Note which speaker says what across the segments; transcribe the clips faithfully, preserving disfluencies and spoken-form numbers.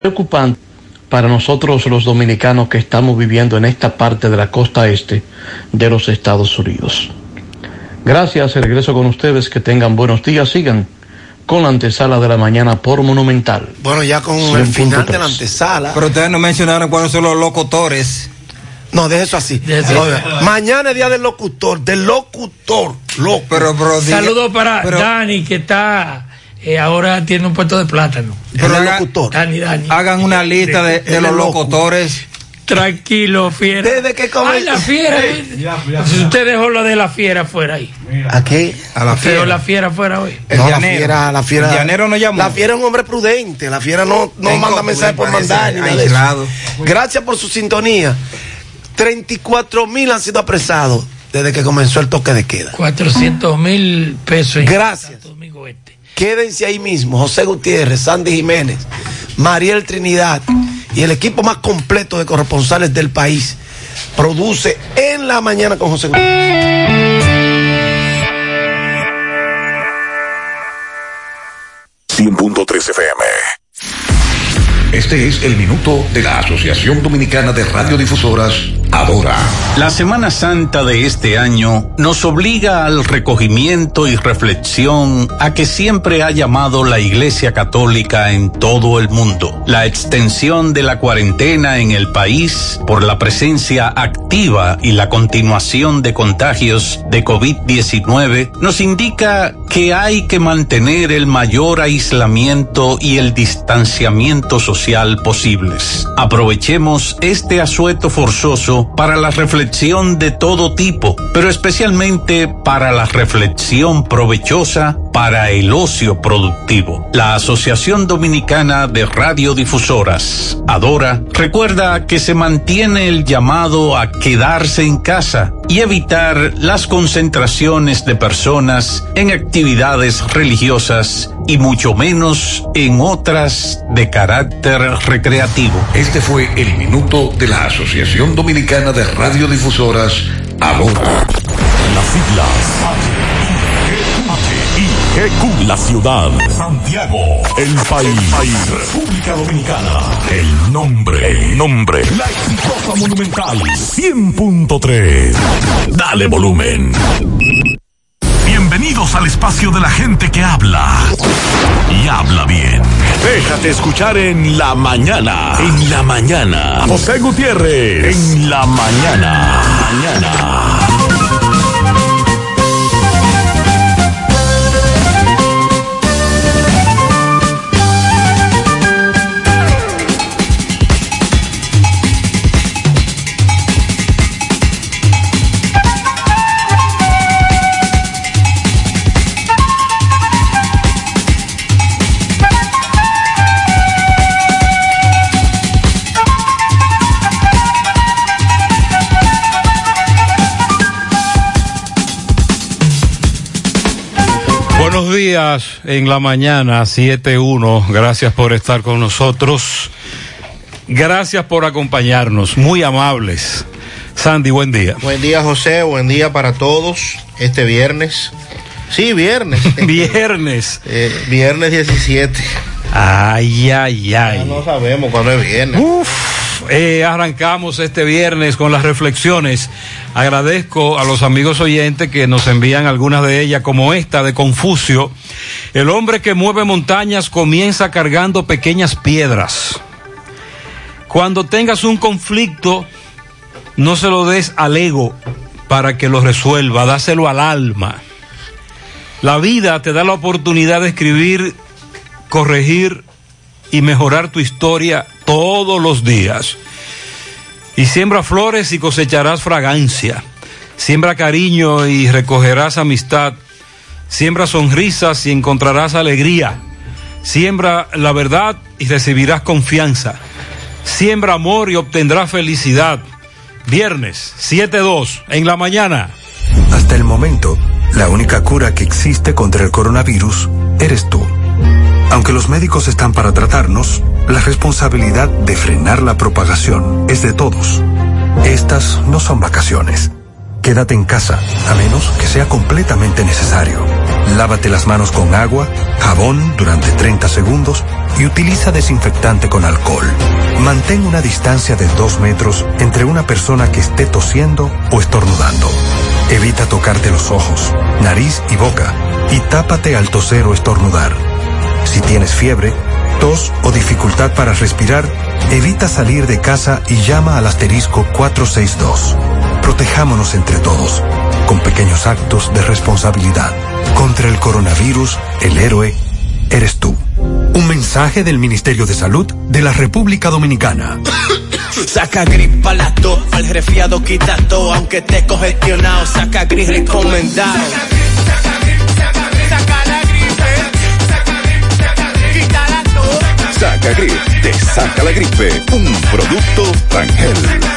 Speaker 1: Preocupante para nosotros los dominicanos que estamos viviendo en esta parte de la costa este de los Estados Unidos. Gracias, regreso con ustedes, que tengan buenos días, sigan con la antesala de la mañana por Monumental.
Speaker 2: Bueno, ya con el final de la antesala.
Speaker 3: Pero ustedes no mencionaron cuáles son los locutores.
Speaker 2: No, deje eso así. Oye, mañana es día del locutor, del locutor. Loco.
Speaker 4: Pero, pero, saludos para pero, Dani, que está... Eh, ahora tiene un puesto de plátano.
Speaker 2: Pero el locutor.
Speaker 4: Dani, Dani.
Speaker 3: Hagan una lista de, de los loco. locutores.
Speaker 4: Tranquilo, fiera.
Speaker 2: Desde que come...
Speaker 4: Ay, la fiera. Hey, ya, ya, si usted dejó la de la fiera fuera ahí.
Speaker 2: ¿A qué?
Speaker 3: A la fiera.
Speaker 4: Dejó la fiera fuera hoy.
Speaker 2: El no, la fiera, la fiera.
Speaker 3: El llanero no llamó.
Speaker 2: La fiera es un hombre prudente. La fiera no, no manda mensajes por mandar. Ni nada. Gracias por su sintonía. treinta y cuatro mil han sido apresados desde que comenzó el toque de queda.
Speaker 4: cuatrocientos mil pesos.
Speaker 2: Gracias. Quédense ahí mismo, José Gutiérrez, Sandy Jiménez, Mariel Trinidad y el equipo más completo de corresponsales del país produce En la Mañana con José Gutiérrez.
Speaker 5: cien punto tres F M. Este es el minuto de la Asociación Dominicana de Radiodifusoras, Adora.
Speaker 6: La Semana Santa de este año nos obliga al recogimiento y reflexión a que siempre ha llamado la Iglesia Católica en todo el mundo. La extensión de la cuarentena en el país por la presencia activa y la continuación de contagios de COVID diecinueve nos indica que hay que mantener el mayor aislamiento y el distanciamiento social posibles. Aprovechemos este asueto forzoso para la reflexión de todo tipo, pero especialmente para la reflexión provechosa para el ocio productivo. La Asociación Dominicana de Radiodifusoras, Adora, recuerda que se mantiene el llamado a quedarse en casa y evitar las concentraciones de personas en actividades religiosas y mucho menos en otras de carácter recreativo.
Speaker 5: Este fue el minuto de la Asociación Dominicana de Radiodifusoras, Adora.
Speaker 7: Las siglas G Q, la ciudad, Santiago, el país, República Dominicana, el nombre, el nombre, la exitosa Monumental cien punto tres. Dale volumen. Bienvenidos al espacio de la gente que habla y habla bien. Déjate escuchar en la mañana. En la mañana. José Gutiérrez. En la mañana. Mañana.
Speaker 8: Buenos días en la mañana, siete uno. Gracias por estar con nosotros. Gracias por acompañarnos. Muy amables. Sandy, buen día.
Speaker 9: Buen día, José. Buen día para todos. Este viernes. Sí, viernes.
Speaker 8: Viernes.
Speaker 9: eh, viernes diecisiete.
Speaker 8: Ay, ay, ay.
Speaker 9: Ya no sabemos cuándo es viernes.
Speaker 8: Uf. Eh, arrancamos este viernes con las reflexiones. Agradezco a los amigos oyentes que nos envían algunas de ellas, como esta de Confucio. El hombre que mueve montañas comienza cargando pequeñas piedras. Cuando tengas un conflicto, no se lo des al ego para que lo resuelva, dáselo al alma. La vida te da la oportunidad de escribir, corregir y mejorar tu historia todos los días. Y siembra flores y cosecharás fragancia. Siembra cariño y recogerás amistad. Siembra sonrisas y encontrarás alegría. Siembra la verdad y recibirás confianza. Siembra amor y obtendrás felicidad. Viernes, siete dos, en la mañana.
Speaker 10: Hasta el momento, la única cura que existe contra el coronavirus eres tú. Aunque los médicos están para tratarnos, la responsabilidad de frenar la propagación es de todos. Estas no son vacaciones. Quédate en casa, a menos que sea completamente necesario. Lávate las manos con agua, jabón durante treinta segundos y utiliza desinfectante con alcohol. Mantén una distancia de dos metros entre una persona que esté tosiendo o estornudando. Evita tocarte los ojos, nariz y boca y tápate al toser o estornudar. Si tienes fiebre, tos o dificultad para respirar, evita salir de casa y llama al asterisco cuatro seis dos. Protejámonos entre todos, con pequeños actos de responsabilidad. Contra el coronavirus, el héroe eres tú. Un mensaje del Ministerio de Salud de la República Dominicana.
Speaker 11: Saca gripa la tos, al resfriado quita todo, aunque esté congestionado, saca gris recomendado. Saca grip, saca grip, saca la gripe, saca grip, saca grip, quita la tos.
Speaker 5: Saca grip, te saca la gripe, un producto Rangel.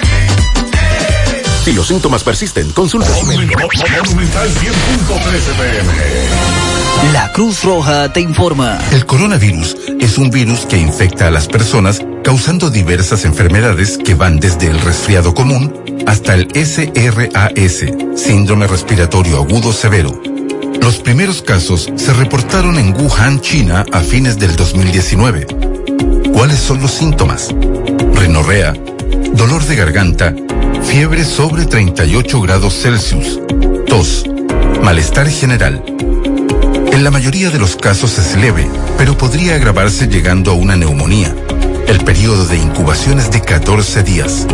Speaker 5: Si los síntomas persisten, consulta a su médico.
Speaker 7: Monumental cien punto trece P M.
Speaker 12: La Cruz Roja te informa.
Speaker 13: El coronavirus es un virus que infecta a las personas, causando diversas enfermedades que van desde el resfriado común hasta el S R A S, síndrome respiratorio agudo severo. Los primeros casos se reportaron en Wuhan, China, a fines del dos mil diecinueve. ¿Cuáles son los síntomas? Rinorrea, dolor de garganta, fiebre sobre treinta y ocho grados Celsius, tos, malestar general. En la mayoría de los casos es leve, pero podría agravarse llegando a una neumonía. El periodo de incubación es de catorce días.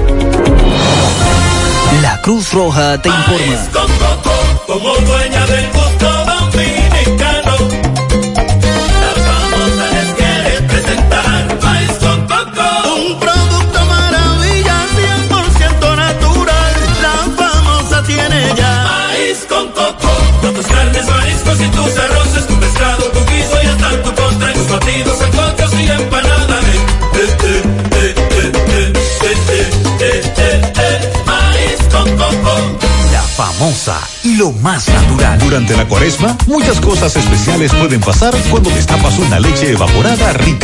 Speaker 12: La Cruz Roja te informa.
Speaker 14: Maíz con coco, como dueña del gusto dominicano. La famosa les quiere presentar Maíz con coco.
Speaker 15: Un producto maravilla, cien por ciento natural. La famosa tiene ya
Speaker 14: Maíz con coco. Con tus carnes, mariscos y tus arroces, tu pescado, tu guiso y hasta tu postre, tus batidos, sancochos y empanadas. Eh, eh, eh, eh, eh, eh, eh, eh, eh. Maíz con coco.
Speaker 16: La famosa y lo más natural.
Speaker 7: Durante la Cuaresma, muchas cosas especiales pueden pasar cuando destapas una leche evaporada rica.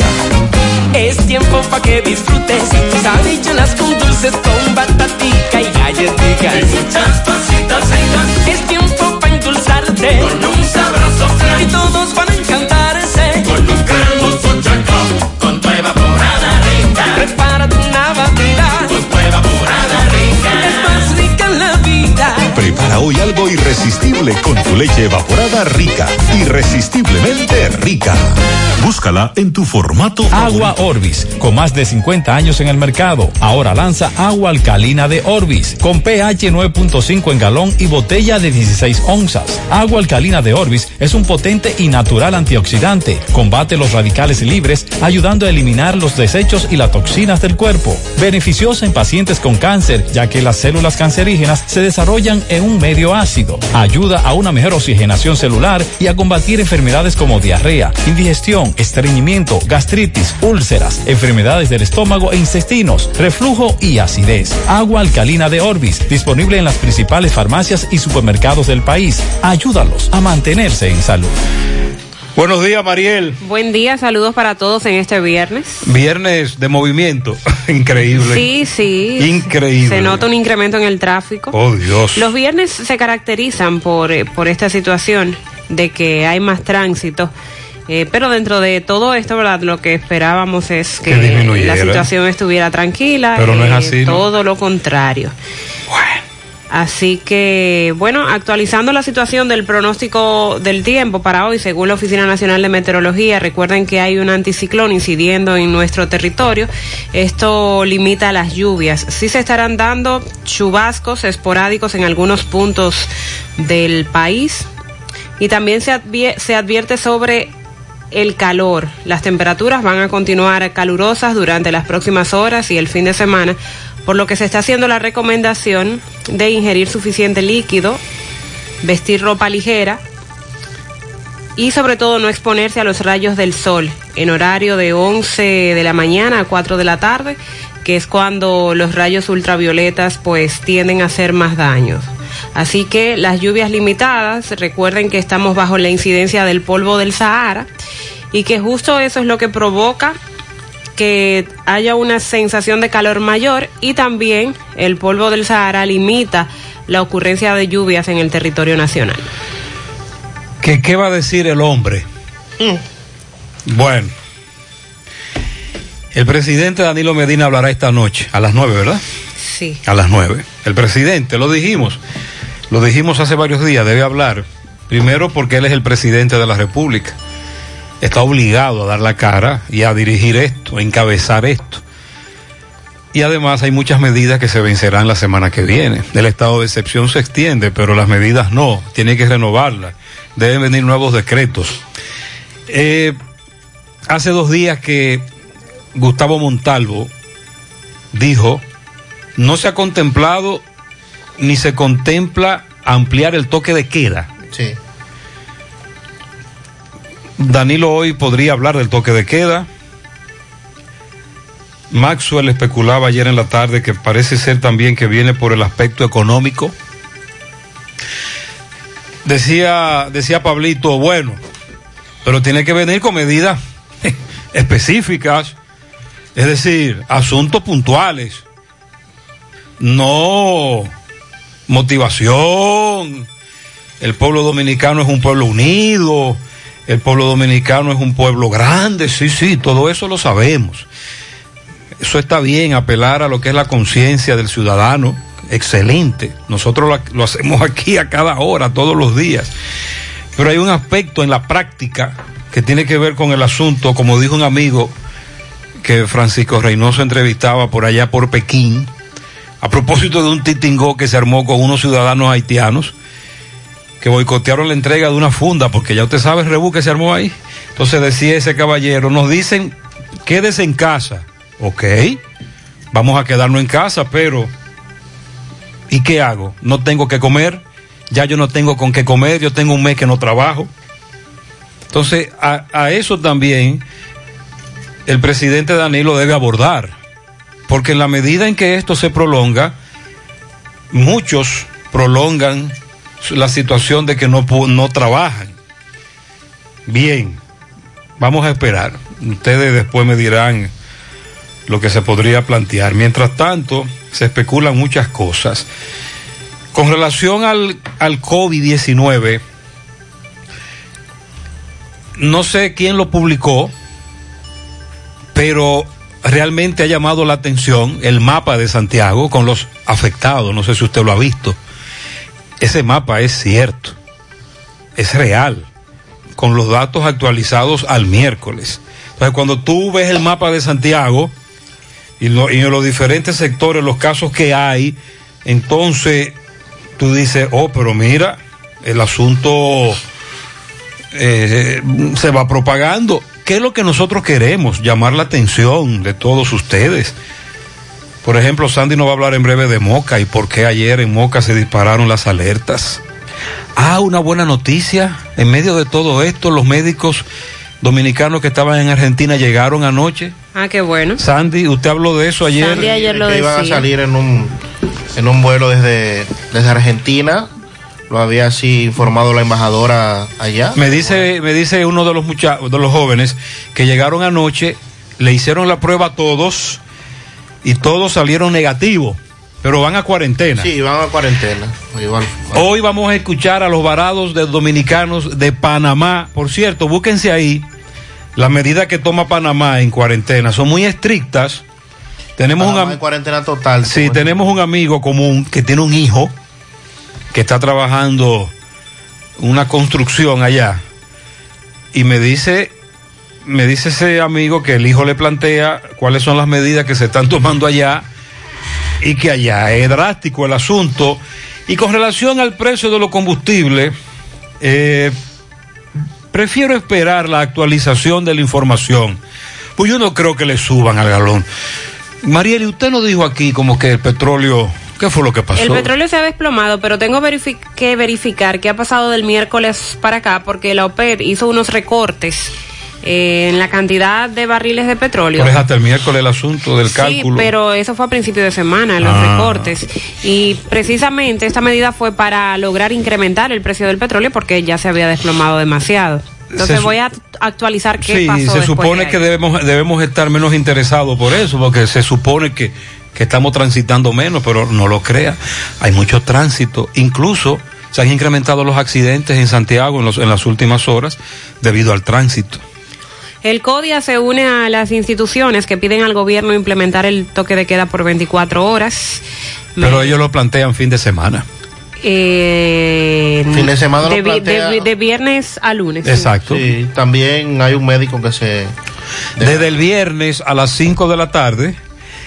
Speaker 17: Es tiempo pa' que disfrutes sabrichuelas con dulces, con batatica y galletitas.
Speaker 14: Y muchas cositas ricas.
Speaker 17: Es tiempo pa' endulzarte
Speaker 14: con un sabroso flan.
Speaker 17: Y todos van a encantarse
Speaker 14: con un cremoso chacón, con tu evaporada rica.
Speaker 17: Prepárate una batida
Speaker 14: con tu evaporada rica.
Speaker 17: Es más rica en la vida.
Speaker 7: Prepara hoy algo irresistible con tu leche evaporada rica. Irresistiblemente rica. Búscala en tu formato
Speaker 18: Agua
Speaker 7: favorito.
Speaker 18: Orbis, con más de cincuenta años en el mercado. Ahora lanza agua alcalina de Orbis, con pH nueve punto cinco en galón y botella de dieciséis onzas. Agua alcalina de Orbis es un potente y natural antioxidante. Combate los radicales libres, ayudando a eliminar los desechos y las toxinas del cuerpo. Beneficiosa en pacientes con cáncer, ya que las células cancerígenas se desarrollan en un medio ácido. Ayuda a una mejor oxigenación celular y a combatir enfermedades como diarrea, indigestión, estreñimiento, gastritis, úlceras, enfermedades del estómago e intestinos, reflujo y acidez. Agua alcalina de Orbis, disponible en las principales farmacias y supermercados del país. Ayúdalos a mantenerse en salud.
Speaker 8: Buenos días, Mariel.
Speaker 19: Buen día, saludos para todos en este viernes.
Speaker 8: Viernes de movimiento, increíble.
Speaker 19: Sí, sí.
Speaker 8: Increíble.
Speaker 19: Se nota un incremento en el tráfico.
Speaker 8: Oh, Dios.
Speaker 19: Los viernes se caracterizan por, por esta situación de que hay más tránsito. Eh, pero dentro de todo esto, ¿verdad? Lo que esperábamos es que, que la situación estuviera tranquila.
Speaker 8: Pero no
Speaker 19: eh,
Speaker 8: es así, ¿no?
Speaker 19: Todo lo contrario.
Speaker 8: Bueno.
Speaker 19: Así que, bueno, actualizando la situación del pronóstico del tiempo para hoy, según la Oficina Nacional de Meteorología, recuerden que hay un anticiclón incidiendo en nuestro territorio. Esto limita las lluvias. Sí se estarán dando chubascos esporádicos en algunos puntos del país. Y también se advierte, se advierte sobre el calor. Las temperaturas van a continuar calurosas durante las próximas horas y el fin de semana, por lo que se está haciendo la recomendación de ingerir suficiente líquido, vestir ropa ligera y sobre todo no exponerse a los rayos del sol en horario de once de la mañana a cuatro de la tarde, que es cuando los rayos ultravioletas pues tienden a hacer más daños. Así que las lluvias limitadas, recuerden que estamos bajo la incidencia del polvo del Sahara y que justo eso es lo que provoca que haya una sensación de calor mayor, y también el polvo del Sahara limita la ocurrencia de lluvias en el territorio nacional.
Speaker 8: ¿Qué, qué va a decir el hombre? Mm. Bueno, El presidente Danilo Medina hablará esta noche, a las nueve, ¿verdad?
Speaker 19: Sí.
Speaker 8: A las nueve. El presidente, lo dijimos, lo dijimos hace varios días, debe hablar. Primero porque él es el presidente de la República. Está obligado a dar la cara y a dirigir esto, a encabezar esto. Y además hay muchas medidas que se vencerán la semana que viene. El estado de excepción se extiende, pero las medidas no, tiene que renovarlas. Deben venir nuevos decretos. Eh, hace dos días que Gustavo Montalvo dijo, no se ha contemplado ni se contempla ampliar el toque de queda.
Speaker 9: Sí.
Speaker 8: Danilo hoy podría hablar del toque de queda. Maxwell especulaba ayer en la tarde que parece ser también que viene por el aspecto económico. Decía, decía Pablito, bueno, pero tiene que venir con medidas específicas, es decir, asuntos puntuales, no motivación. El pueblo dominicano es un pueblo unido, el pueblo dominicano es un pueblo grande, sí, sí, todo eso lo sabemos. Eso está bien, apelar a lo que es la conciencia del ciudadano, excelente. Nosotros lo, lo hacemos aquí a cada hora, todos los días. Pero hay un aspecto en la práctica que tiene que ver con el asunto, como dijo un amigo que Francisco Reynoso entrevistaba por allá por Pekín, a propósito de un titingó que se armó con unos ciudadanos haitianos que boicotearon la entrega de una funda, porque ya usted sabe el rebú que se armó ahí. Entonces decía ese caballero, nos dicen, quédese en casa. Ok, vamos a quedarnos en casa, pero ¿y qué hago? No tengo que comer, ya yo no tengo con qué comer, yo tengo un mes que no trabajo. Entonces, a, a eso también el presidente Danilo debe abordar, porque en la medida en que esto se prolonga, muchos prolongan la situación de que no, no trabajan. Bien, vamos a esperar. Ustedes después me dirán lo que se podría plantear. Mientras tanto, se especulan muchas cosas. Con relación al, al COVID diecinueve, no sé quién lo publicó, pero realmente ha llamado la atención el mapa de Santiago con los afectados. No sé si usted lo ha visto. Ese mapa es cierto, es real, con los datos actualizados al miércoles. Entonces, cuando tú ves el mapa de Santiago y, lo, y en los diferentes sectores, los casos que hay, entonces tú dices, oh, pero mira, el asunto eh, se va propagando. ¿Qué es lo que nosotros queremos? Llamar la atención de todos ustedes. Por ejemplo, Sandy nos va a hablar en breve de Moca y por qué ayer en Moca se dispararon las alertas. Ah, una buena noticia. En medio de todo esto, los médicos dominicanos que estaban en Argentina llegaron anoche.
Speaker 19: Ah, qué bueno.
Speaker 8: Sandy, usted habló de eso ayer.
Speaker 19: Sandy ayer lo
Speaker 9: que
Speaker 19: decía.
Speaker 9: Iban a salir en un, en un vuelo desde, desde Argentina. Lo había así informado la embajadora allá.
Speaker 8: Me dice, me dice uno de los muchachos, de los jóvenes que llegaron anoche, le hicieron la prueba a todos y todos salieron negativos, pero van a cuarentena.
Speaker 9: Sí, van a cuarentena. Igual,
Speaker 8: Hoy vamos a escuchar a los varados de dominicanos de Panamá. Por cierto, búsquense ahí las medidas que toma Panamá en cuarentena. Son muy estrictas. Tenemos
Speaker 9: Panamá
Speaker 8: un
Speaker 9: en cuarentena total.
Speaker 8: Sí, tenemos un amigo común que tiene un hijo que está trabajando una construcción allá y me dice me dice ese amigo que el hijo le plantea cuáles son las medidas que se están tomando allá y que allá es drástico el asunto. Y con relación al precio de los combustibles, eh, prefiero esperar la actualización de la información, pues yo no creo que le suban al galón. Marieli, usted nos dijo aquí como que el petróleo, ¿qué fue lo que pasó?
Speaker 19: El petróleo se ha desplomado, pero tengo verific- que verificar qué ha pasado del miércoles para acá, porque la OPEP hizo unos recortes eh, en la cantidad de barriles de petróleo.
Speaker 8: Pero es hasta el miércoles el asunto del cálculo.
Speaker 19: Sí, pero eso fue a principio de semana, los
Speaker 8: Ah.
Speaker 19: recortes. Y precisamente esta medida fue para lograr incrementar el precio del petróleo porque ya se había desplomado demasiado. Entonces
Speaker 8: Se
Speaker 19: voy a actualizar qué
Speaker 8: Sí,
Speaker 19: pasó
Speaker 8: se
Speaker 19: después
Speaker 8: supone
Speaker 19: de
Speaker 8: que
Speaker 19: ahí.
Speaker 8: debemos debemos estar menos interesados por eso, porque se supone que, que estamos transitando menos, pero no lo crea. Hay mucho tránsito. Incluso se han incrementado los accidentes en Santiago en, los, en las últimas horas debido al tránsito.
Speaker 19: El CODIA se une a las instituciones que piden al gobierno implementar el toque de queda por veinticuatro horas.
Speaker 8: Pero ellos lo plantean fin de semana.
Speaker 19: Eh,
Speaker 9: fin de semana
Speaker 19: de,
Speaker 9: lo plantea.
Speaker 19: de, de viernes a lunes.
Speaker 8: Exacto.
Speaker 9: Sí, también hay un médico que se...
Speaker 8: Desde el viernes a las cinco de la tarde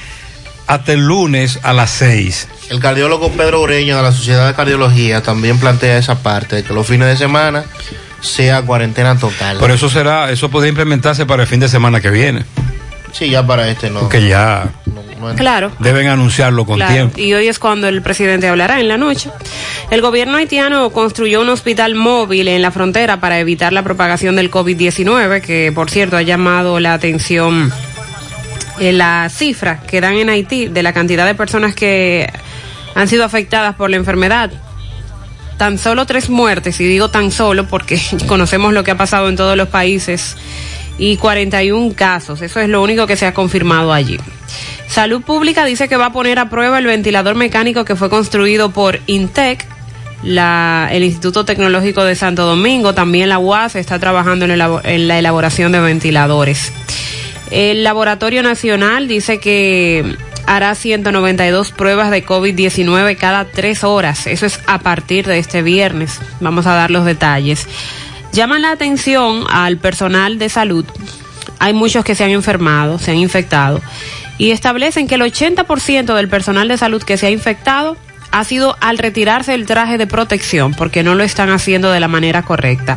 Speaker 8: hasta el lunes a las seis.
Speaker 9: El cardiólogo Pedro Ureña de la Sociedad de Cardiología también plantea esa parte, de que los fines de semana sea cuarentena total.
Speaker 8: Pero eso será, eso podría implementarse para el fin de semana que viene.
Speaker 9: Sí, ya para este no.
Speaker 8: Porque ya
Speaker 9: no, no
Speaker 19: claro.
Speaker 8: deben anunciarlo con
Speaker 19: claro.
Speaker 8: tiempo.
Speaker 19: Y hoy es cuando el presidente hablará en la noche. El gobierno haitiano construyó un hospital móvil en la frontera para evitar la propagación del COVID diecinueve, que por cierto ha llamado la atención eh, la cifra que dan en Haití de la cantidad de personas que han sido afectadas por la enfermedad. Tan solo tres muertes, y digo tan solo porque conocemos lo que ha pasado en todos los países, y cuarenta y un casos. Eso es lo único que se ha confirmado allí. Salud Pública dice que va a poner a prueba el ventilador mecánico que fue construido por Intec, la, el Instituto Tecnológico de Santo Domingo. También la U A S está trabajando en, el, en la elaboración de ventiladores. El Laboratorio Nacional dice que hará ciento noventa y dos pruebas de COVID diecinueve cada tres horas. Eso es a partir de este viernes. Vamos a dar los detalles. Llaman la atención al personal de salud. Hay muchos que se han enfermado, se han infectado, y establecen que el ochenta por ciento del personal de salud que se ha infectado ha sido al retirarse el traje de protección, porque no lo están haciendo de la manera correcta.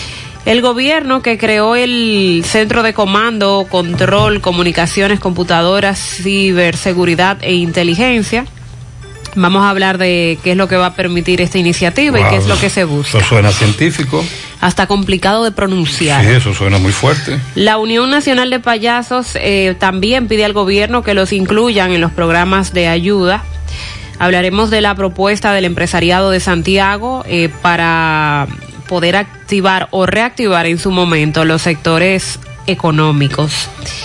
Speaker 19: El gobierno, que creó el Centro de Comando, Control, Comunicaciones, Computadoras, Ciberseguridad e Inteligencia, vamos a hablar de qué es lo que va a permitir esta iniciativa. Wow, y qué es lo que se busca.
Speaker 8: Eso suena científico.
Speaker 19: Hasta complicado de pronunciar.
Speaker 8: Sí, eso suena muy fuerte.
Speaker 19: La Unión Nacional de Payasos eh, también pide al gobierno que los incluyan en los programas de ayuda. Hablaremos de la propuesta del empresariado de Santiago eh, para poder activar o reactivar en su momento los sectores económicos.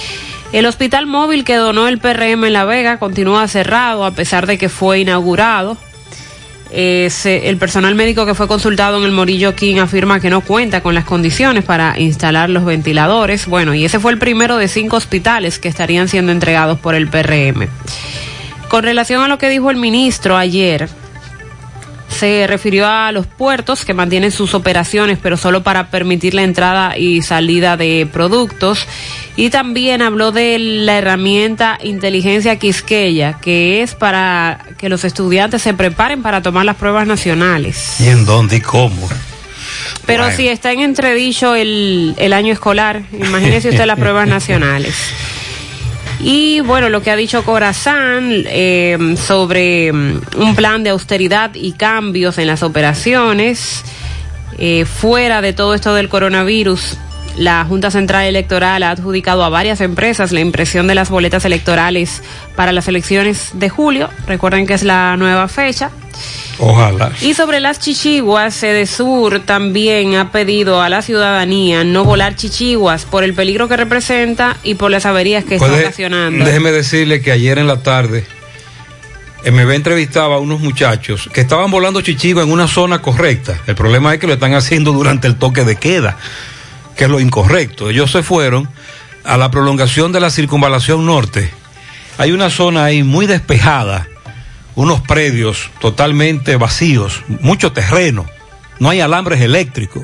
Speaker 19: El hospital móvil que donó el P R M en La Vega continúa cerrado a pesar de que fue inaugurado. Eh, se, el personal médico que fue consultado en el Morillo King afirma que no cuenta con las condiciones para instalar los ventiladores. Bueno, y ese fue el primero de cinco hospitales que estarían siendo entregados por el P R M. Con relación a lo que dijo el ministro ayer, se refirió a los puertos que mantienen sus operaciones, pero solo para permitir la entrada y salida de productos. Y también habló de la herramienta Inteligencia Quisqueya, que es para que los estudiantes se preparen para tomar las pruebas nacionales.
Speaker 8: ¿Y en dónde y cómo?
Speaker 19: Pero bueno, si está en entredicho el, el año escolar, imagínese usted las pruebas nacionales. Y bueno, lo que ha dicho Corazán eh, sobre un plan de austeridad y cambios en las operaciones, eh, fuera de todo esto del coronavirus. La Junta Central Electoral ha adjudicado a varias empresas la impresión de las boletas electorales para las elecciones de julio. Recuerden que es la nueva fecha.
Speaker 8: Ojalá.
Speaker 19: Y sobre las chichiguas, Sedesur también ha pedido a la ciudadanía no volar chichiguas por el peligro que representa y por las averías que está ocasionando.
Speaker 8: Déjeme decirle que ayer en la tarde M B entrevistaba a unos muchachos que estaban volando chichiguas en una zona correcta. El problema es que lo están haciendo durante el toque de queda, que es lo incorrecto. Ellos se fueron a la prolongación de la circunvalación norte. Hay una zona ahí muy despejada, unos predios totalmente vacíos, mucho terreno, no hay alambres eléctricos.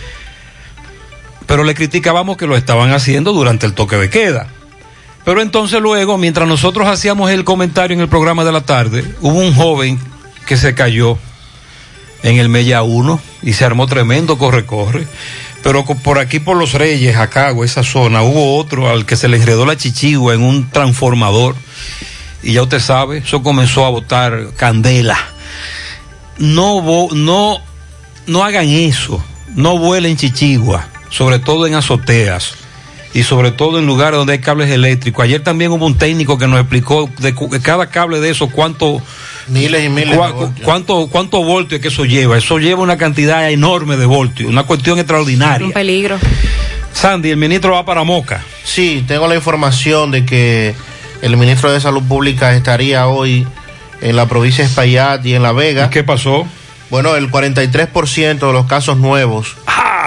Speaker 8: Pero le criticábamos que lo estaban haciendo durante el toque de queda. Pero entonces luego, mientras nosotros hacíamos el comentario en el programa de la tarde, hubo un joven que se cayó en el Mella uno y se armó tremendo corre-corre. Pero por aquí, por Los Reyes, Jacagua, esa zona, hubo otro al que se le enredó la chichigua en un transformador. Y ya usted sabe, eso comenzó a botar candela. No, no, no hagan eso. No vuelen chichigua, sobre todo en azoteas y sobre todo en lugares donde hay cables eléctricos. Ayer también hubo un técnico que nos explicó de cada cable de eso cuánto...
Speaker 9: Miles y miles
Speaker 8: cu- de voltios. Cuánto, cuánto voltio es que eso lleva. Eso lleva una cantidad enorme de voltios, una cuestión extraordinaria.
Speaker 19: Un peligro.
Speaker 8: Sandy, el ministro va para Moca.
Speaker 9: Sí, tengo la información de que el ministro de Salud Pública estaría hoy en la provincia de Espaillat y en La Vega.
Speaker 8: ¿Y qué pasó?
Speaker 9: Bueno, el cuarenta y tres por ciento de los casos nuevos
Speaker 8: ah.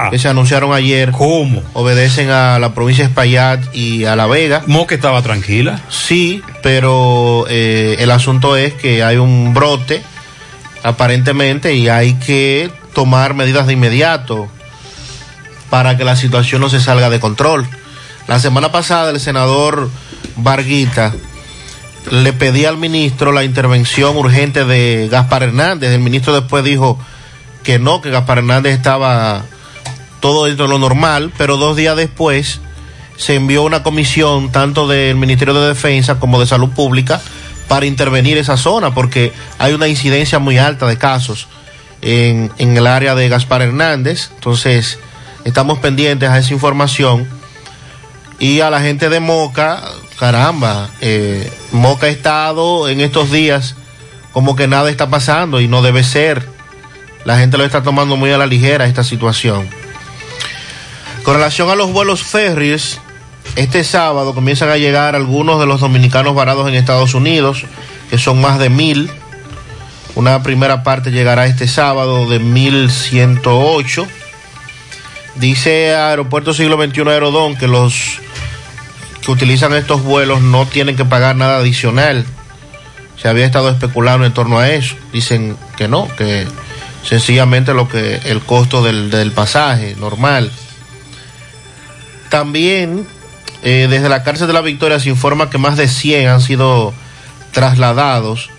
Speaker 3: Ah.
Speaker 9: que se anunciaron ayer.
Speaker 3: ¿Cómo?
Speaker 9: Obedecen a la provincia de Espaillat y a La Vega.
Speaker 3: Moca estaba tranquila.
Speaker 9: Sí, pero eh, el asunto es que hay un brote, aparentemente, y hay que tomar medidas de inmediato para que la situación no se salga de control. La semana pasada el senador Varguita le pedía al ministro la intervención urgente de Gaspar Hernández. El ministro después dijo que no, que Gaspar Hernández estaba todo dentro de lo normal, pero dos días después se envió una comisión tanto del Ministerio de Defensa como de Salud Pública para intervenir esa zona, porque hay una incidencia muy alta de casos en, en el área de Gaspar Hernández. Entonces estamos pendientes a esa información. Y a la gente de Moca, caramba, eh, Moca ha estado en estos días como que nada está pasando y no debe ser. La gente lo está tomando muy a la ligera esta situación. Con relación a los vuelos ferries, este sábado comienzan a llegar algunos de los dominicanos varados en Estados Unidos, que son más de mil. Una primera parte llegará este sábado de mil ciento ocho. Dice Aeropuerto Siglo veintiuno Aerodón que los que utilizan estos vuelos no tienen que pagar nada adicional. Se había estado especulando en torno a eso. Dicen que no, que sencillamente lo que el costo del, del pasaje normal. También eh, desde la cárcel de la Victoria se informa que más de cien han sido trasladados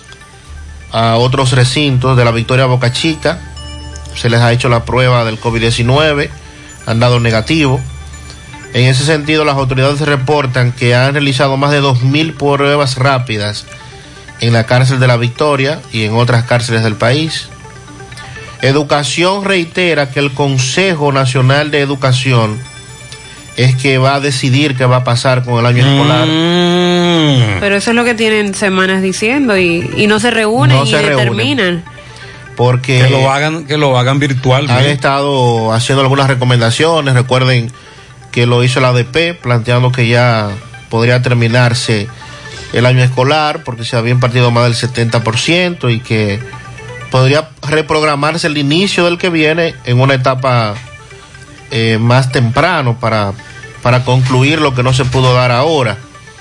Speaker 9: a otros recintos de la Victoria Boca Chica. Se les ha hecho la prueba del COVID diecinueve, han dado negativo. En ese sentido, las autoridades reportan que han realizado más de dos mil pruebas rápidas en la cárcel de la Victoria y en otras cárceles del país. Educación reitera que el Consejo Nacional de Educación es que va a decidir qué va a pasar con el año escolar.
Speaker 19: Mm. Pero eso es lo que tienen semanas diciendo y, y no se reúnen
Speaker 9: no
Speaker 19: y
Speaker 9: se
Speaker 19: determinan.
Speaker 9: Reúnen. Porque
Speaker 3: que lo hagan, que lo hagan virtual.
Speaker 9: Han estado haciendo algunas recomendaciones. Recuerden que lo hizo la A D P, planteando que ya podría terminarse el año escolar, porque se había impartido más del setenta por ciento y que podría reprogramarse el inicio del que viene en una etapa eh, más temprano para, para concluir lo que no se pudo dar ahora.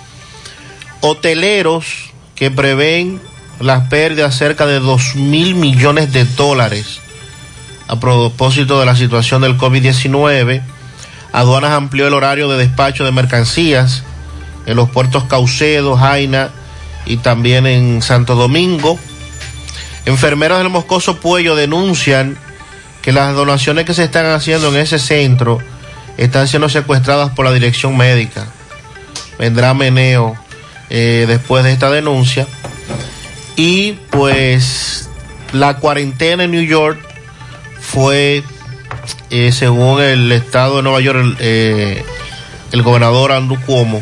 Speaker 9: Hoteleros que prevén las pérdidas cerca de dos mil millones de dólares a propósito de la situación del COVID diecinueve. Aduanas amplió el horario de despacho de mercancías en los puertos Caucedo, Jaina y también en Santo Domingo. Enfermeros del Moscoso Puello denuncian que las donaciones que se están haciendo en ese centro están siendo secuestradas por la dirección médica. Vendrá meneo eh, después de esta denuncia. Y pues la cuarentena en New York fue, eh, según el estado de Nueva York, el, eh, el gobernador Andrew Cuomo,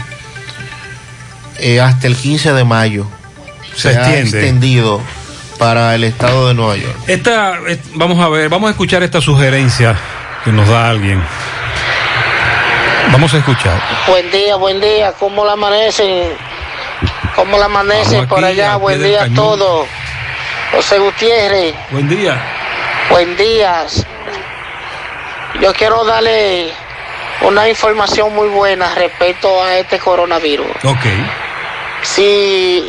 Speaker 9: eh, hasta el quince de mayo. Se, se ha extendido para el estado de Nueva York.
Speaker 8: Esta, vamos a ver, vamos a escuchar esta sugerencia que nos da alguien. Vamos a escuchar.
Speaker 20: Buen día, buen día, ¿cómo la amanecen? ¿Cómo la amanecen por allá? Buen día a todos. José Gutiérrez.
Speaker 8: Buen día.
Speaker 20: Buen día. Yo quiero darle una información muy buena respecto a este coronavirus.
Speaker 8: Ok.
Speaker 20: Si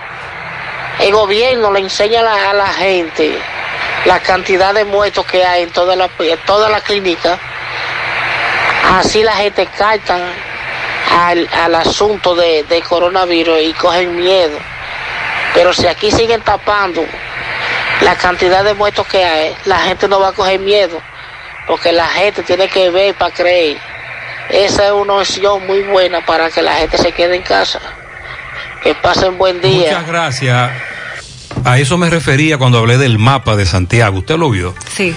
Speaker 20: el gobierno le enseña a la, a la gente la cantidad de muertos que hay en toda la, en toda la clínica, así la gente capta al, al asunto de, de coronavirus y cogen miedo. Pero si aquí siguen tapando la cantidad de muertos que hay, la gente no va a coger miedo, porque la gente tiene que ver para creer. Esa es una opción muy buena para que la gente se quede en casa. Que pasen buen día.
Speaker 8: Muchas gracias. A eso me refería cuando hablé del mapa de Santiago. ¿Usted lo vio?
Speaker 19: Sí.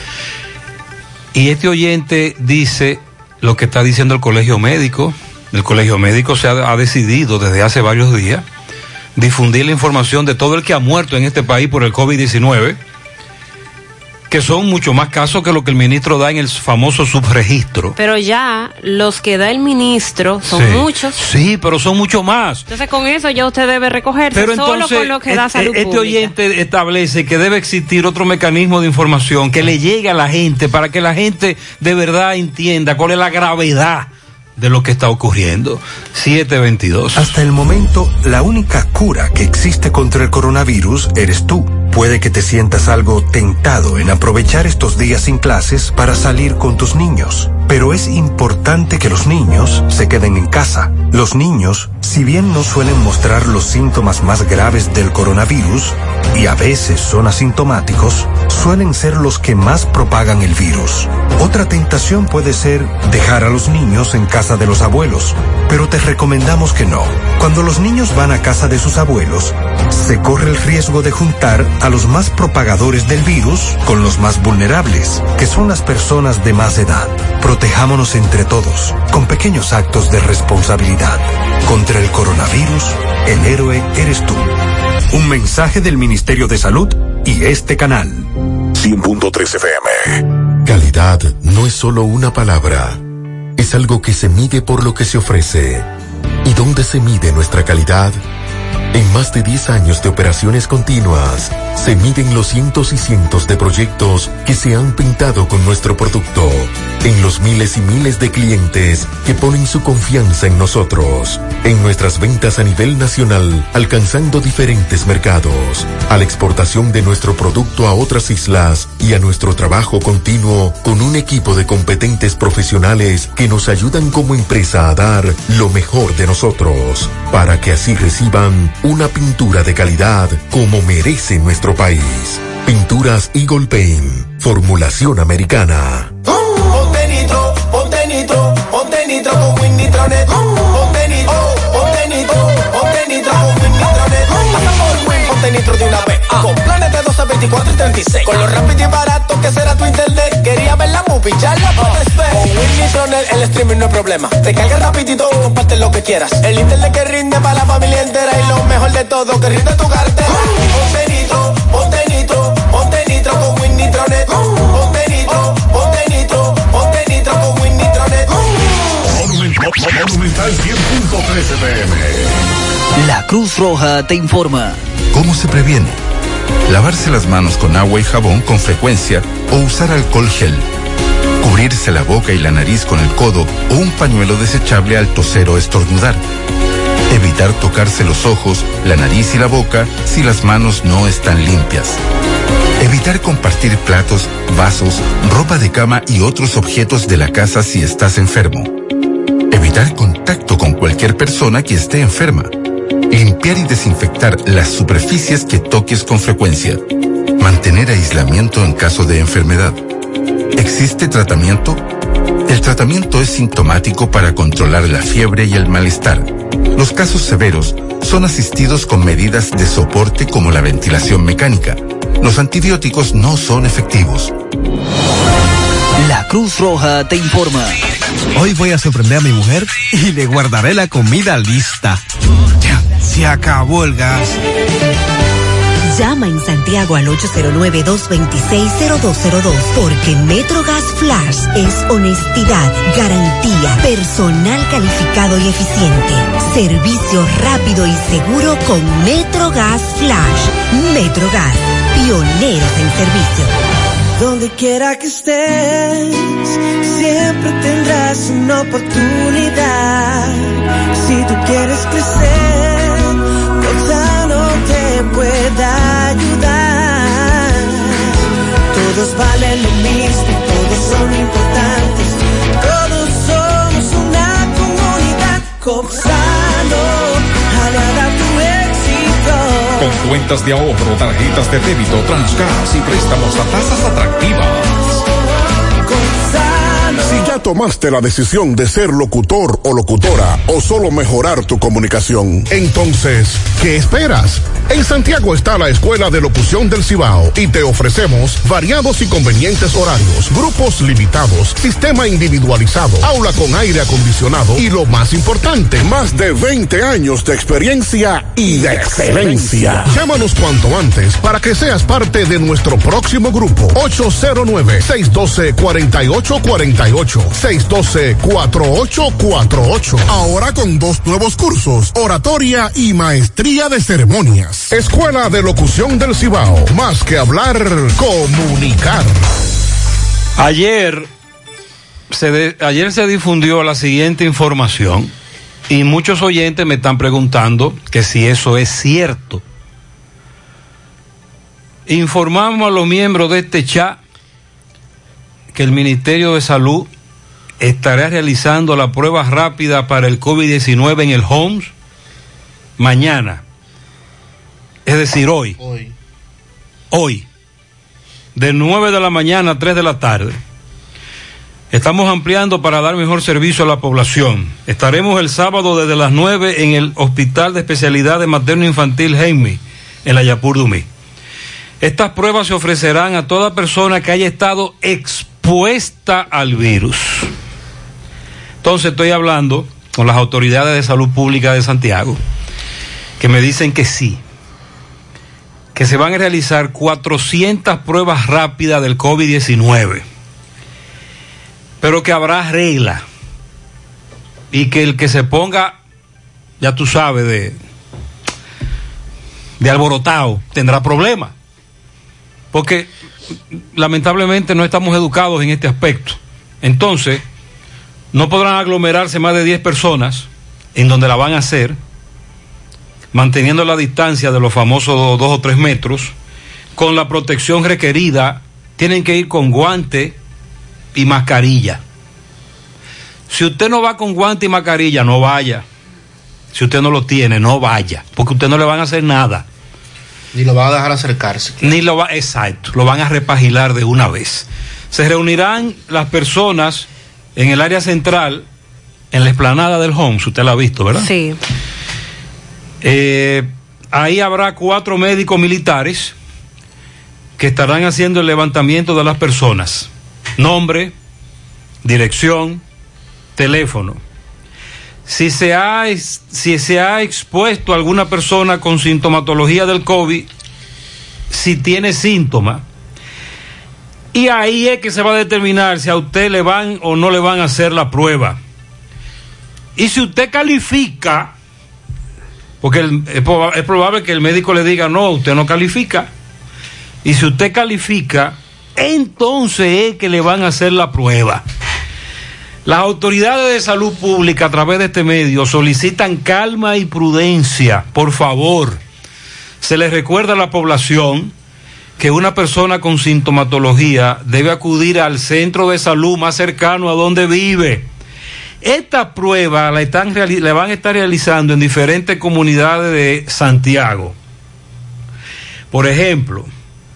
Speaker 8: Y este oyente dice lo que está diciendo el Colegio Médico. El Colegio Médico se ha, ha decidido desde hace varios días difundir la información de todo el que ha muerto en este país por el COVID diecinueve, que son mucho más casos que lo que el ministro da en el famoso subregistro.
Speaker 19: Pero ya los que da el ministro son
Speaker 8: Sí.
Speaker 19: muchos.
Speaker 8: Sí, pero son mucho más.
Speaker 19: Entonces con eso ya usted debe recogerse
Speaker 8: Pero
Speaker 19: solo
Speaker 8: entonces,
Speaker 19: con lo que da
Speaker 8: este,
Speaker 19: salud
Speaker 8: este
Speaker 19: pública.
Speaker 8: oyente establece que debe existir otro mecanismo de información que le llegue a la gente para que la gente de verdad entienda cuál es la gravedad de lo que está ocurriendo. siete veintidós.
Speaker 10: Hasta el momento, la única cura que existe contra el coronavirus eres tú. Puede que te sientas algo tentado en aprovechar estos días sin clases para salir con tus niños. Pero es importante que los niños se queden en casa. Los niños, si bien no suelen mostrar los síntomas más graves del coronavirus, y a veces son asintomáticos, suelen ser los que más propagan el virus. Otra tentación puede ser dejar a los niños en casa de los abuelos, pero te recomendamos que no. Cuando los niños van a casa de sus abuelos, se corre el riesgo de juntar a los más propagadores del virus con los más vulnerables, que son las personas de más edad. Protejámonos entre todos, con pequeños actos de responsabilidad. Contra el coronavirus, el héroe eres tú. Un mensaje del Ministerio de Salud y este canal.
Speaker 5: cien punto tres F M.
Speaker 21: Calidad no es solo una palabra, es algo que se mide por lo que se ofrece. ¿Y dónde se mide nuestra calidad? En más de diez años de operaciones continuas, se miden los cientos y cientos de proyectos que se han pintado con nuestro producto, en los miles y miles de clientes que ponen su confianza en nosotros, en nuestras ventas a nivel nacional, alcanzando diferentes mercados, a la exportación de nuestro producto a otras islas y a nuestro trabajo continuo con un equipo de competentes profesionales que nos ayudan como empresa a dar lo mejor de nosotros, para que así reciban una pintura de calidad como merece nuestro país. Pinturas Eagle Paint, formulación americana.
Speaker 11: Ponte nitro, ponte nitro, ponte nitro con Win Nitronet. Ponte nitro, ponte nitro, ponte nitro con Win Nitronet. Pasa por Win, ponte nitro de una vez. Con planes de doce, veinticuatro y treinta y seis. Con lo rápido y barato que será tu internet. Quería ver la movie, ya la puedes ver. Con Win Nitronet el streaming no es problema. Te carga rapidito, comparte lo que quieras. El internet que rinde para la familia entera. Y lo mejor de todo, que rinde tu cartera. Ponte nitro, ponte nitro, ponte nitro con Win Nitronet. Ponte nitro, ponte nitro, ponte nitro con Win Nitronet.
Speaker 5: Monumental cien punto tres F M.
Speaker 12: La Cruz Roja te informa.
Speaker 13: ¿Cómo se previene? Lavarse las manos con agua y jabón con frecuencia o usar alcohol gel. Cubrirse la boca y la nariz con el codo o un pañuelo desechable al toser o estornudar. Evitar tocarse los ojos, la nariz y la boca si las manos no están limpias. Evitar compartir platos, vasos, ropa de cama y otros objetos de la casa si estás enfermo. Evitar contacto con cualquier persona que esté enferma. Limpiar y desinfectar las superficies que toques con frecuencia. Mantener aislamiento en caso de enfermedad. ¿Existe tratamiento? El tratamiento es sintomático para controlar la fiebre y el malestar. Los casos severos son asistidos con medidas de soporte como la ventilación mecánica. Los antibióticos no son efectivos.
Speaker 12: La Cruz Roja te informa.
Speaker 22: Hoy voy a sorprender a mi mujer y le guardaré la comida lista. Ya, se acabó el gas.
Speaker 23: Llama en Santiago al ocho cero nueve, dos dos seis, cero dos cero dos, porque Metrogas Flash es honestidad, garantía, personal calificado y eficiente, servicio rápido y seguro con Metrogas Flash. Metrogas, pioneros en servicio.
Speaker 24: Donde quiera que estés, siempre tendrás una oportunidad. Si tú quieres crecer, Coxano te pueda ayudar. Todos valen lo mismo, todos son importantes, todos somos una comunidad. Coxano, aliada a tu éxito.
Speaker 7: Con cuentas de ahorro, tarjetas de débito, Transgas y préstamos a tasas atractivas. Si ya
Speaker 1: tomaste la decisión de ser locutor o locutora o solo mejorar tu comunicación? Entonces, ¿qué esperas? En Santiago está la Escuela de Locución del Cibao y te ofrecemos variados y convenientes horarios, grupos limitados, sistema individualizado, aula con aire acondicionado y lo más importante, más de veinte años de experiencia y de excelencia. Llámanos cuanto antes para que seas parte de nuestro próximo grupo. ocho cero nueve, seis uno dos, cuatro ocho cuatro ocho, seis uno dos, cuatro ocho cuatro ocho. Ahora con dos nuevos cursos, oratoria y maestría de ceremonias. Escuela de Locución del Cibao. Más que hablar, comunicar.
Speaker 8: Ayer se, de, ayer se difundió la siguiente información y muchos oyentes me están preguntando que si eso es cierto. Informamos a los miembros de este chat que el Ministerio de Salud estará realizando la prueba rápida para el COVID diecinueve en el Homs mañana. Es decir, hoy.
Speaker 9: Hoy.
Speaker 8: Hoy. De nueve de la mañana a tres de la tarde. Estamos ampliando para dar mejor servicio a la población. Estaremos el sábado desde las nueve en el Hospital de Especialidades Materno Infantil Jaime, en la Yapur Dumí. Estas pruebas se ofrecerán a toda persona que haya estado expuesta al virus. Entonces estoy hablando con las autoridades de salud pública de Santiago, que me dicen que sí, que se van a realizar cuatrocientas pruebas rápidas del COVID diecinueve, pero que habrá regla y que el que se ponga, ya tú sabes, de, de alborotado, tendrá problemas, porque lamentablemente no estamos educados en este aspecto. Entonces, no podrán aglomerarse más de diez personas en donde la van a hacer, manteniendo la distancia de los famosos dos o tres metros, con la protección requerida. Tienen que ir con guante y mascarilla. Si usted no va con guante y mascarilla, no vaya. Si usted no lo tiene, no vaya, porque usted no le van a hacer nada.
Speaker 9: Ni lo van a dejar acercarse.
Speaker 8: Ni lo va, exacto, lo van a repagilar de una vez. Se reunirán las personas en el área central, en la explanada del Homs, usted la ha visto, ¿verdad?
Speaker 19: Sí.
Speaker 8: Eh, ahí habrá cuatro médicos militares que estarán haciendo el levantamiento de las personas. Nombre, dirección, teléfono. Si se ha, si se ha expuesto a alguna persona con sintomatología del COVID, si tiene síntomas, y ahí es que se va a determinar si a usted le van o no le van a hacer la prueba. Y si usted califica, porque el, es, proba- es probable que el médico le diga, no, usted no califica. Y si usted califica, entonces es que le van a hacer la prueba. Las autoridades de salud pública a través de este medio solicitan calma y prudencia. Por favor, se les recuerda a la población que una persona con sintomatología debe acudir al centro de salud más cercano a donde vive. Esta prueba la, están, la van a estar realizando en diferentes comunidades de Santiago. Por ejemplo,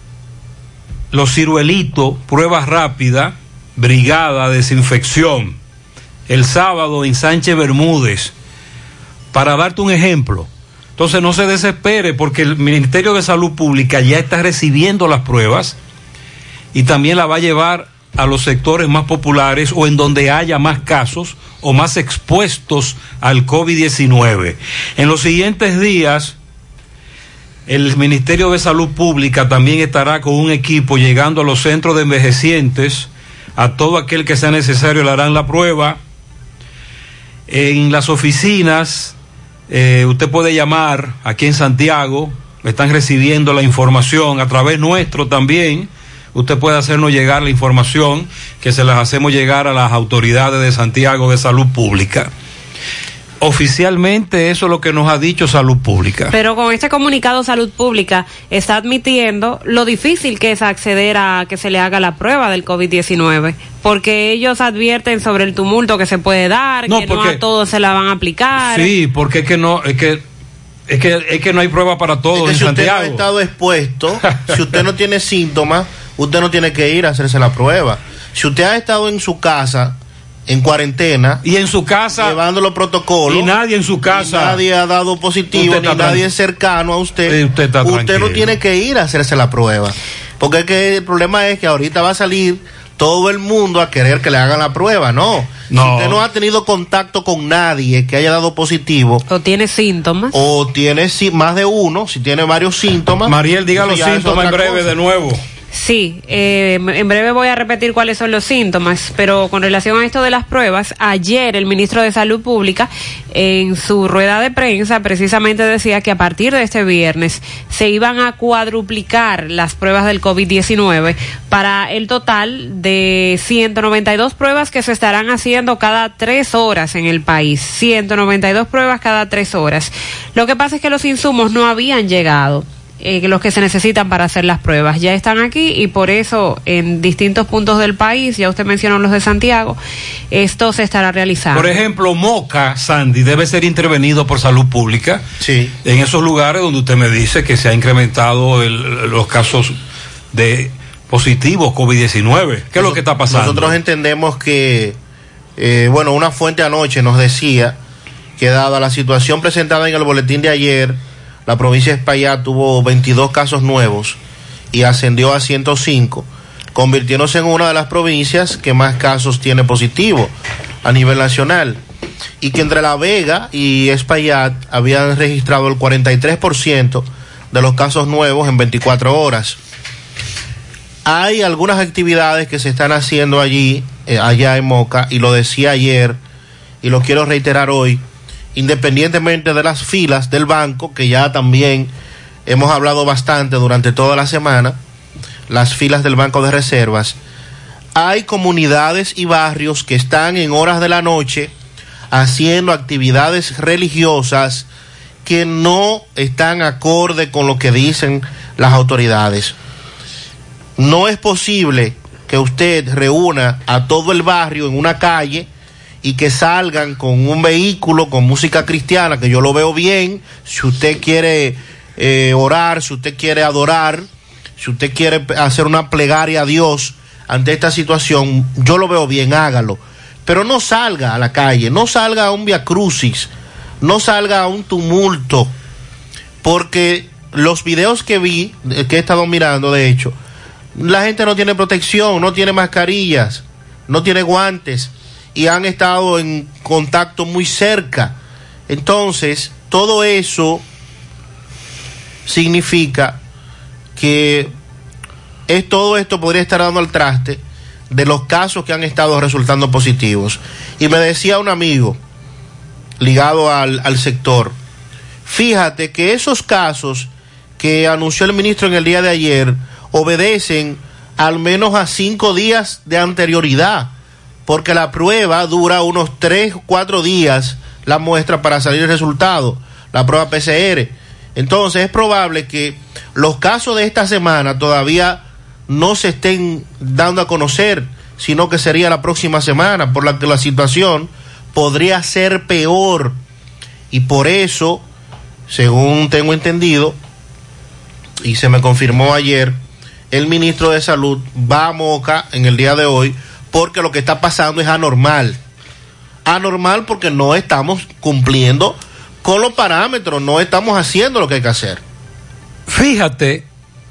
Speaker 8: Los Ciruelitos, pruebas rápidas, brigada, desinfección. El sábado en Sánchez Bermúdez, para darte un ejemplo. Entonces no se desespere, porque el Ministerio de Salud Pública ya está recibiendo las pruebas y también la va a llevar a los sectores más populares o en donde haya más casos o más expuestos al COVID diecinueve. En los siguientes días, el Ministerio de Salud Pública también estará con un equipo llegando a los centros de envejecientes. A todo aquel que sea necesario le harán la prueba. En las oficinas, eh, usted puede llamar aquí en Santiago, están recibiendo la información a través nuestro también. Usted puede hacernos llegar la información que se las hacemos llegar a las autoridades de Santiago de Salud Pública. Oficialmente eso es lo que nos ha dicho Salud Pública.
Speaker 19: Pero con este comunicado Salud Pública está admitiendo lo difícil que es acceder a que se le haga la prueba del COVID diecinueve, porque ellos advierten sobre el tumulto que se puede dar, no, que porque, no a todos se la van a aplicar.
Speaker 8: Sí, porque es que no, es que es que, es que no hay prueba para todos,
Speaker 9: es que
Speaker 8: en
Speaker 9: si
Speaker 8: Santiago.
Speaker 9: usted no ha estado expuesto, si usted no tiene síntomas, usted no tiene que ir a hacerse la prueba. Si usted ha estado en su casa en cuarentena
Speaker 8: y en su casa
Speaker 9: llevando los protocolos
Speaker 8: y nadie en su casa
Speaker 9: nadie ha dado positivo ni nadie es cercano a usted,
Speaker 8: sí, usted, está
Speaker 9: usted no tiene que ir a hacerse la prueba, porque es que el problema es que ahorita va a salir todo el mundo a querer que le hagan la prueba. No, no. Si usted no ha tenido contacto con nadie que haya dado positivo
Speaker 19: o tiene síntomas
Speaker 9: o tiene más de uno, si tiene varios síntomas,
Speaker 8: Mariel, diga los síntomas en breve cosa. De nuevo.
Speaker 19: Sí, eh, en breve voy a repetir cuáles son los síntomas, pero con relación a esto de las pruebas, ayer el ministro de Salud Pública en su rueda de prensa precisamente decía que a partir de este viernes se iban a cuadruplicar las pruebas del COVID diecinueve para el total de ciento noventa y dos pruebas que se estarán haciendo cada tres horas en el país, ciento noventa y dos pruebas cada tres horas. Lo que pasa es que los insumos no habían llegado. Eh, los que se necesitan para hacer las pruebas ya están aquí y por eso en distintos puntos del país, ya usted mencionó los de Santiago, esto se estará realizando.
Speaker 8: Por ejemplo, Moca, Sandy, debe ser intervenido por Salud Pública.
Speaker 9: Sí.
Speaker 8: En esos lugares donde usted me dice que se ha incrementado el, los casos de positivos COVID diecinueve. ¿Qué es lo que está pasando?
Speaker 9: Nosotros entendemos que, eh, bueno, una fuente anoche nos decía que dada la situación presentada en el boletín de ayer, la provincia de Espaillat tuvo veintidós casos nuevos y ascendió a ciento cinco, convirtiéndose en una de las provincias que más casos tiene positivo a nivel nacional. Y que entre La Vega y Espaillat habían registrado el cuarenta y tres por ciento de los casos nuevos en veinticuatro horas. Hay algunas actividades que se están haciendo allí, eh, allá en Moca, y lo decía ayer y lo quiero reiterar hoy. Independientemente de las filas del banco, que ya también hemos hablado bastante durante toda la semana, las filas del Banco de Reservas, hay comunidades y barrios que están en horas de la noche haciendo actividades religiosas que no están acorde con lo que dicen las autoridades. No es posible que usted reúna a todo el barrio en una calle y que salgan con un vehículo con música cristiana, que yo lo veo bien. Si usted quiere eh, orar, si usted quiere adorar, si usted quiere hacer una plegaria a Dios ante esta situación, yo lo veo bien, hágalo. Pero no salga a la calle, no salga a un viacrucis, no salga a un tumulto, porque los videos que vi, que he estado mirando, de hecho, la gente no tiene protección, no tiene mascarillas, no tiene guantes, y han estado en contacto muy cerca. Entonces, todo eso significa que es, todo esto podría estar dando al traste de los casos que han estado resultando positivos. Y me decía un amigo ligado al, al sector, fíjate que esos casos que anunció el ministro en el día de ayer obedecen al menos a cinco días de anterioridad, porque la prueba dura unos tres o cuatro días, la muestra, para salir el resultado, la prueba P C R. Entonces es probable que los casos de esta semana todavía no se estén dando a conocer, sino que sería la próxima semana, por la que la situación podría ser peor. Y por eso, según tengo entendido, y se me confirmó ayer, el ministro de Salud va a Moca en el día de hoy, porque lo que está pasando es anormal. Anormal porque no estamos cumpliendo con los parámetros, no estamos haciendo lo que hay que hacer.
Speaker 8: Fíjate,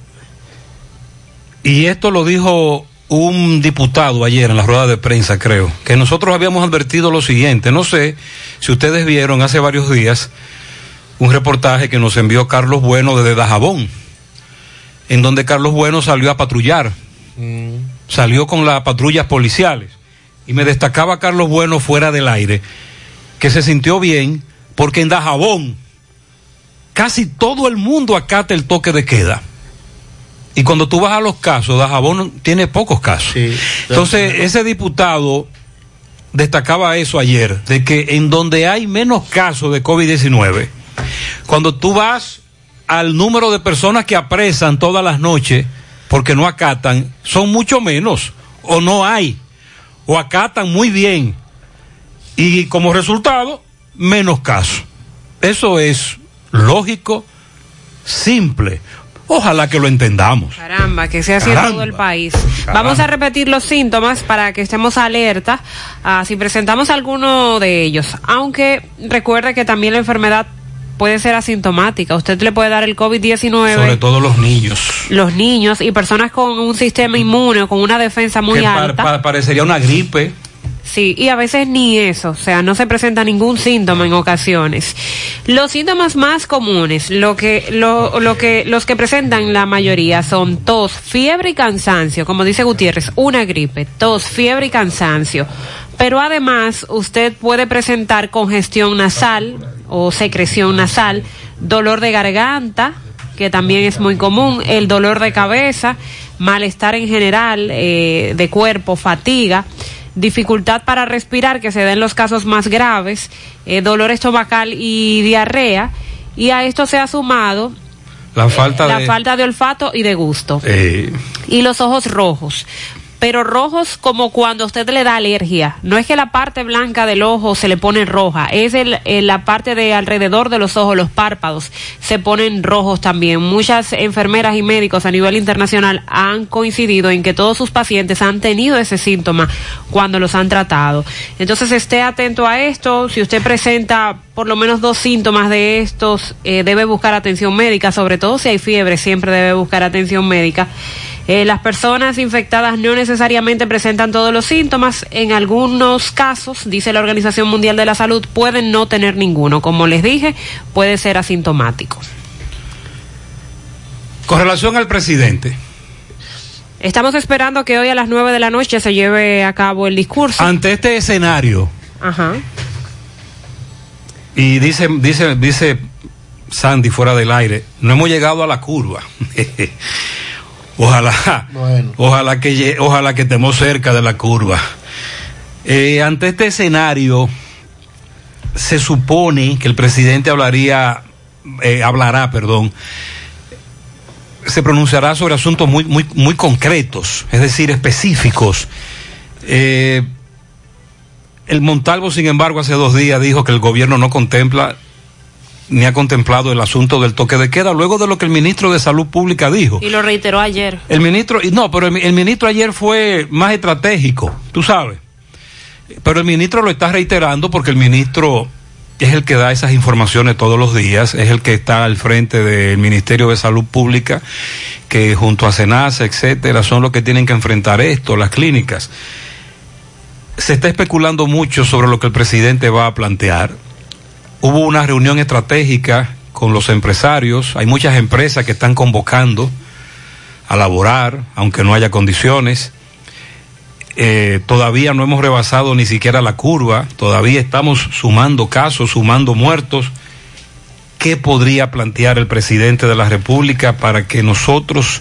Speaker 8: y esto lo dijo un diputado ayer en la rueda de prensa, creo, que nosotros habíamos advertido lo siguiente. No sé si ustedes vieron hace varios días un reportaje que nos envió Carlos Bueno desde Dajabón, en donde Carlos Bueno salió a patrullar. Mm. Salió con las patrullas policiales y me destacaba Carlos Bueno fuera del aire que se sintió bien porque en Dajabón casi todo el mundo acata el toque de queda, y cuando tú vas a los casos, Dajabón tiene pocos casos. Sí, entonces ese diputado destacaba eso ayer, de que en donde hay menos casos de COVID diecinueve, cuando tú vas al número de personas que apresan todas las noches porque no acatan, son mucho menos, o no hay, o acatan muy bien, y como resultado, menos casos. Eso es lógico, simple. Ojalá que lo entendamos.
Speaker 19: Caramba, que sea así en todo el país.
Speaker 8: Caramba.
Speaker 19: Vamos a repetir los síntomas para que estemos alerta uh, si presentamos alguno de ellos. Aunque recuerde que también la enfermedad puede ser asintomática. Usted le puede dar el COVID diecinueve.
Speaker 8: Sobre todo los niños.
Speaker 19: Los niños y personas con un sistema inmune o con una defensa muy
Speaker 8: que
Speaker 19: alta.
Speaker 8: Pa, pa, parecería una gripe.
Speaker 19: Sí, y a veces ni eso, o sea, no se presenta ningún síntoma en ocasiones. Los síntomas más comunes, lo que, lo, lo que, los que presentan la mayoría son tos, fiebre y cansancio, como dice Gutiérrez, una gripe, tos, fiebre y cansancio. Pero además, usted puede presentar congestión nasal o secreción nasal, dolor de garganta, que también es muy común, el dolor de cabeza, malestar en general, eh, de cuerpo, fatiga, dificultad para respirar, que se da en los casos más graves, eh, dolor estomacal y diarrea, y a esto se ha sumado
Speaker 8: la falta,
Speaker 19: eh, la
Speaker 8: de...
Speaker 19: falta de olfato y de gusto.
Speaker 8: Eh...
Speaker 19: Y los ojos rojos. Pero rojos como cuando usted le da alergia. No es que la parte blanca del ojo se le pone roja, es el, el, la parte de alrededor de los ojos, los párpados, se ponen rojos también. Muchas enfermeras y médicos a nivel internacional han coincidido en que todos sus pacientes han tenido ese síntoma cuando los han tratado. Entonces esté atento a esto. Si usted presenta por lo menos dos síntomas de estos, eh, debe buscar atención médica, sobre todo si hay fiebre, siempre debe buscar atención médica. Eh, las personas infectadas no necesariamente presentan todos los síntomas. En algunos casos, dice la Organización Mundial de la Salud, pueden no tener ninguno. Como les dije, puede ser asintomático.
Speaker 8: Con relación al presidente.
Speaker 19: Estamos esperando que hoy a las nueve de la noche se lleve a cabo el discurso.
Speaker 8: Ante este escenario.
Speaker 19: Ajá.
Speaker 8: Y dice, dice, dice Sandy fuera del aire, no hemos llegado a la curva. Ojalá, bueno. ojalá que ojalá que estemos cerca de la curva. Eh, ante este escenario, se supone que el presidente hablaría, eh, hablará, perdón, se pronunciará sobre asuntos muy, muy, muy concretos, es decir, específicos. Eh, el Montalvo, sin embargo, hace dos días dijo que el gobierno no contempla ni ha contemplado el asunto del toque de queda, luego de lo que el ministro de Salud Pública dijo.
Speaker 19: Y lo reiteró ayer.
Speaker 8: El ministro, no, pero el, el ministro ayer fue más estratégico, tú sabes. Pero el ministro lo está reiterando porque el ministro es el que da esas informaciones todos los días, es el que está al frente del Ministerio de Salud Pública, que junto a SENASA, etcétera, son los que tienen que enfrentar esto, las clínicas. Se está especulando mucho sobre lo que el presidente va a plantear. Hubo una reunión estratégica con los empresarios, hay muchas empresas que están convocando a laborar, aunque no haya condiciones. Eh, todavía no hemos rebasado ni siquiera la curva, todavía estamos sumando casos, sumando muertos. ¿Qué podría plantear el presidente de la República para que nosotros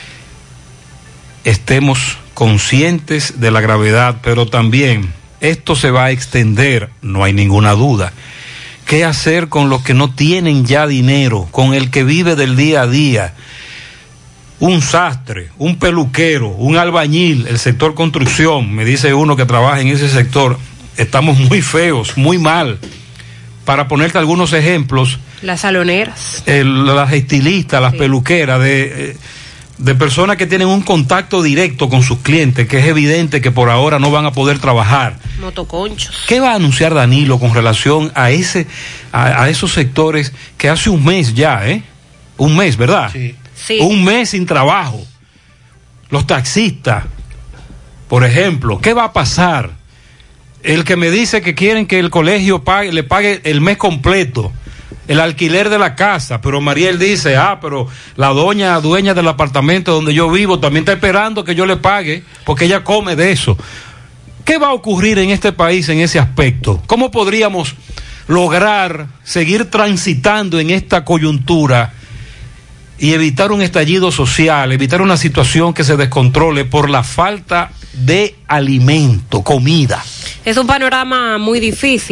Speaker 8: estemos conscientes de la gravedad? Pero también esto se va a extender, no hay ninguna duda. ¿Qué hacer con los que no tienen ya dinero, con el que vive del día a día? Un sastre, un peluquero, un albañil, el sector construcción, me dice uno que trabaja en ese sector, estamos muy feos, muy mal. Para ponerte algunos ejemplos.
Speaker 19: Las saloneras.
Speaker 8: El, las estilistas, las sí. peluqueras, de, de personas que tienen un contacto directo con sus clientes, que es evidente que por ahora no van a poder trabajar.
Speaker 19: Motoconchos.
Speaker 8: ¿Qué va a anunciar Danilo con relación a ese, a, a esos sectores que hace un mes ya, eh? Un mes, ¿verdad?
Speaker 19: Sí. Sí.
Speaker 8: Un mes sin trabajo. Los taxistas, por ejemplo, ¿qué va a pasar? El que me dice que quieren que el colegio pague, le pague el mes completo, el alquiler de la casa, pero Mariel dice, ah, pero la doña dueña del apartamento donde yo vivo también está esperando que yo le pague, porque ella come de eso. ¿Qué va a ocurrir en este país en ese aspecto? ¿Cómo podríamos lograr seguir transitando en esta coyuntura y evitar un estallido social, evitar una situación que se descontrole por la falta de alimento, comida?
Speaker 19: Es un panorama muy difícil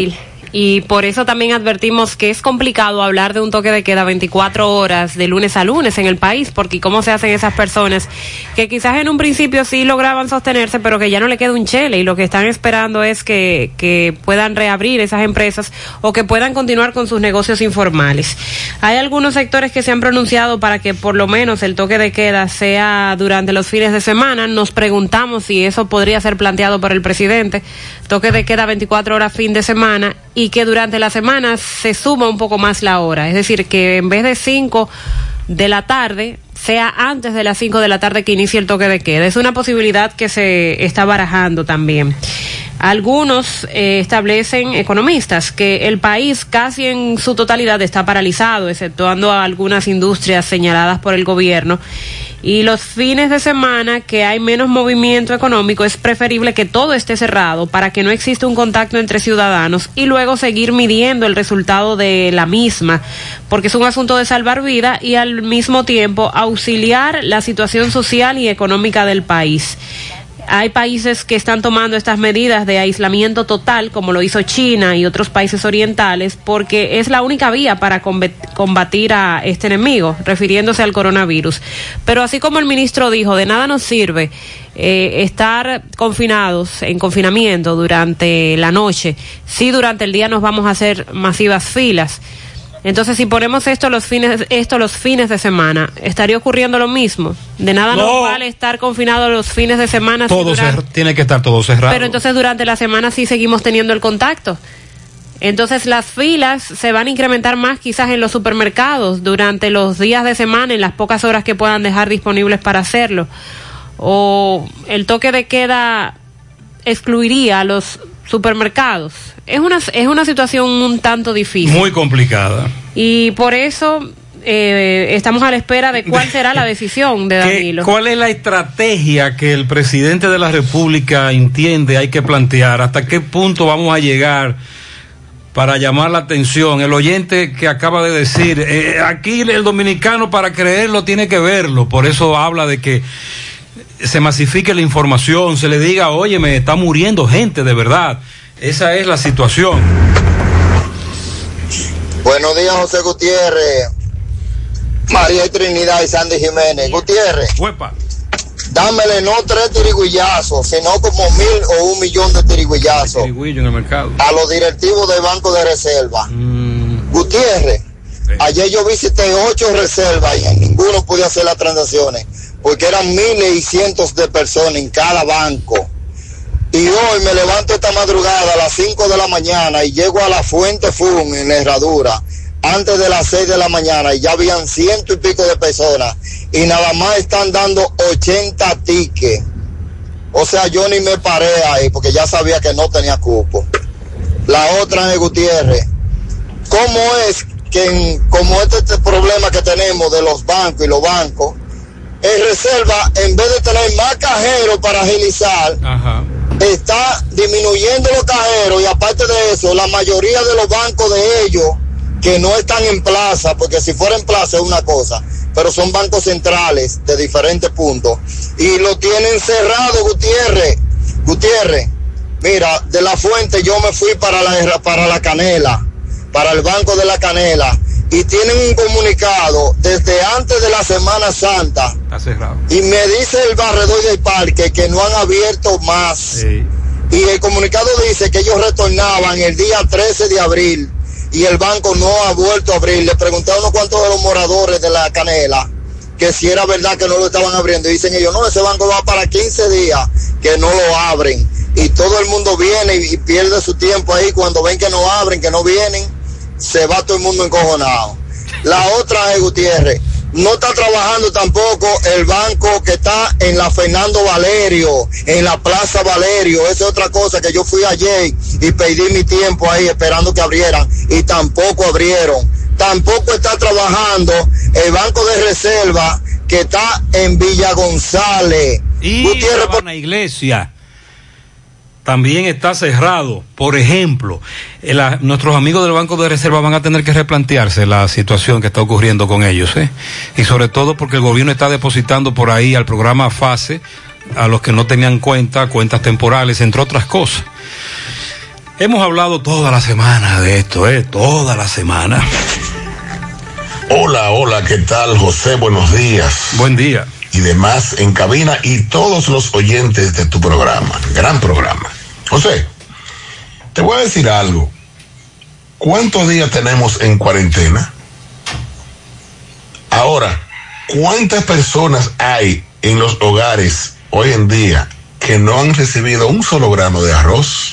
Speaker 19: Y por eso también advertimos que es complicado hablar de un toque de queda veinticuatro horas de lunes a lunes en el país, porque cómo se hacen esas personas que quizás en un principio sí lograban sostenerse, pero que ya no le queda un chele y lo que están esperando es que, que puedan reabrir esas empresas o que puedan continuar con sus negocios informales. Hay algunos sectores que se han pronunciado para que por lo menos el toque de queda sea durante los fines de semana. Nos preguntamos si eso podría ser planteado por el presidente, toque de queda veinticuatro horas fin de semana, y que durante la semana se suma un poco más la hora, es decir, que en vez de cinco de la tarde sea antes de las cinco de la tarde que inicie el toque de queda. Es una posibilidad que se está barajando también. Algunos eh, establecen, economistas, que el país casi en su totalidad está paralizado, exceptuando a algunas industrias señaladas por el gobierno, y los fines de semana que hay menos movimiento económico es preferible que todo esté cerrado para que no exista un contacto entre ciudadanos y luego seguir midiendo el resultado de la misma, porque es un asunto de salvar vida y al mismo tiempo auxiliar la situación social y económica del país. Hay países que están tomando estas medidas de aislamiento total, como lo hizo China y otros países orientales, porque es la única vía para combatir a este enemigo, refiriéndose al coronavirus. Pero así como el ministro dijo, de nada nos sirve eh, estar confinados, en confinamiento durante la noche, si durante el día nos vamos a hacer masivas filas. Entonces, si ponemos esto los fines, esto los fines de semana, ¿estaría ocurriendo lo mismo? De nada no. nos vale estar confinados los fines de semana.
Speaker 8: Todo si durante... tiene que estar todo cerrado.
Speaker 19: Pero entonces durante la semana sí seguimos teniendo el contacto. Entonces las filas se van a incrementar más quizás en los supermercados durante los días de semana, en las pocas horas que puedan dejar disponibles para hacerlo. O el toque de queda excluiría a los supermercados. Es una, es una situación un tanto difícil.
Speaker 8: Muy complicada.
Speaker 19: Y por eso eh, estamos a la espera de cuál será la decisión de Danilo.
Speaker 8: ¿Cuál es la estrategia que el presidente de la República entiende hay que plantear? ¿Hasta qué punto vamos a llegar para llamar la atención? El oyente que acaba de decir, eh, aquí el dominicano para creerlo tiene que verlo. Por eso habla de que se masifique la información, se le diga, oye, me está muriendo gente de verdad. Esa es la situación.
Speaker 2: Buenos días, José Gutiérrez, María Trinidad y Sandy Jiménez. Gutiérrez,
Speaker 8: Huepa.
Speaker 2: dámele no tres tirigüillazos, sino como mil o un millón de tirigüillazos
Speaker 8: tirigüillo en el mercado
Speaker 2: a los directivos del Banco de Reserva. Mm. Gutiérrez, sí. Ayer yo visité ocho reservas y en ninguno pude hacer las transacciones, porque eran miles y cientos de personas en cada banco. Y hoy me levanto esta madrugada a las cinco de la mañana y llego a la Fuente Fun en la Herradura antes de las seis de la mañana y ya habían ciento y pico de personas y nada más están dando ochenta tickets. O sea, yo ni me paré ahí porque ya sabía que no tenía cupo. La otra es, Gutiérrez, ¿cómo es que en, como este, este problema que tenemos de los bancos y los bancos, en Reserva, en vez de tener más cajeros para agilizar, Ajá. está disminuyendo los cajeros, y aparte de eso, la mayoría de los bancos de ellos que no están en plaza, porque si fuera en plaza es una cosa, pero son bancos centrales de diferentes puntos y lo tienen cerrado? Gutiérrez, Gutiérrez, mira, de la Fuente yo me fui para la, para la Canela, para el Banco de la Canela, y tienen un comunicado desde antes de la Semana Santa.
Speaker 8: Está cerrado.
Speaker 2: Y me dice el barredor del parque que no han abierto más. Sí. Y el comunicado dice que ellos retornaban el día trece de abril y el banco no ha vuelto a abrir. Le pregunté a unos cuantos de los moradores de la Canela que si era verdad que no lo estaban abriendo. Y dicen ellos, no, ese banco va para quince días que no lo abren. Y todo el mundo viene y, y pierde su tiempo ahí. Cuando ven que no abren, que no vienen, se va todo el mundo encojonado. La otra es, Gutiérrez, no está trabajando tampoco el banco que está en la Fernando Valerio, en la Plaza Valerio. Esa es otra cosa que yo fui ayer y pedí mi tiempo ahí esperando que abrieran y tampoco abrieron. Tampoco está trabajando el Banco de Reserva que está en Villa González.
Speaker 8: Y Gutiérrez, por... la iglesia también está cerrado. Por ejemplo, el, a, nuestros amigos del Banco de Reserva van a tener que replantearse la situación que está ocurriendo con ellos, ¿eh? Y sobre todo porque el gobierno está depositando por ahí al programa FASE a los que no tenían cuenta, cuentas temporales, entre otras cosas. Hemos hablado toda la semana de esto, ¿eh? Toda la semana.
Speaker 4: Hola, hola, ¿qué tal, José? Buenos días.
Speaker 8: Buen día.
Speaker 4: Y demás en cabina y todos los oyentes de tu programa. Gran programa. José, te voy a decir algo. ¿Cuántos días tenemos en cuarentena? Ahora, ¿cuántas personas hay en los hogares hoy en día que no han recibido un solo grano de arroz?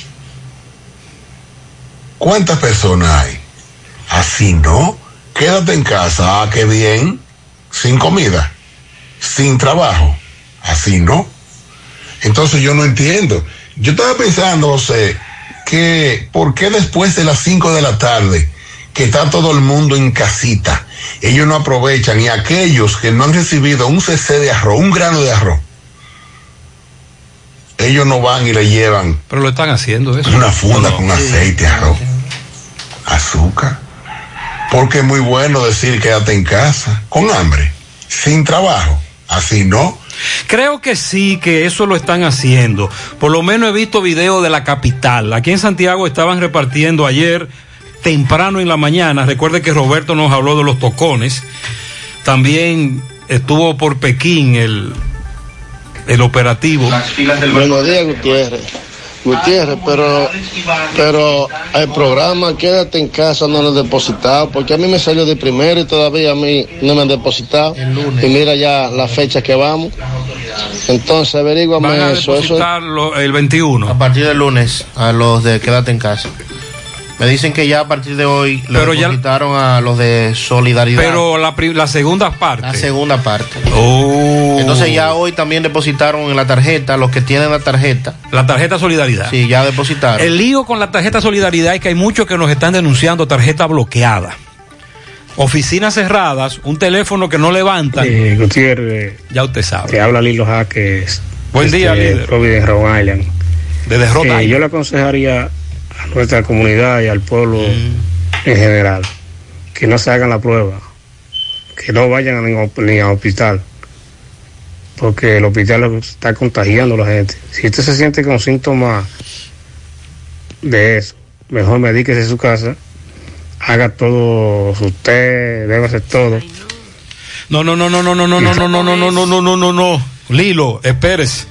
Speaker 4: ¿Cuántas personas hay? Así no. Quédate en casa, ah, qué bien, sin comida, sin trabajo, así no. Entonces yo no entiendo. Yo estaba pensando, José, que ¿por qué después de las cinco de la tarde, que está todo el mundo en casita, ellos no aprovechan, y aquellos que no han recibido un cc de arroz, un grano de arroz, ellos no van y le llevan?
Speaker 8: Pero lo están haciendo eso.
Speaker 4: Una funda
Speaker 8: no,
Speaker 4: con
Speaker 8: no.
Speaker 4: aceite, arroz, azúcar. Porque es muy bueno decir quédate en casa, con hambre, sin trabajo, así no.
Speaker 8: Creo que sí, que eso lo están haciendo. Por lo menos he visto videos de la capital. Aquí en Santiago estaban repartiendo ayer temprano en la mañana. Recuerde que Roberto nos habló de los tocones. También estuvo por Pekín el, el operativo.
Speaker 6: Buenos días, Gutiérrez. Gutiérrez, pero pero el programa Quédate en Casa no lo han depositado, porque a mí me salió de primero y todavía a mí no me han depositado. Y mira ya la fecha que vamos. Entonces averíguame
Speaker 8: Van a
Speaker 6: eso.
Speaker 8: depositarlo
Speaker 6: eso
Speaker 8: el veintiuno.
Speaker 9: A partir del lunes, a los de Quédate en Casa. Me dicen que ya a partir de hoy le
Speaker 8: Pero ya-
Speaker 9: depositaron a los de Solidaridad.
Speaker 8: Pero la, pri- la segunda parte.
Speaker 9: La segunda parte.
Speaker 8: Oh.
Speaker 9: Entonces ya hoy también depositaron en la tarjeta, los que tienen la tarjeta.
Speaker 8: La tarjeta Solidaridad.
Speaker 9: Sí, ya depositaron.
Speaker 8: El lío con la tarjeta Solidaridad es que hay muchos que nos están denunciando tarjeta bloqueada. Oficinas cerradas, un teléfono que no levantan.
Speaker 15: Eh, Gutiérrez,
Speaker 8: ya usted sabe.
Speaker 15: te habla Lilo Jaques.
Speaker 8: Buen día, líder.
Speaker 15: Providence, Rhode Island.
Speaker 8: Desde Rhode
Speaker 15: Eh,
Speaker 8: Island.
Speaker 15: yo le aconsejaría a nuestra comunidad y al pueblo
Speaker 8: Mm.
Speaker 15: en general que no se hagan la prueba, que no vayan a ni, ni al hospital, porque el hospital está contagiando a la gente. Si usted se siente con síntomas de eso, mejor medíquese en su casa, haga todo su té, debe hacer todo.
Speaker 8: No, no, no, no, no, no, no, no, no, no, no, no, no, no, no, no, no. Lilo, espérese.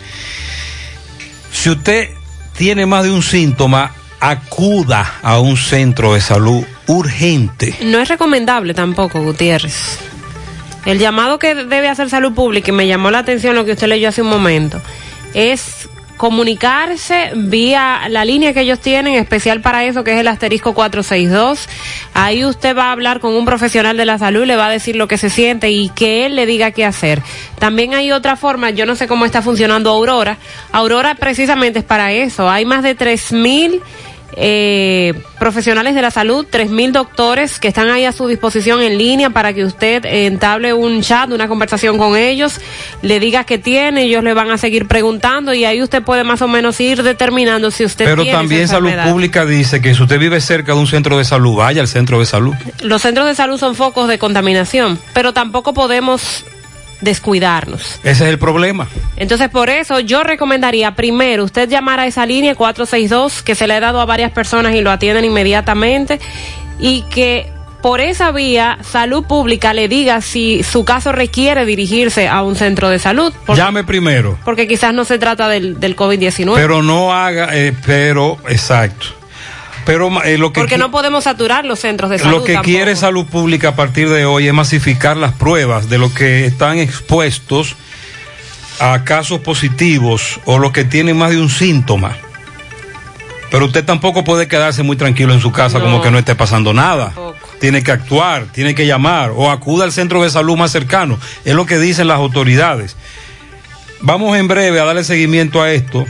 Speaker 8: Si usted tiene más de un síntoma, acuda a un centro de salud urgente.
Speaker 19: No es recomendable tampoco, Gutiérrez. El llamado que debe hacer Salud Pública, y me llamó la atención lo que usted leyó hace un momento, es comunicarse vía la línea que ellos tienen, especial para eso, que es el asterisco cuatro seis dos. Ahí usted va a hablar con un profesional de la salud, le va a decir lo que se siente y que él le diga qué hacer. También hay otra forma, yo no sé cómo está funcionando Aurora. Aurora precisamente es para eso. Hay más de tres mil eh, profesionales de la salud, tres mil doctores que están ahí a su disposición en línea para que usted entable un chat, una conversación con ellos, le diga qué tiene, ellos le van a seguir preguntando y ahí usted puede más o menos ir determinando si usted
Speaker 8: Pero
Speaker 19: tiene
Speaker 8: también
Speaker 19: esa
Speaker 8: Salud
Speaker 19: enfermedad.
Speaker 8: Pública dice que si usted vive cerca de un centro de salud, vaya al centro de salud.
Speaker 19: Los centros de salud son focos de contaminación, pero tampoco podemos descuidarnos.
Speaker 8: Ese es el problema.
Speaker 19: Entonces, por eso yo recomendaría primero usted llamar a esa línea cuatro seis dos, que se le ha dado a varias personas y lo atienden inmediatamente, y que por esa vía Salud Pública le diga si su caso requiere dirigirse a un centro de salud. Porque,
Speaker 8: Llame primero.
Speaker 19: porque quizás no se trata del, del COVID diecinueve.
Speaker 8: Pero no haga, eh, pero, exacto. Pero eh, lo que
Speaker 19: porque
Speaker 8: qui-
Speaker 19: no podemos saturar los centros de salud.
Speaker 8: Lo que
Speaker 19: tampoco.
Speaker 8: quiere Salud Pública a partir de hoy es masificar las pruebas de los que están expuestos a casos positivos o los que tienen más de un síntoma. Pero usted tampoco puede quedarse muy tranquilo en su casa
Speaker 19: No,
Speaker 8: como que no esté pasando nada.
Speaker 19: tampoco.
Speaker 8: Tiene que actuar, tiene que llamar o acuda al centro de salud más cercano. Es lo que dicen las autoridades. Vamos en breve a darle seguimiento a esto.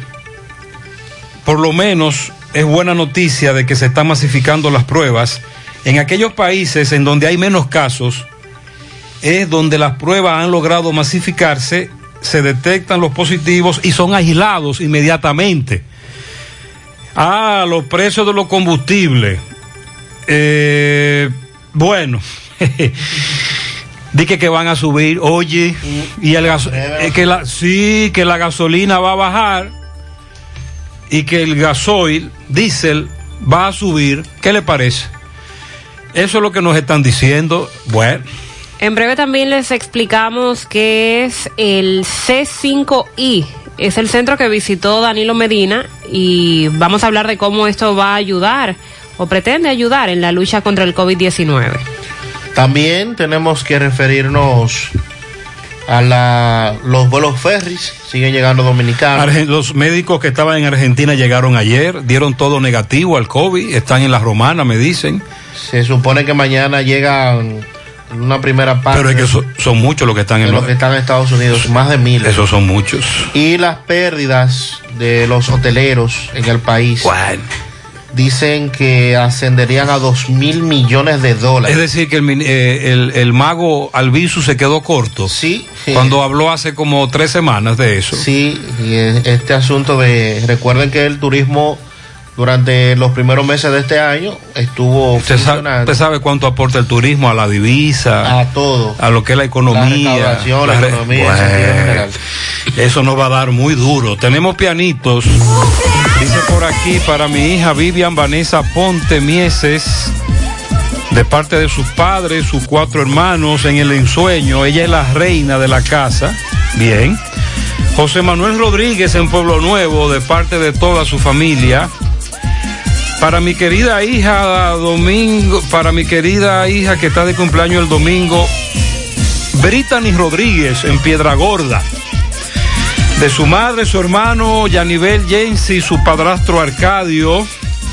Speaker 8: Por lo menos es buena noticia de que se están masificando las pruebas. En aquellos países en donde hay menos casos, es donde las pruebas han logrado masificarse, se detectan los positivos y son aislados inmediatamente. Ah, los precios de los combustibles. Eh, bueno, di que, que van a subir, oye, y el gas, eh, que la, sí, que la gasolina va a bajar y que el gasoil, diésel, va a subir. ¿Qué le parece? Eso es lo que nos están diciendo. Bueno.
Speaker 19: En breve también les explicamos qué es el C cinco I. Es el centro que visitó Danilo Medina y vamos a hablar de cómo esto va a ayudar o pretende ayudar en la lucha contra el COVID diecinueve.
Speaker 9: También tenemos que referirnos a la, los vuelos ferries, siguen llegando dominicanos.
Speaker 8: Argen, los médicos que estaban en Argentina llegaron ayer, dieron todo negativo al COVID, están en la Romana, me dicen.
Speaker 9: Se supone que mañana llegan una primera parte.
Speaker 8: Pero es que son, son muchos los que están
Speaker 9: en
Speaker 8: los
Speaker 9: los que están en Estados Unidos, más de mil.
Speaker 8: Esos son muchos.
Speaker 9: Y las pérdidas de los hoteleros en el país.
Speaker 8: Bueno.
Speaker 9: Dicen que ascenderían a dos mil millones de dólares.
Speaker 8: Es decir, que el, eh, el, el mago Albizu se quedó corto.
Speaker 9: Sí.
Speaker 8: Cuando eh, habló hace como tres semanas de eso.
Speaker 9: Sí, y este asunto de... Recuerden que el turismo durante los primeros meses de este año estuvo
Speaker 8: usted funcionando. Sabe, usted sabe cuánto aporta el turismo a la divisa.
Speaker 9: A todo.
Speaker 8: A lo que es la economía.
Speaker 9: La recaudación, la, la economía.
Speaker 8: Bueno, en general. Eso nos va a dar muy duro. Tenemos pianitos. Dice por aquí para mi hija Vivian Vanessa Ponte Mieses, de parte de sus padres, sus cuatro hermanos en el ensueño. Ella es la reina de la casa. Bien. José Manuel Rodríguez en Pueblo Nuevo, de parte de toda su familia. Para mi querida hija Domingo, para mi querida hija que está de cumpleaños el domingo, Brittany Rodríguez en Piedra Gorda. De su madre, su hermano Yanivel Jensi, su padrastro Arcadio.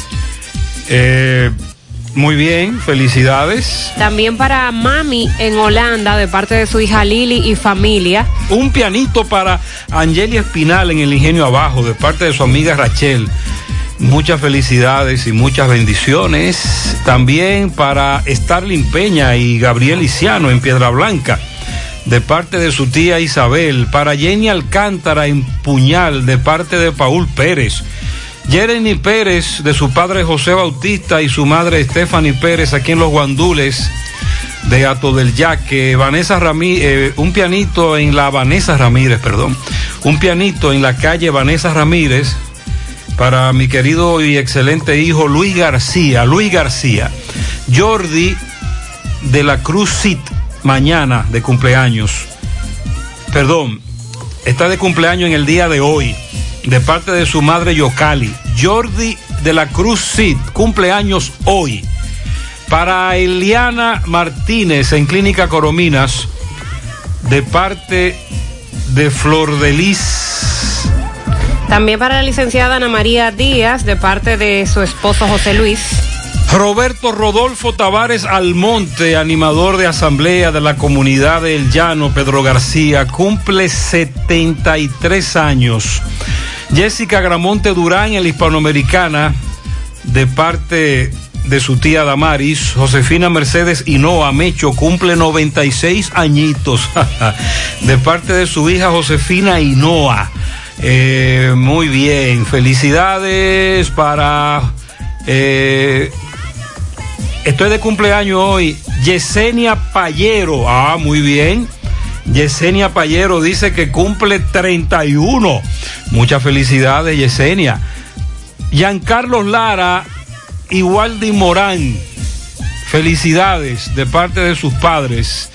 Speaker 8: Eh, muy bien, felicidades.
Speaker 19: También para mami en Holanda, de parte de su hija Lili y familia.
Speaker 8: Un pianito para Angelia Espinal en el Ingenio Abajo, de parte de su amiga Rachel. Muchas felicidades y muchas bendiciones. También para Starlin Peña y Gabriel Iciano en Piedra Blanca, de parte de su tía Isabel. Para Jenny Alcántara en Puñal, de parte de Paul Pérez. Jeremy Pérez, de su padre José Bautista y su madre Stephanie Pérez, aquí en Los Guandules de Ato del Yaque. Vanessa Ramírez, eh, un pianito en la Vanessa Ramírez, perdón. Un pianito en la calle Vanessa Ramírez para mi querido y excelente hijo Luis García. Luis García. Jordi de la Cruz Cit, mañana de cumpleaños. Perdón, está de cumpleaños en el día de hoy, de parte de su madre Yocali. Jordi de la Cruz Cid, cumpleaños hoy. Para Eliana Martínez en Clínica Corominas, de parte de Flor de Lis.
Speaker 19: También para la licenciada Ana María Díaz, de parte de su esposo José Luis.
Speaker 8: Roberto Rodolfo Tavares Almonte, animador de asamblea de la comunidad del Llano, Pedro García, cumple setenta y tres años. Jessica Gramonte Durán en la Hispanoamericana, de parte de su tía Damaris. Josefina Mercedes Hinoa Mecho cumple noventa y seis añitos, de parte de su hija Josefina Hinoa. Eh, muy bien, felicidades para... Eh, estoy de cumpleaños hoy, Yesenia Payero. Ah, muy bien. Yesenia Payero dice que cumple treinta y uno. Muchas felicidades, Yesenia. Giancarlos Lara y Waldi Morán, felicidades de parte de sus padres.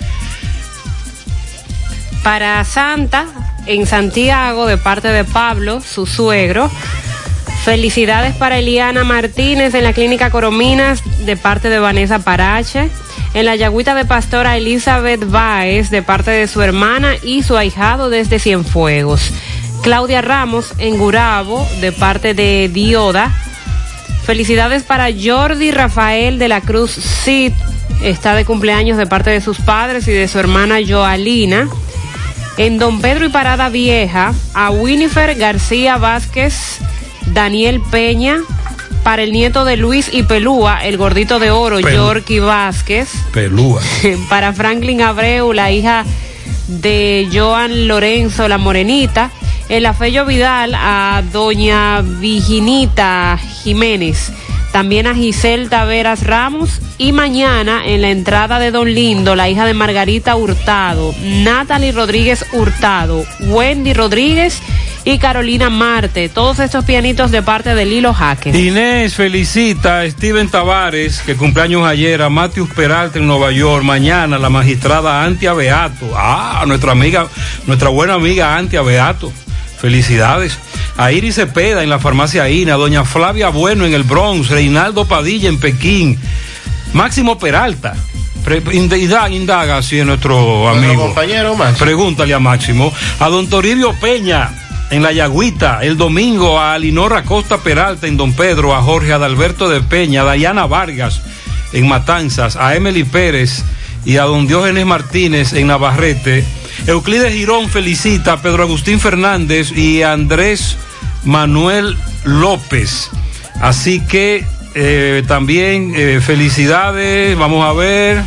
Speaker 19: Para Santa, en Santiago, de parte de Pablo, su suegro. Felicidades para Eliana Martínez en la Clínica Corominas, de parte de Vanessa Parache. En la Yagüita de Pastora Elizabeth Báez, de parte de su hermana y su ahijado desde Cienfuegos. Claudia Ramos en Gurabo, de parte de Dioda. Felicidades para Jordi Rafael de la Cruz Cid, está de cumpleaños de parte de sus padres y de su hermana Joalina. En Don Pedro y Parada Vieja, a Winifred García Vázquez, Daniel Peña. Para el nieto de Luis y Pelúa, el gordito de oro, Pel- Yorky Vázquez.
Speaker 8: Pelúa.
Speaker 19: Para Franklin Abreu, la hija de Joan Lorenzo, la morenita. En la Fello Vidal, a doña Virginita Jiménez. también a Giselle Taveras Ramos, y mañana en la entrada de Don Lindo, la hija de Margarita Hurtado, Natalie Rodríguez Hurtado, Wendy Rodríguez y Carolina Marte, todos estos pianitos de parte de Lilo Jaques.
Speaker 8: Inés felicita a Steven Tavares, que cumpleaños ayer, a Matthews Peralta en Nueva York, mañana la magistrada Antia Beato, ah, nuestra amiga, nuestra buena amiga Antia Beato, felicidades. A Iris Cepeda en la farmacia I N A, doña Flavia Bueno en el Bronx, Reinaldo Padilla en Pekín, Máximo Peralta. Pre, indaga, indaga así es nuestro amigo.
Speaker 9: Nuestro compañero Máximo.
Speaker 8: Pregúntale a Máximo. A don Toribio Peña en La Yagüita, el domingo a Alinora Costa Peralta en Don Pedro, a Jorge Adalberto de Peña, a Dayana Vargas en Matanzas, a Emily Pérez y a don Diógenes Martínez en Navarrete. Euclides Girón felicita a Pedro Agustín Fernández y a Andrés Manuel López. Así que eh, también eh, felicidades, vamos a ver.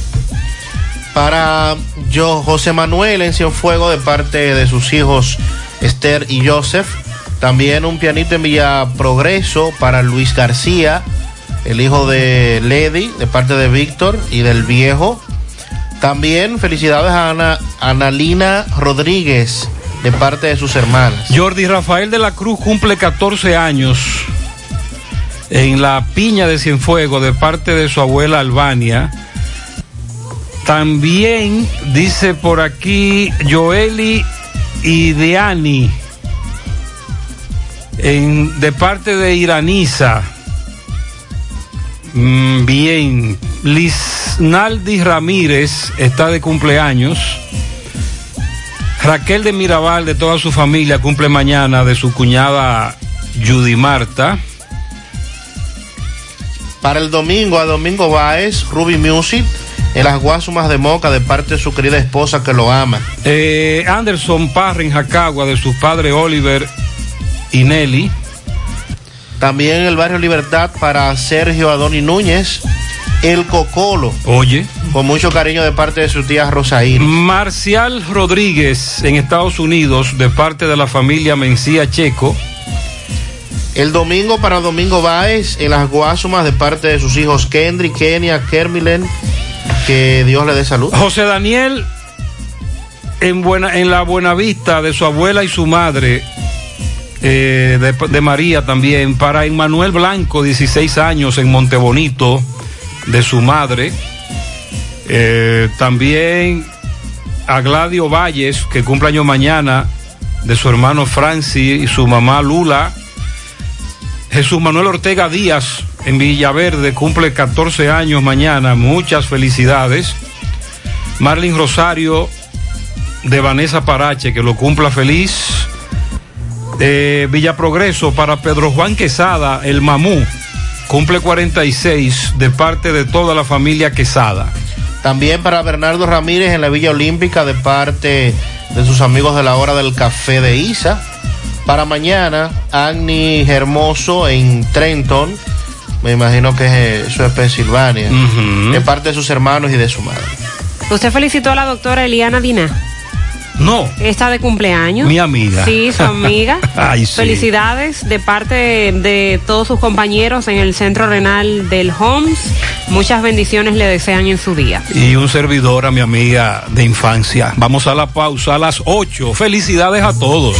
Speaker 9: Para yo, José Manuel en Cienfuegos, de parte de sus hijos Esther y Joseph. También un pianito en Villa Progreso para Luis García, el hijo de Lady, de parte de Víctor y del viejo. También felicidades a Ana, Analina Rodríguez, de parte de sus hermanas.
Speaker 8: Jordi Rafael de la Cruz cumple catorce años en la Piña de Cienfuegos, de parte de su abuela Albania. También dice por aquí Joeli y Diani, en, de parte de Iraniza. Mm, bien, Lisnaldi Ramírez está de cumpleaños. Raquel de Mirabal, de toda su familia, cumple mañana, de su cuñada Judy Marta.
Speaker 9: Para el domingo, a Domingo Báez, Ruby Music, en las Guasumas de Moca, de parte de su querida esposa que lo ama.
Speaker 8: Eh, Anderson Parra en Jacagua, de sus padres Oliver y Nelly.
Speaker 9: También en el barrio Libertad para Sergio Adoni Núñez, el Cocolo.
Speaker 8: Oye.
Speaker 9: Con mucho cariño de parte de su tía Rosaín.
Speaker 8: Marcial Rodríguez en Estados Unidos, de parte de la familia Mencía Checo.
Speaker 9: El domingo para Domingo Báez en las Guasumas, de parte de sus hijos Kendry, Kenia, Kermilen. Que Dios le dé salud.
Speaker 8: José Daniel en, buena, en la Buenavista, de su abuela y su madre. Eh, de, de María también. Para Emmanuel Blanco, dieciséis años, en Montebonito, de su madre. Eh, también a Gladio Valles, que cumple año mañana, de su hermano Francis y su mamá Lula. Jesús Manuel Ortega Díaz en Villaverde cumple catorce años mañana, muchas felicidades. Marlin Rosario de Vanessa Parache, que lo cumpla feliz. Eh, Villa Progreso para Pedro Juan Quesada, el Mamú, cumple cuarenta y seis, de parte de toda la familia Quesada.
Speaker 9: También para Bernardo Ramírez en la Villa Olímpica, de parte de sus amigos de la Hora del Café de Isa. Para mañana, Agni Hermoso en Trenton, me imagino que eso es Pensilvania, uh-huh. de parte de sus hermanos y de su madre.
Speaker 19: ¿Usted felicitó a la doctora Eliana Diná?
Speaker 8: No.
Speaker 19: Está de cumpleaños.
Speaker 8: Mi amiga.
Speaker 19: Sí, su amiga.
Speaker 8: Ay, sí.
Speaker 19: Felicidades de parte de, de todos sus compañeros en el Centro Renal del Homs. Muchas bendiciones le desean en su día.
Speaker 8: Y un servidor a mi amiga de infancia. Vamos a la pausa a las ocho. Felicidades a todos.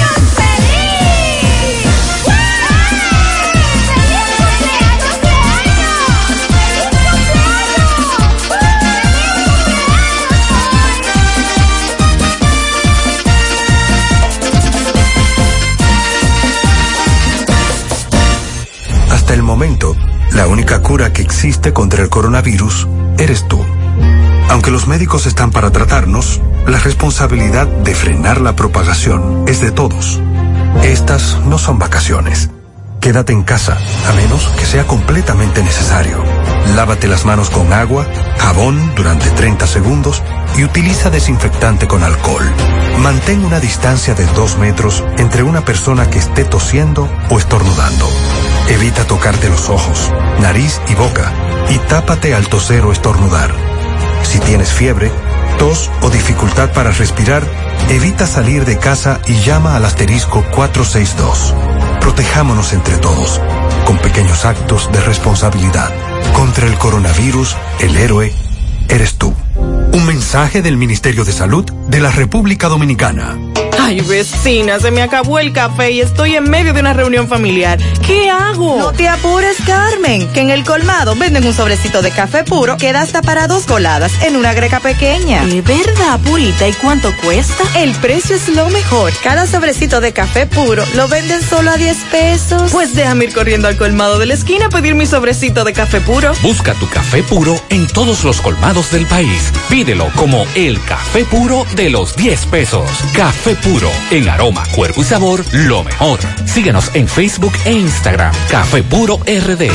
Speaker 10: Hasta el momento, la única cura que existe contra el coronavirus eres tú. Aunque los médicos están para tratarnos, la responsabilidad de frenar la propagación es de todos. Estas no son vacaciones. Quédate en casa, a menos que sea completamente necesario. Lávate las manos con agua, jabón durante treinta segundos y utiliza desinfectante con alcohol. Mantén una distancia de dos metros entre una persona que esté tosiendo o estornudando. Evita tocarte los ojos, nariz y boca y tápate al toser o estornudar. Si tienes fiebre, tos o dificultad para respirar, evita salir de casa y llama al asterisco cuatrocientos sesenta y dos. Protejámonos entre todos, con pequeños actos de responsabilidad. Contra el coronavirus, el héroe eres tú. Un mensaje del Ministerio de Salud de la República Dominicana.
Speaker 14: Ay, vecina, se me acabó el café y estoy en medio de una reunión familiar. ¿Qué hago?
Speaker 16: No te apures, Carmen, que en el colmado venden un sobrecito de café puro que da hasta para dos coladas en una greca pequeña. ¿De verdad, Purita? ¿Y cuánto cuesta? El precio es lo mejor. Cada sobrecito de café puro lo venden solo a diez pesos.
Speaker 14: Pues déjame ir corriendo al colmado de la esquina a pedir mi sobrecito de café puro.
Speaker 17: Busca tu café puro en todos los colmados del país. Pídelo como el café puro de los diez pesos. Café puro. En aroma, cuerpo y sabor, lo mejor. Síguenos en Facebook e Instagram. Café Puro R D.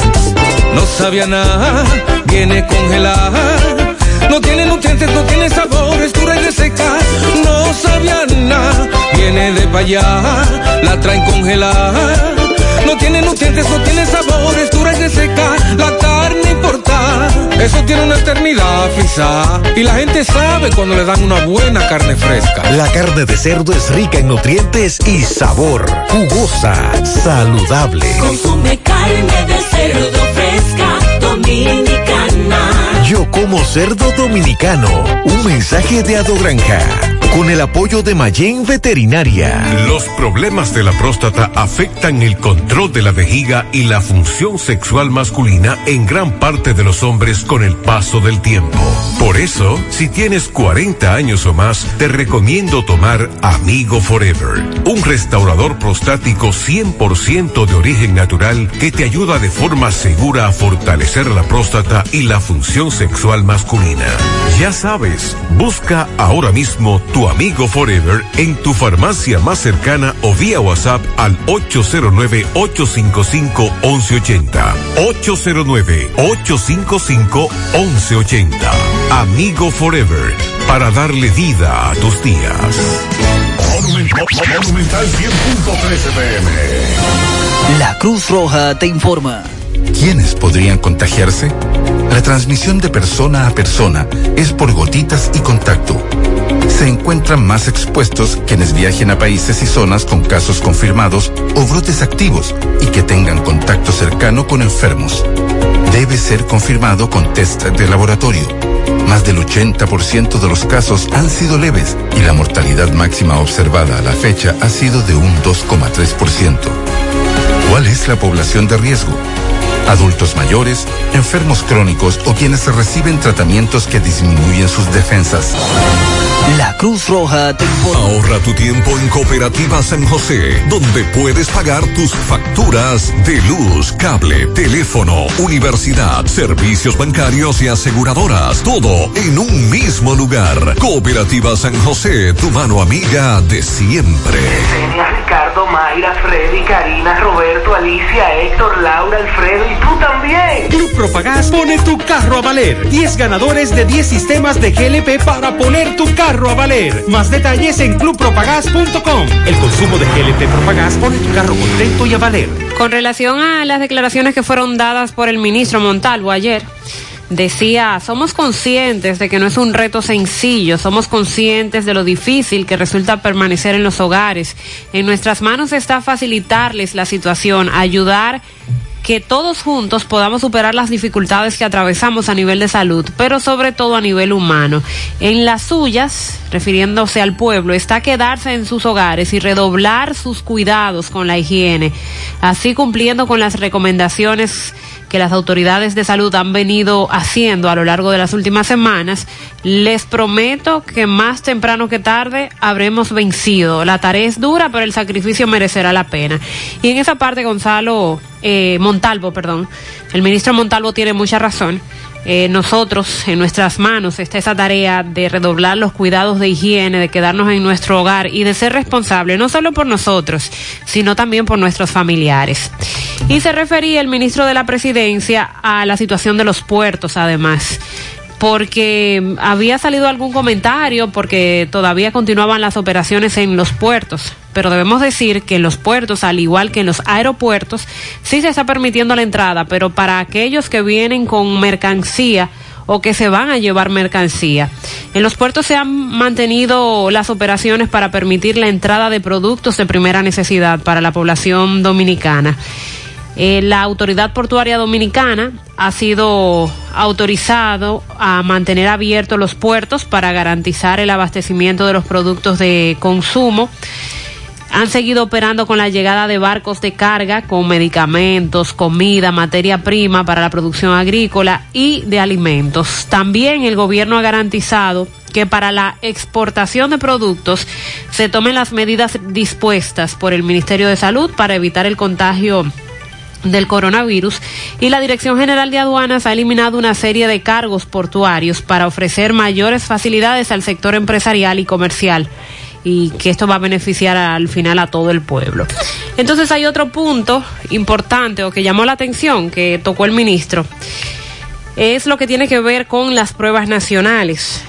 Speaker 18: No sabía nada, viene congelada. No tiene nutrientes, no tiene sabor, es dura y reseca. No sabía nada, viene de pa' allá. La traen congelada. No tiene nutrientes, no tiene sabor, es dura y reseca. La carne importada, eso tiene una eternidad frisada. Y la gente sabe cuando le dan una buena carne fresca.
Speaker 25: La carne de cerdo es rica en nutrientes y sabor. Jugosa, saludable.
Speaker 26: Consume carne de cerdo fresca, dominicana.
Speaker 25: Yo como cerdo dominicano. Un mensaje de Ado Granja. Con el apoyo de Mayen Veterinaria.
Speaker 27: Los problemas de la próstata afectan el control de la vejiga y la función sexual masculina en gran parte de los hombres con el paso del tiempo. Por eso, si tienes cuarenta años o más, te recomiendo tomar Amigo Forever, un restaurador prostático cien por ciento de origen natural que te ayuda de forma segura a fortalecer la próstata y la función sexual masculina. Ya sabes, busca ahora mismo tu Amigo Forever en tu farmacia más cercana o vía WhatsApp al ocho cero nueve, ocho cinco cinco, once ochenta. ocho cero nueve, ocho cinco cinco, once ochenta. Amigo Forever, para darle vida a tus días.
Speaker 7: Monumental cien punto trece P M.
Speaker 12: La Cruz Roja te informa.
Speaker 13: ¿Quiénes podrían contagiarse? La transmisión de persona a persona es por gotitas y contacto. Se encuentran más expuestos quienes viajen a países y zonas con casos confirmados o brotes activos y que tengan contacto cercano con enfermos. Debe ser confirmado con test de laboratorio. Más del ochenta por ciento de los casos han sido leves y la mortalidad máxima observada a la fecha ha sido de un dos coma tres por ciento. ¿Cuál es la población de riesgo? Adultos mayores, enfermos crónicos o quienes reciben tratamientos que disminuyen sus defensas.
Speaker 12: La Cruz Roja te informa.
Speaker 7: Ahorra tu tiempo en Cooperativa San José, donde puedes pagar tus facturas de luz, cable, teléfono, universidad, servicios bancarios y aseguradoras. Todo en un mismo lugar. Cooperativa San José, tu mano amiga de siempre.
Speaker 28: Yesenia, Ricardo, Mayra, Freddy, Karina, Roberto, Alicia, Héctor, Laura, Alfredo y tú también.
Speaker 29: Club Propagás pone tu carro a valer. diez ganadores de diez sistemas de G L P para poner tu carro a valer. Más detalles en club propagás punto com. El consumo de G L P Propagás pone tu carro contento y a valer.
Speaker 19: Con relación a las declaraciones que fueron dadas por el ministro Montalvo ayer, decía, somos conscientes de que no es un reto sencillo, somos conscientes de lo difícil que resulta permanecer en los hogares. En nuestras manos está facilitarles la situación, ayudar que todos juntos podamos superar las dificultades que atravesamos a nivel de salud, pero sobre todo a nivel humano. En las suyas, refiriéndose al pueblo, está quedarse en sus hogares y redoblar sus cuidados con la higiene, así cumpliendo con las recomendaciones que las autoridades de salud han venido haciendo a lo largo de las últimas semanas. Les prometo que más temprano que tarde habremos vencido. La tarea es dura, pero el sacrificio merecerá la pena. Y en esa parte, Gonzalo, eh, Montalvo, perdón, el ministro Montalvo tiene mucha razón. Eh, nosotros, en nuestras manos está esa tarea de redoblar los cuidados de higiene, de quedarnos en nuestro hogar y de ser responsables, no solo por nosotros, sino también por nuestros familiares. Y se refería el ministro de la Presidencia a la situación de los puertos, además, porque había salido algún comentario, porque todavía continuaban las operaciones en los puertos, pero debemos decir que en los puertos, al igual que en los aeropuertos, sí se está permitiendo la entrada, pero para aquellos que vienen con mercancía o que se van a llevar mercancía. En los puertos se han mantenido las operaciones para permitir la entrada de productos de primera necesidad para la población dominicana. Eh, la Autoridad Portuaria Dominicana ha sido autorizado a mantener abiertos los puertos para garantizar el abastecimiento de los productos de consumo. Han seguido operando con la llegada de barcos de carga con medicamentos, comida, materia prima para la producción agrícola y de alimentos. También el gobierno ha garantizado que para la exportación de productos se tomen las medidas dispuestas por el Ministerio de Salud para evitar el contagio del coronavirus, y la Dirección General de Aduanas ha eliminado una serie de cargos portuarios para ofrecer mayores facilidades al sector empresarial y comercial, y que esto va a beneficiar al final a todo el pueblo. Entonces hay otro punto importante o que llamó la atención que tocó el ministro, es lo que tiene que ver con las pruebas nacionales.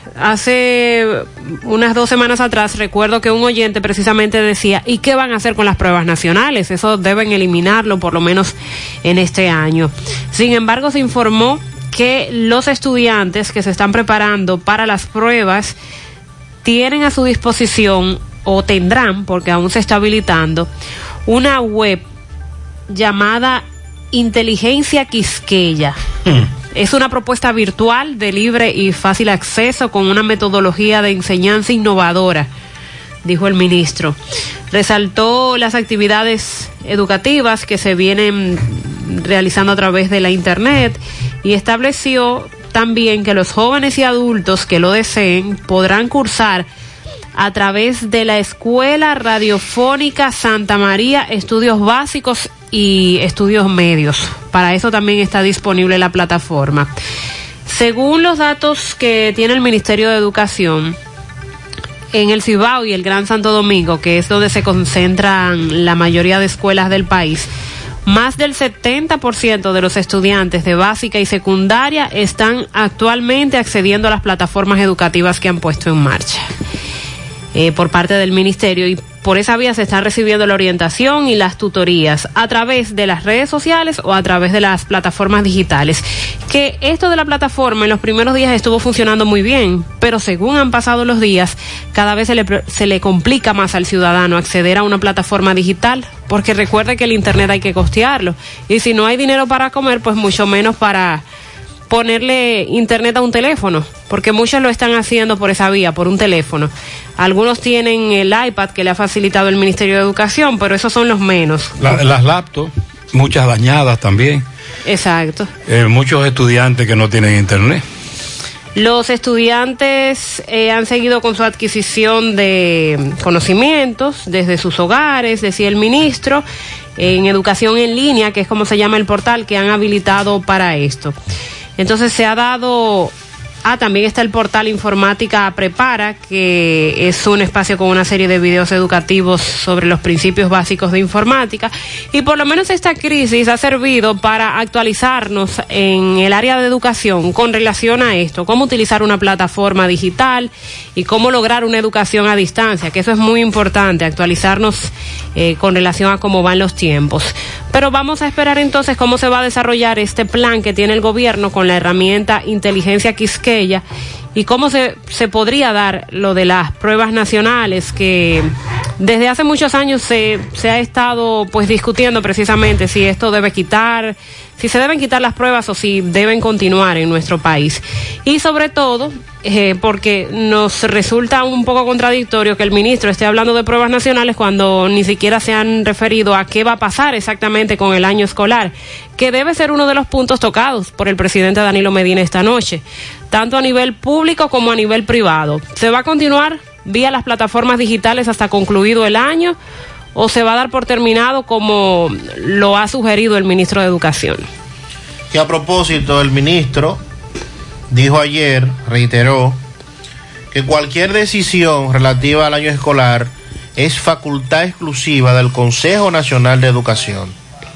Speaker 19: Hace unas dos semanas atrás recuerdo que un oyente precisamente decía, ¿y qué van a hacer con las pruebas nacionales? Eso deben eliminarlo por lo menos en este año. Sin embargo, se informó que los estudiantes que se están preparando para las pruebas tienen a su disposición, o tendrán, porque aún se está habilitando, una web llamada Inteligencia Quisqueya. Hmm. Es una propuesta virtual de libre y fácil acceso con una metodología de enseñanza innovadora, dijo el ministro. Resaltó las actividades educativas que se vienen realizando a través de la internet y estableció también que los jóvenes y adultos que lo deseen podrán cursar a través de la Escuela Radiofónica Santa María estudios básicos y estudios medios. Para eso también está disponible la plataforma. Según los datos que tiene el Ministerio de Educación, en el Cibao y el Gran Santo Domingo, que es donde se concentran la mayoría de escuelas del país, más del setenta por ciento de los estudiantes de básica y secundaria están actualmente accediendo a las plataformas educativas que han puesto en marcha eh, por parte del Ministerio, y por esa vía se está recibiendo la orientación y las tutorías a través de las redes sociales o a través de las plataformas digitales. Que esto de la plataforma en los primeros días estuvo funcionando muy bien, pero según han pasado los días, cada vez se le, se le complica más al ciudadano acceder a una plataforma digital, porque recuerde que el internet hay que costearlo, y si no hay dinero para comer, pues mucho menos para ponerle internet a un teléfono, porque muchos lo están haciendo por esa vía, por un teléfono. Algunos tienen el iPad que le ha facilitado el Ministerio de Educación, pero esos son los menos.
Speaker 8: La, las laptops, muchas dañadas también.
Speaker 19: Exacto.
Speaker 8: Eh, muchos estudiantes que no tienen internet.
Speaker 19: Los estudiantes eh, han seguido con su adquisición de conocimientos desde sus hogares, decía el ministro, en educación en línea, que es como se llama el portal que han habilitado para esto. Entonces se ha dado... Ah, también está el portal Informática Prepara, que es un espacio con una serie de videos educativos sobre los principios básicos de informática, y por lo menos esta crisis ha servido para actualizarnos en el área de educación con relación a esto, cómo utilizar una plataforma digital y cómo lograr una educación a distancia, que eso es muy importante, actualizarnos eh, con relación a cómo van los tiempos. Pero vamos a esperar entonces cómo se va a desarrollar este plan que tiene el gobierno con la herramienta Inteligencia Quisqueya, y cómo se, se podría dar lo de las pruebas nacionales, que desde hace muchos años se, se ha estado pues discutiendo precisamente si esto debe quitar, si se deben quitar las pruebas o si deben continuar en nuestro país. Y sobre todo, eh, porque nos resulta un poco contradictorio que el ministro esté hablando de pruebas nacionales cuando ni siquiera se han referido a qué va a pasar exactamente con el año escolar, que debe ser uno de los puntos tocados por el presidente Danilo Medina esta noche, tanto a nivel público como a nivel privado. ¿Se va a continuar vía las plataformas digitales hasta concluido el año, o se va a dar por terminado como lo ha sugerido el ministro de Educación?
Speaker 9: Que a propósito, el ministro dijo ayer, reiteró, que cualquier decisión relativa al año escolar es facultad exclusiva del Consejo Nacional de Educación,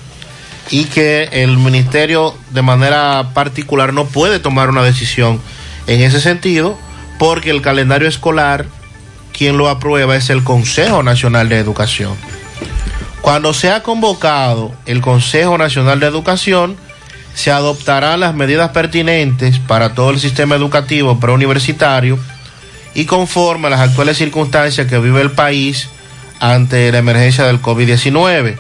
Speaker 9: y que el ministerio de manera particular no puede tomar una decisión en ese sentido, porque el calendario escolar, quien lo aprueba es el Consejo Nacional de Educación. Cuando se ha convocado el Consejo Nacional de Educación, se adoptarán las medidas pertinentes para todo el sistema educativo preuniversitario y conforme a las actuales circunstancias que vive el país ante la emergencia del COVID diecinueve.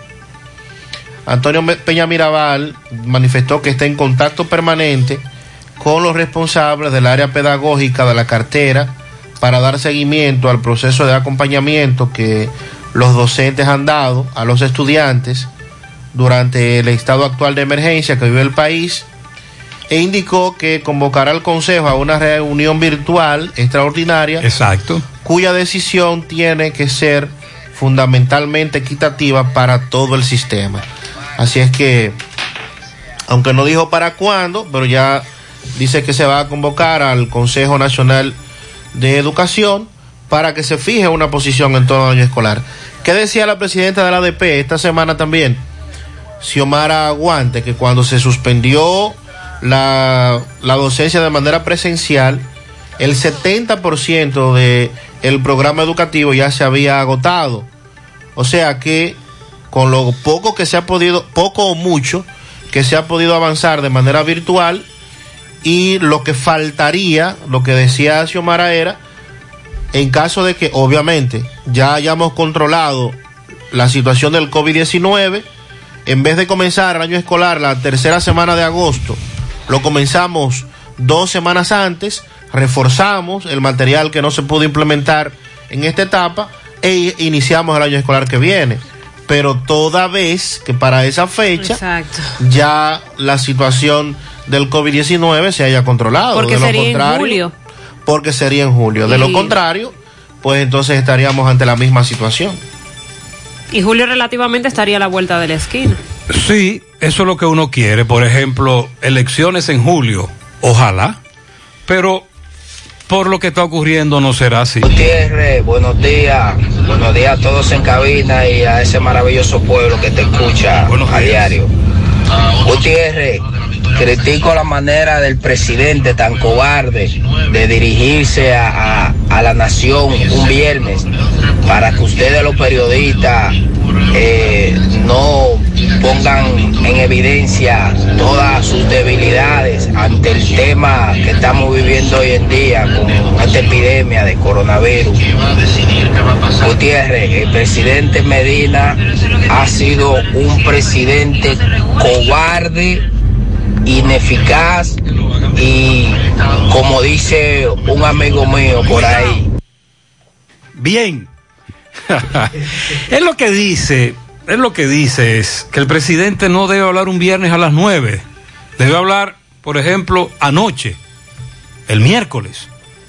Speaker 9: Antonio Peña Mirabal manifestó que está en contacto permanente con los responsables del área pedagógica de la cartera para dar seguimiento al proceso de acompañamiento que los docentes han dado a los estudiantes durante el estado actual de emergencia que vive el país, e indicó que convocará al Consejo a una reunión virtual extraordinaria.
Speaker 8: Exacto.
Speaker 9: Cuya decisión tiene que ser fundamentalmente equitativa para todo el sistema. Así es que, aunque no dijo para cuándo, pero ya dice que se va a convocar al Consejo Nacional de Educación para que se fije una posición en todo el año escolar. ¿Qué decía la presidenta de la A D P esta semana también? Xiomara Guante, que cuando se suspendió la, la docencia de manera presencial, el setenta por ciento de el programa educativo ya se había agotado. O sea que con lo poco que se ha podido, poco o mucho, que se ha podido avanzar de manera virtual, y lo que faltaría, lo que decía Xiomara era, en caso de que obviamente ya hayamos controlado la situación del COVID diecinueve, en vez de comenzar el año escolar la tercera semana de agosto, lo comenzamos dos semanas antes, reforzamos el material que no se pudo implementar en esta etapa e iniciamos el año escolar que viene. Pero toda vez que para esa fecha Exacto. ya la situación del COVID diecinueve se haya controlado.
Speaker 19: Porque
Speaker 9: de lo
Speaker 19: sería
Speaker 9: contrario,
Speaker 19: en julio.
Speaker 9: Porque sería en julio. De y... lo contrario, pues entonces estaríamos ante la misma situación.
Speaker 19: Y julio relativamente estaría a la vuelta de la esquina.
Speaker 8: Sí, eso es lo que uno quiere. Por ejemplo, elecciones en julio, ojalá, pero por lo que está ocurriendo no será así.
Speaker 1: Gutiérrez, buenos días, buenos días a todos en cabina y a ese maravilloso pueblo que te escucha a diario. Gutiérrez, critico la manera del presidente tan cobarde de dirigirse a, a, a la nación un viernes para que ustedes los periodistas eh, no pongan en evidencia todas sus debilidades ante el tema que estamos viviendo hoy en día con esta epidemia de coronavirus. Gutiérrez, el presidente Medina ha sido un presidente cobarde, ineficaz y, como dice un amigo mío por ahí.
Speaker 8: Bien. Es lo que dice, es lo que dice es que el presidente no debe hablar un viernes a las nueve. Debe hablar, por ejemplo, anoche, el miércoles.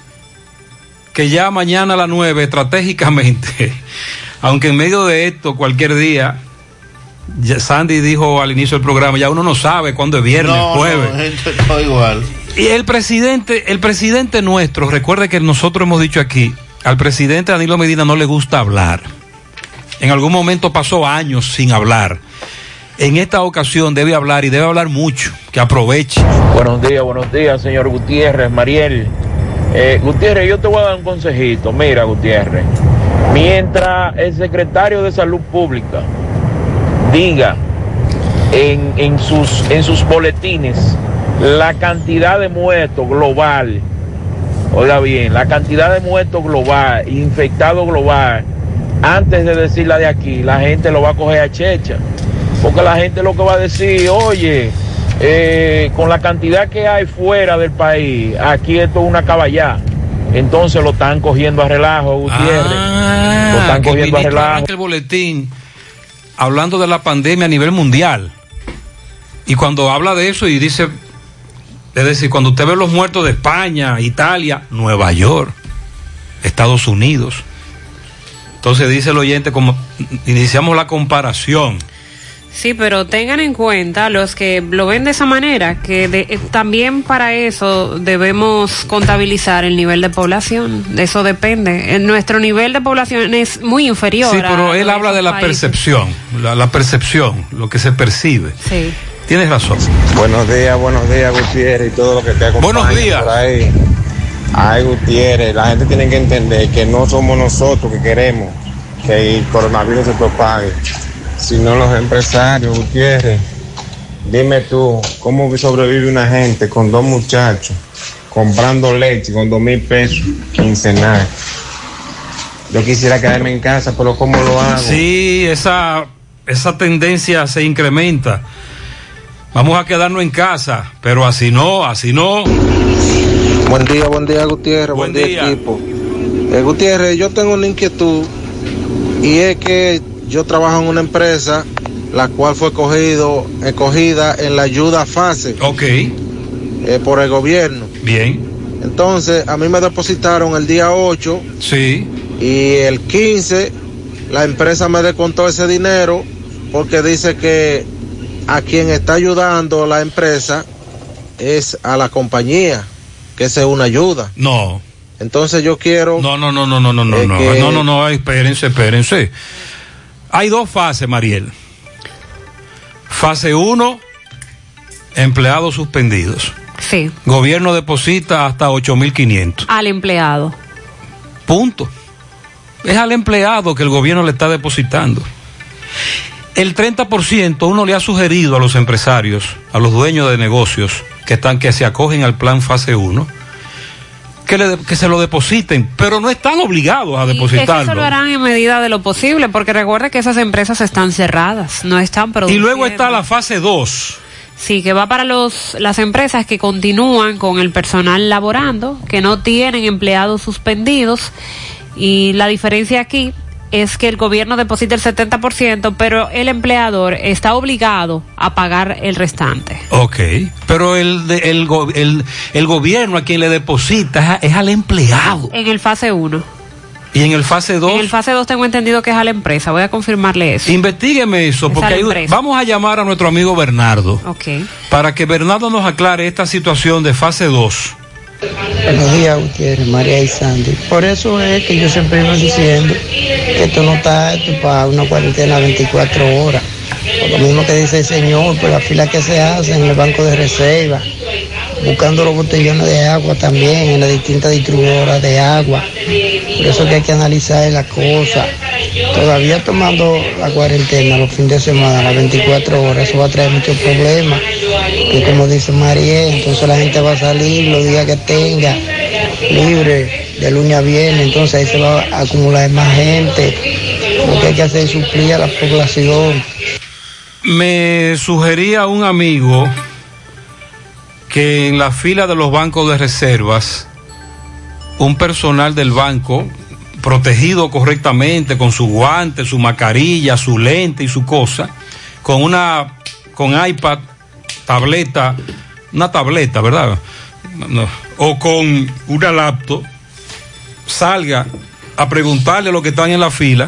Speaker 8: Que ya mañana a las nueve, estratégicamente, aunque en medio de esto, cualquier día, ya Sandy dijo al inicio del programa, ya uno no sabe cuándo es viernes,
Speaker 9: no,
Speaker 8: jueves.
Speaker 9: No, esto está igual.
Speaker 8: Y el presidente, el presidente nuestro, recuerde que nosotros hemos dicho aquí, al presidente Danilo Medina no le gusta hablar. En algún momento pasó años sin hablar. En esta ocasión debe hablar y debe hablar mucho, que aproveche.
Speaker 3: Buenos días, buenos días, señor Gutiérrez, Mariel. Eh, Gutiérrez, yo te voy a dar un consejito. Mira, Gutiérrez, mientras el secretario de Salud Pública diga en, en, sus, en sus boletines la cantidad de muertos global, oiga bien, la cantidad de muertos global, infectados global, antes de decir la de aquí, la gente lo va a coger a checha, porque la gente lo que va a decir, oye, eh, con la cantidad que hay fuera del país, aquí esto es una caballá. Entonces lo están cogiendo a relajo, Gutiérrez. Ah, lo están cogiendo a relajo.
Speaker 8: El boletín hablando de la pandemia a nivel mundial. Y cuando habla de eso y dice, es decir, cuando usted ve los muertos de España, Italia, Nueva York, Estados Unidos. Entonces dice el oyente, como iniciamos la comparación.
Speaker 19: Sí, pero tengan en cuenta los que lo ven de esa manera, que de, eh, también para eso debemos contabilizar el nivel de población. De eso depende. En nuestro nivel de población es muy inferior.
Speaker 8: Sí, pero a, él a habla de la países. percepción, la, la percepción, lo que se percibe.
Speaker 19: Sí.
Speaker 8: Tienes razón.
Speaker 5: Buenos días, buenos días, Gutiérrez, y todo lo que te acompaña.
Speaker 8: Buenos días.
Speaker 5: Por ahí. Ay, Gutiérrez, la gente tiene que entender que no somos nosotros que queremos que el coronavirus se propague, sino los empresarios, Gutiérrez. Dime tú, ¿cómo sobrevive una gente con dos muchachos comprando leche con dos mil pesos quincenal? Yo quisiera quedarme en casa, pero ¿cómo lo hago?
Speaker 8: Sí, esa, esa tendencia se incrementa. Vamos a quedarnos en casa, pero así no, así no.
Speaker 2: Buen día, buen día, Gutiérrez, buen, buen día, día, equipo. Eh, Gutiérrez, yo tengo una inquietud y es que yo trabajo en una empresa la cual fue cogido, escogida en la ayuda FASE.
Speaker 8: Ok.
Speaker 2: Eh, por el gobierno.
Speaker 8: Bien.
Speaker 2: Entonces, a mí me depositaron el día ocho.
Speaker 8: Sí.
Speaker 2: Y el quince, la empresa me descontó ese dinero porque dice que a quien está ayudando la empresa es a la compañía, que esa es una ayuda.
Speaker 8: No.
Speaker 2: Entonces yo quiero...
Speaker 8: No, no, no, no, no, no, no,
Speaker 2: eh,
Speaker 8: no,
Speaker 2: que...
Speaker 8: no, no, no, espérense, espérense. Hay dos fases, Mariel. Fase uno, empleados suspendidos.
Speaker 19: Sí.
Speaker 8: Gobierno deposita hasta ocho mil quinientos.
Speaker 19: Al empleado.
Speaker 8: Punto. Es al empleado que el gobierno le está depositando. El treinta por ciento uno le ha sugerido a los empresarios, a los dueños de negocios que están, que se acogen al plan fase uno, que, le, que se lo depositen, pero no están obligados a depositarlo.
Speaker 19: Y eso lo harán en medida de lo posible, porque recuerde que esas empresas están cerradas, no están produciendo.
Speaker 8: Y luego está la fase dos.
Speaker 19: Sí, que va para los las empresas que continúan con el personal laborando, que no tienen empleados suspendidos, y la diferencia aquí es que el gobierno deposita el setenta por ciento, pero el empleador está obligado a pagar el restante.
Speaker 8: Ok, pero el, el, el, el, el gobierno a quien le deposita es, es al empleado.
Speaker 19: En el fase uno.
Speaker 8: ¿Y en el fase dos?
Speaker 19: En el fase dos tengo entendido que es a la empresa, voy a confirmarle eso.
Speaker 8: Investígueme eso,
Speaker 19: es
Speaker 8: porque hay, vamos a llamar a nuestro amigo Bernardo.
Speaker 19: Ok.
Speaker 8: Para que Bernardo nos aclare esta situación de fase dos.
Speaker 4: Buenos días, Gutiérrez, María y Sandy. Por eso es que yo siempre iba diciendo que esto no está esto para una cuarentena veinticuatro horas. Por lo mismo que dice el señor, por la fila que se hace en el banco de reserva, buscando los botellones de agua también en las distintas distribuidoras de agua. Por eso que hay que analizar la cosa. Todavía tomando la cuarentena los fines de semana, las veinticuatro horas, eso va a traer muchos problemas. Que como dice María, entonces la gente va a salir los días que tenga libre, de lunes a viernes, entonces ahí se va a acumular más gente. Lo que hay que hacer es suplir a la población.
Speaker 8: Me sugería un amigo que en la fila de los bancos de reservas, un personal del banco, protegido correctamente, con su guante, su mascarilla, su lente y su cosa, con una, con iPad, tableta, una tableta, ¿verdad? No, o con una laptop, salga a preguntarle a los que están en la fila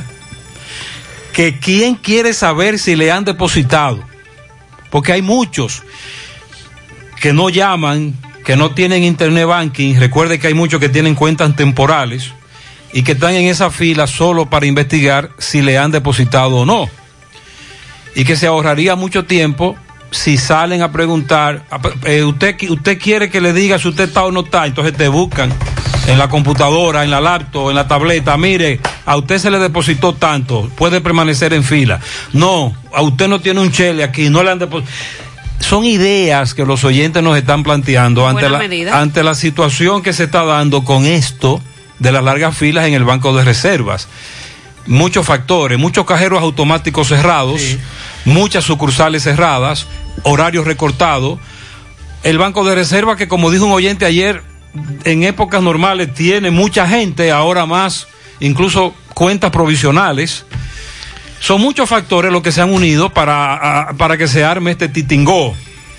Speaker 8: que quién quiere saber si le han depositado, porque hay muchos que no llaman, que no tienen internet banking. Recuerde que hay muchos que tienen cuentas temporales y que están en esa fila solo para investigar si le han depositado o no, y que se ahorraría mucho tiempo si salen a preguntar, eh, usted, usted quiere que le diga si usted está o no está, entonces te buscan en la computadora, en la laptop, en la tableta, mire, a usted se le depositó tanto, puede permanecer en fila. No, a usted no tiene un chele aquí, no le han depositado. Son ideas que los oyentes nos están planteando ante la, ante la situación que se está dando con esto de las largas filas en el banco de reservas. Muchos factores, muchos cajeros automáticos cerrados, sí, muchas sucursales cerradas, horarios recortados. El banco de reserva que, como dijo un oyente ayer, en épocas normales tiene mucha gente, ahora más, incluso cuentas provisionales. Son muchos factores los que se han unido para, a, para que se arme este titingó.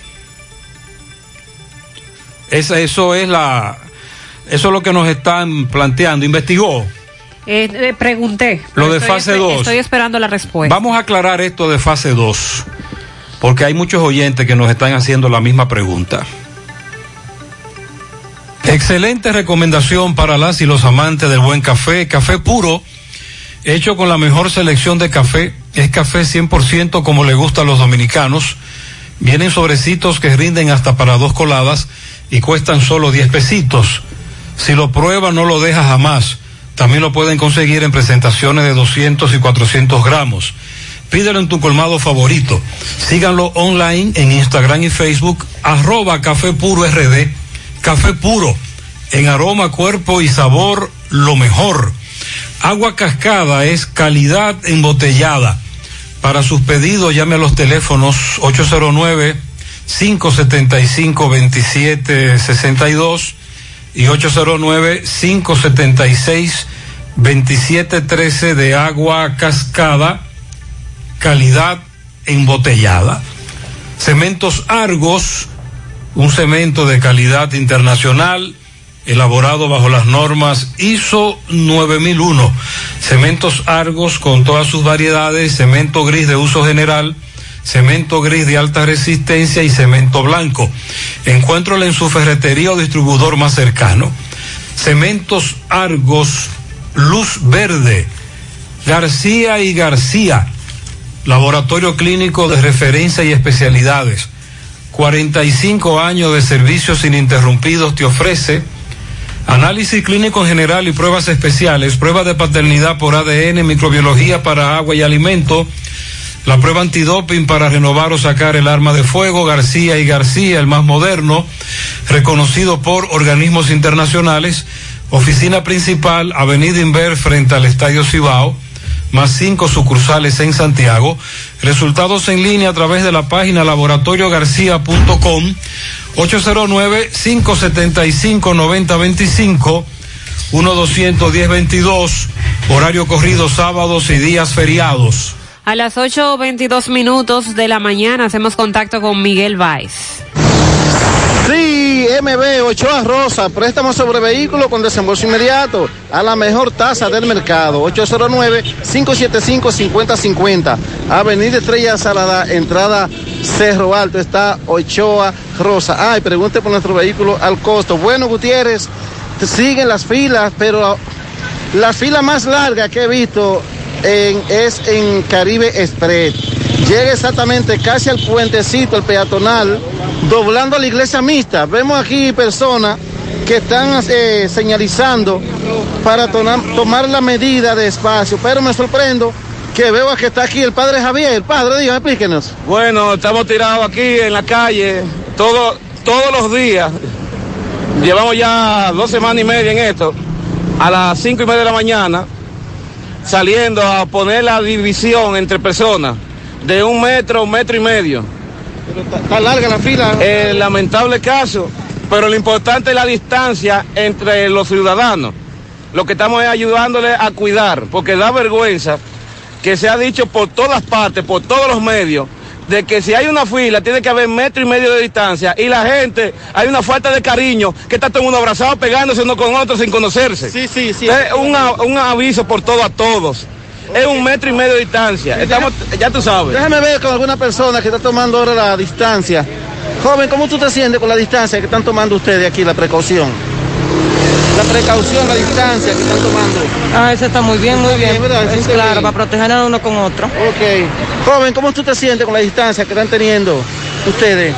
Speaker 8: Es, eso es la, eso es lo que nos están planteando. ¿Investigó?
Speaker 19: Eh, eh, pregunté.
Speaker 8: Lo de fase dos.
Speaker 19: Estoy esperando la respuesta.
Speaker 8: Vamos a aclarar esto de fase dos, porque hay muchos oyentes que nos están haciendo la misma pregunta. Excelente recomendación para las y los amantes del buen café. Café puro, hecho con la mejor selección de café. Es café cien por ciento como le gusta a los dominicanos. Vienen sobrecitos que rinden hasta para dos coladas y cuestan solo diez pesitos. Si lo prueba no lo deja jamás. También lo pueden conseguir en presentaciones de doscientos y cuatrocientos gramos. Pídelo en tu colmado favorito. Síganlo online en Instagram y Facebook, arroba Café Puro R D. Café Puro, en aroma, cuerpo y sabor, lo mejor. Agua Cascada es calidad embotellada. Para sus pedidos, llame a los teléfonos ocho cero nueve, cinco siete cinco, dos siete seis dos y ocho cero nueve, cinco siete seis, dos siete uno tres de Agua Cascada, calidad embotellada. Cementos Argos, un cemento de calidad internacional, elaborado bajo las normas I S O nueve mil uno. Cementos Argos con todas sus variedades, cemento gris de uso general, cemento gris de alta resistencia y cemento blanco. Encuéntralo en su ferretería o distribuidor más cercano. Cementos Argos, luz verde. García y García, laboratorio clínico de referencia y especialidades. cuarenta y cinco años de servicios ininterrumpidos te ofrece análisis clínico en general y pruebas especiales, prueba de paternidad por A D N, microbiología para agua y alimento, la prueba antidoping para renovar o sacar el arma de fuego. García y García, el más moderno, reconocido por organismos internacionales. Oficina principal, Avenida Inver, frente al Estadio Cibao, más cinco sucursales en Santiago. Resultados en línea a través de la página laboratorio garcía punto com, ocho cero nueve, cinco siete cinco, nueve cero dos cinco, uno dos uno cero veintidós, horario corrido sábados y días feriados.
Speaker 19: A las ocho veintidós minutos de la mañana hacemos contacto con Miguel Báez.
Speaker 2: Sí, M B Ochoa Rosa, préstamo sobre vehículo con desembolso inmediato a la mejor tasa del mercado. Ocho cero nueve, cinco siete cinco, cinco cero cinco cero, Avenida Estrella Salada, entrada Cerro Alto, está Ochoa Rosa. Ay, pregunte por nuestro vehículo al costo. Bueno, Gutiérrez, siguen las filas, pero la fila más larga que he visto en, es en Caribe Express. Llega exactamente casi al puentecito, el peatonal, doblando a la iglesia mixta. Vemos aquí personas que están eh, señalizando para tomar, tomar la medida de espacio, pero me sorprendo que veo que está aquí el padre Javier. Padre, dígame, explíquenos.
Speaker 6: Bueno, estamos tirados aquí en la calle todo, todos los días. Llevamos ya dos semanas y media en esto. A las cinco y media de la mañana, saliendo a poner la división entre personas de un metro, un metro y medio.
Speaker 2: Pero está, está larga la fila.
Speaker 6: El lamentable caso, pero lo importante es la distancia entre los ciudadanos. Lo que estamos es ayudándole a cuidar, porque da vergüenza que se ha dicho por todas partes, por todos los medios, de que si hay una fila tiene que haber metro y medio de distancia, y la gente, hay una falta de cariño, que está todo el mundo abrazado, pegándose uno con otro sin conocerse.
Speaker 2: Sí, sí, sí.
Speaker 6: Es un, un aviso por todo a todos. Es un metro y medio de distancia. Estamos, ya tú sabes.
Speaker 2: Déjame ver con alguna persona que está tomando ahora la distancia. Joven, ¿cómo tú te sientes con la distancia que están tomando ustedes aquí, la precaución? La precaución, la distancia que están tomando.
Speaker 10: Ah, eso está muy bien, muy bien.
Speaker 2: bien ¿verdad?
Speaker 10: Es claro, bien, para protegernos uno con otro.
Speaker 2: Ok. Joven, ¿cómo tú te sientes con la distancia que están teniendo ustedes?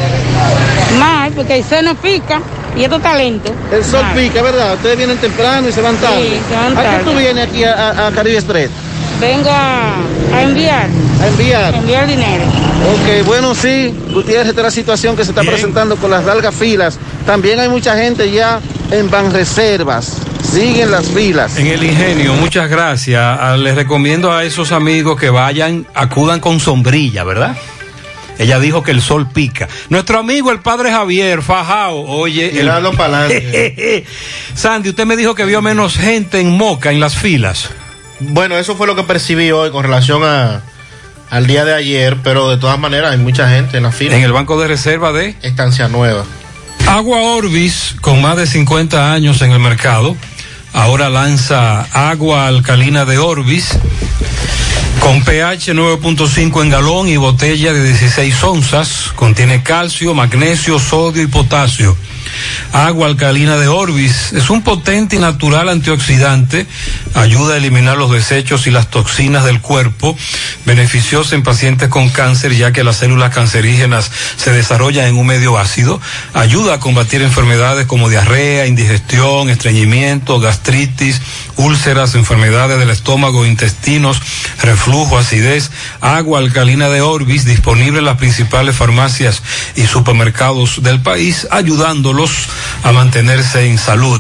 Speaker 10: Mal, porque el sol no pica y esto está lento.
Speaker 2: El sol Mal. pica, ¿verdad? Ustedes vienen temprano y se van tarde.
Speaker 10: Sí, se van tarde.
Speaker 2: ¿A qué tú vienes aquí a, a, a Caribe Express?
Speaker 10: Vengo a, a enviar.
Speaker 2: A enviar.
Speaker 10: A enviar dinero.
Speaker 2: Ok, bueno, sí, Gutiérrez, esta es la situación que se está Bien. presentando con las largas filas. También hay mucha gente ya en Banreservas. Siguen las filas.
Speaker 8: En el Ingenio, muchas gracias. Ah, les recomiendo a esos amigos que vayan, acudan con sombrilla, ¿verdad? Ella dijo que el sol pica. Nuestro amigo el padre Javier Fajao, oye.
Speaker 9: Tirando el... para adelante.
Speaker 8: Sandy, usted me dijo que vio menos gente en Moca en las filas.
Speaker 9: Bueno, eso fue lo que percibí hoy con relación a al día de ayer, pero de todas maneras hay mucha gente en la fila.
Speaker 8: En el banco de reserva de
Speaker 9: Estancia Nueva.
Speaker 8: Agua Orbis, con más de cincuenta años en el mercado, ahora lanza agua alcalina de Orbis, con pH nueve punto cinco en galón y botella de dieciséis onzas. Contiene calcio, magnesio, sodio y potasio. Agua alcalina de Orbis es un potente y natural antioxidante, ayuda a eliminar los desechos y las toxinas del cuerpo, beneficioso en pacientes con cáncer ya que las células cancerígenas se desarrollan en un medio ácido, ayuda a combatir enfermedades como diarrea, indigestión, estreñimiento, gastritis, úlceras, enfermedades del estómago, intestinos, reflujo, acidez. Agua alcalina de Orbis disponible en las principales farmacias y supermercados del país, ayudándolos a mantenerse en salud.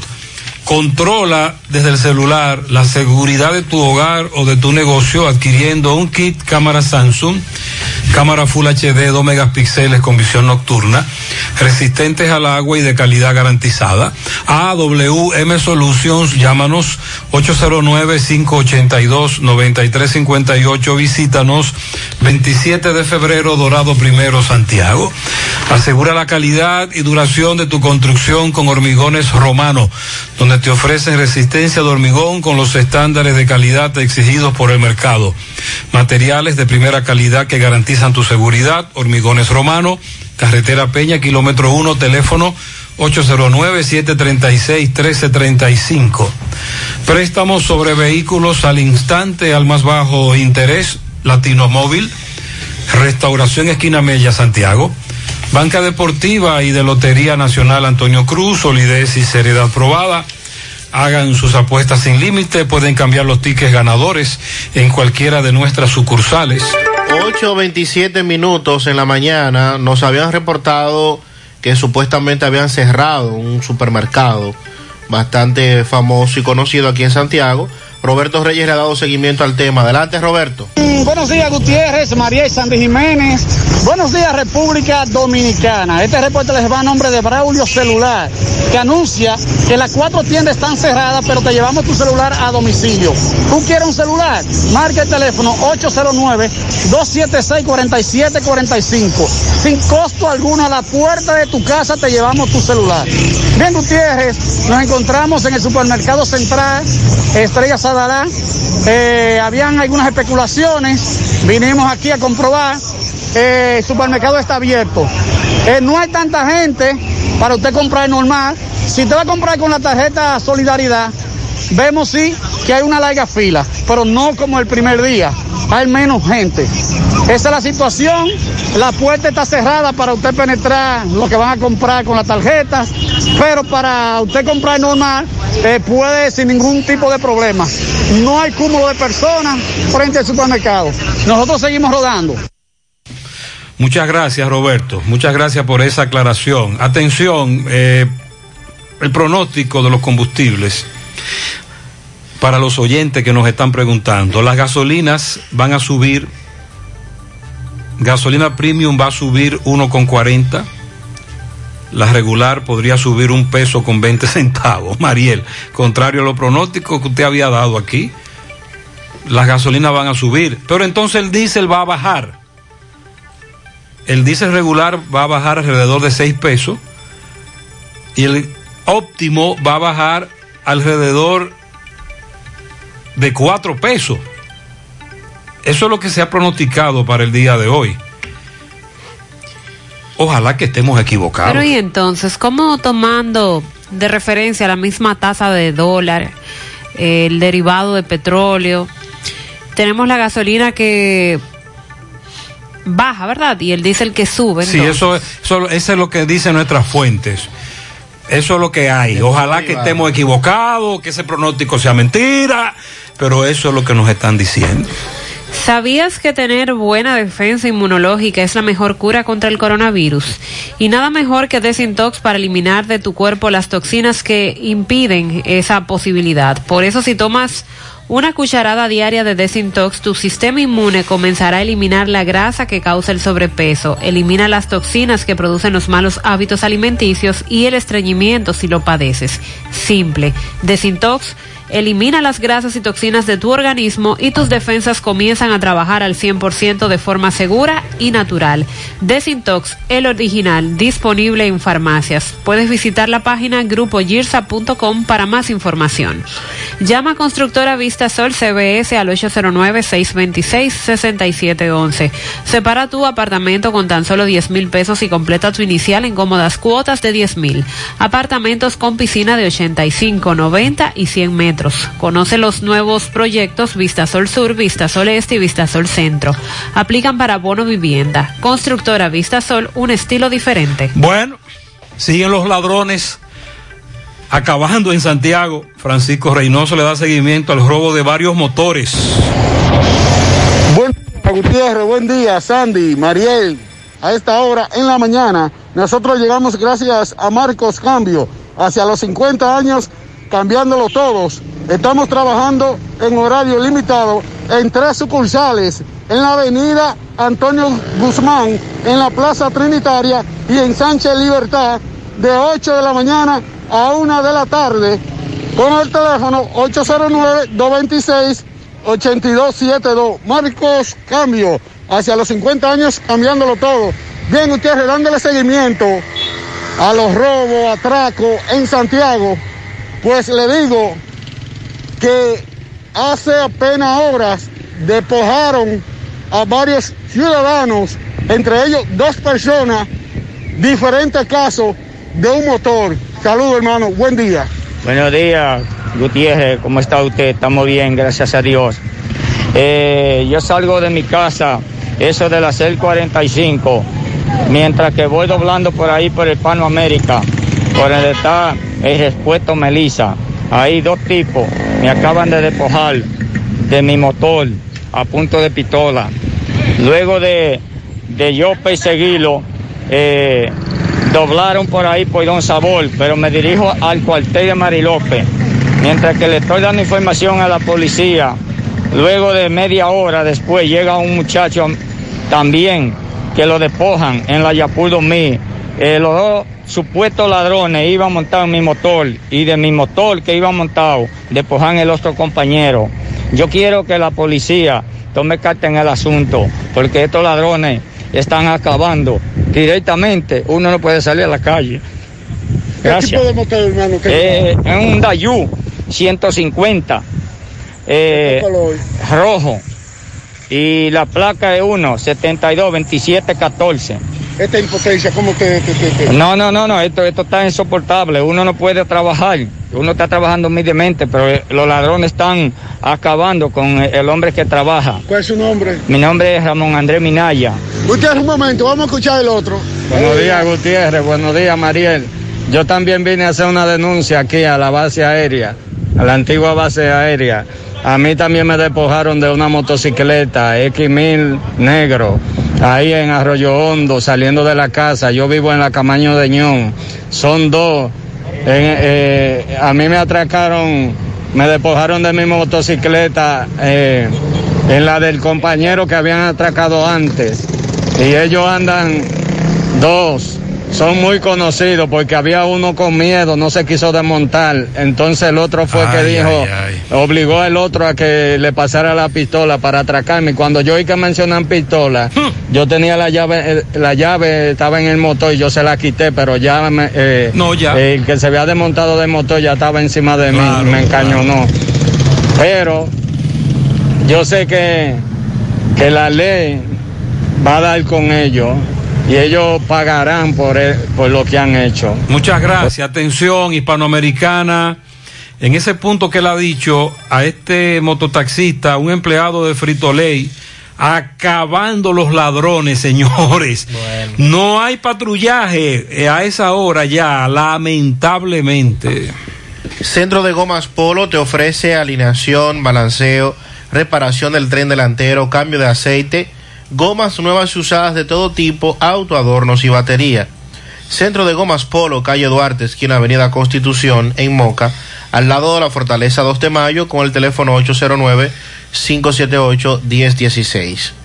Speaker 8: Controla desde el celular la seguridad de tu hogar o de tu negocio adquiriendo un kit cámara Samsung, cámara Full H D dos megapíxeles con visión nocturna, resistentes al agua y de calidad garantizada. A W M Solutions, llámanos ocho cero nueve, cinco ocho dos, nueve tres cinco ocho, visítanos veintisiete de febrero, Dorado Primero, Santiago. Asegura la calidad y duración de tu construcción con Hormigones Romano, donde te ofrecen resistencia de hormigón con los estándares de calidad exigidos por el mercado. Materiales de primera calidad que garantizan tu seguridad. Hormigones Romano, carretera Peña, kilómetro uno, teléfono ocho cero nueve, siete tres seis, uno tres tres cinco. Préstamos sobre vehículos al instante, al más bajo interés. Latino Móvil, Restauración Esquina Mella, Santiago. Banca Deportiva y de Lotería Nacional Antonio Cruz, solidez y seriedad probada. Hagan sus apuestas sin límite, pueden cambiar los tickets ganadores en cualquiera de nuestras sucursales.
Speaker 9: ocho veintisiete minutos en la mañana, nos habían reportado que supuestamente habían cerrado un supermercado bastante famoso y conocido aquí en Santiago. Roberto Reyes le ha dado seguimiento al tema. Adelante, Roberto.
Speaker 11: Mm, buenos días, Gutiérrez, María y Sandy Jiménez. Buenos días, República Dominicana. Este reporte les va a nombre de Braulio Celular, que anuncia que las cuatro tiendas están cerradas, pero te llevamos tu celular a domicilio. ¿Tú quieres un celular? Marca el teléfono ocho cero nueve, dos siete seis, cuatro siete cuatro cinco. Sin costo alguno, a la puerta de tu casa te llevamos tu celular. Bien, Gutiérrez, nos encontramos en el supermercado central Estrella Sadalá. Eh, habían algunas especulaciones, vinimos aquí a comprobar. Eh, el supermercado está abierto. Eh, no hay tanta gente para usted comprar normal. Si usted va a comprar con la tarjeta Solidaridad, vemos sí que hay una larga fila, pero no como el primer día, hay menos gente. Esa es la situación. La puerta está cerrada para usted penetrar lo que van a comprar con la tarjeta, pero para usted comprar normal, eh, puede sin ningún tipo de problema. No hay cúmulo de personas frente al supermercado. Nosotros seguimos rodando.
Speaker 8: Muchas gracias, Roberto. Muchas gracias por esa aclaración. Atención, eh, el pronóstico de los combustibles. Para los oyentes que nos están preguntando, las gasolinas van a subir. Gasolina premium va a subir uno con cuarenta. La regular podría subir un peso con veinte centavos. Mariel, contrario a los pronósticos que usted había dado aquí, las gasolinas van a subir. Pero entonces el diésel va a bajar. El diésel regular va a bajar alrededor de seis pesos. Y el óptimo va a bajar alrededor de cuatro pesos. Eso es lo que se ha pronosticado para el día de hoy. Ojalá que estemos equivocados.
Speaker 19: Pero y entonces, ¿cómo tomando de referencia la misma tasa de dólar, eh, el derivado de petróleo, tenemos la gasolina que baja, ¿verdad? Y el diésel que sube.
Speaker 8: Sí, eso, eso, eso es lo que dicen nuestras fuentes. Eso es lo que hay. Ojalá que estemos equivocados, que ese pronóstico sea mentira, pero eso es lo que nos están diciendo.
Speaker 19: ¿Sabías que tener buena defensa inmunológica es la mejor cura contra el coronavirus? Y nada mejor que Desintox para eliminar de tu cuerpo las toxinas que impiden esa posibilidad. Por eso, si tomas una cucharada diaria de Desintox, tu sistema inmune comenzará a eliminar la grasa que causa el sobrepeso, elimina las toxinas que producen los malos hábitos alimenticios y el estreñimiento si lo padeces. Simple. Desintox elimina las grasas y toxinas de tu organismo y tus defensas comienzan a trabajar al cien por ciento de forma segura y natural. Desintox, el original, disponible en farmacias. Puedes visitar la página grupo girsa punto com para más información. Llama a Constructora Vista Sol C B S al ocho cero nueve, seis dos seis, seis siete uno uno. Separa tu apartamento con tan solo diez mil pesos y completa tu inicial en cómodas cuotas de diez mil. Apartamentos con piscina de ochenta y cinco, noventa y cien metros. Conoce los nuevos proyectos Vistasol Sur, Vistasol Este y Vistasol Centro. Aplican para bono vivienda. Constructora Vistasol, un estilo diferente.
Speaker 8: Bueno, siguen los ladrones acabando en Santiago. Francisco Reynoso le da seguimiento al robo de varios motores.
Speaker 11: Buen día, Gutiérrez, buen día, Sandy, Mariel. A esta hora en la mañana, nosotros llegamos gracias a Marcos Cambio, hacia los cincuenta años, cambiándolo todos. Estamos trabajando en horario limitado en tres sucursales, en la avenida Antonio Guzmán, en la Plaza Trinitaria y en Sánchez Libertad, de ocho de la mañana a una de la tarde, con el teléfono ocho cero nueve, dos dos seis, ocho dos siete dos. Marcos Cambio, hacia los cincuenta años, cambiándolo todo. Bien, ustedes dándole seguimiento a los robos, atracos en Santiago, pues le digo que hace apenas horas despojaron a varios ciudadanos, entre ellos dos personas, diferentes casos de un motor. Saludos, hermano, buen día.
Speaker 14: Buenos días, Gutiérrez, ¿cómo está usted? Estamos bien, gracias a Dios. Eh, yo salgo de mi casa, eso de la C E L cuarenta y cinco, mientras que voy doblando por ahí por el Pano América, por donde está el Respuesto Melissa. Ahí dos tipos me acaban de despojar de mi motor a punto de pistola. Luego de, de yo perseguirlo, eh, doblaron por ahí por Don Sabor, pero me dirijo al cuartel de Marilope, mientras que le estoy dando información a la policía. Luego de media hora después llega un muchacho también que lo despojan en la Yapur dos mil. Eh, los dos supuestos ladrones iban montados en mi motor y de mi motor que iba montado despojan el otro compañero. Yo quiero que la policía tome carta en el asunto, porque estos ladrones están acabando directamente. Uno no puede salir a la calle. Gracias.
Speaker 11: ¿Qué tipo de motor, hermano?
Speaker 14: Eh, es un Dayu ciento cincuenta, eh, rojo, y la placa es uno setenta y dos veintisiete catorce.
Speaker 11: Esta impotencia, ¿cómo te, te, te, te?
Speaker 14: No, no, no, no, esto, esto está insoportable. Uno no puede trabajar. Uno está trabajando humildemente, pero los ladrones están acabando con el hombre que trabaja.
Speaker 11: ¿Cuál es su nombre?
Speaker 14: Mi nombre es Ramón Andrés Minaya.
Speaker 11: Gutiérrez, un momento, vamos a escuchar el otro.
Speaker 14: Buenos días, Gutiérrez. Buenos días, Mariel. Yo también vine a hacer una denuncia aquí a la base aérea, a la antigua base aérea. A mí también me despojaron de una motocicleta X mil negro, ahí en Arroyo Hondo, saliendo de la casa. Yo vivo en la Camaño de Ñón. Son dos. En, eh, a mí me atracaron, me despojaron de mi motocicleta eh, en la del compañero que habían atracado antes. Y ellos andan dos. Son muy conocidos porque había uno con miedo, no se quiso desmontar. Entonces el otro fue ay, que dijo, ay, ay. obligó al otro a que le pasara la pistola para atracarme. Y cuando yo oí que mencionan pistola, hmm. yo tenía la llave, la llave estaba en el motor y yo se la quité, pero ya, me, eh, no, ya. Eh, el que se había desmontado del motor ya estaba encima de claro, mí, me encañonó. Claro. Pero yo sé que, que la ley va a dar con ellos. Y ellos pagarán por, el, por lo que han hecho.
Speaker 8: Muchas gracias. Atención, Hispanoamericana. En ese punto que él ha dicho a este mototaxista, un empleado de Frito-Lay, acabando los ladrones, señores. Bueno. No hay patrullaje a esa hora ya, lamentablemente.
Speaker 9: Centro de Gomas Polo te ofrece alineación, balanceo, reparación del tren delantero, cambio de aceite, gomas nuevas y usadas de todo tipo, autoadornos y batería. Centro de Gomas Polo, calle Duarte, esquina Avenida Constitución, en Moca, al lado de la Fortaleza dos de Mayo, con el teléfono ocho cero nueve, cinco siete ocho, uno cero uno seis.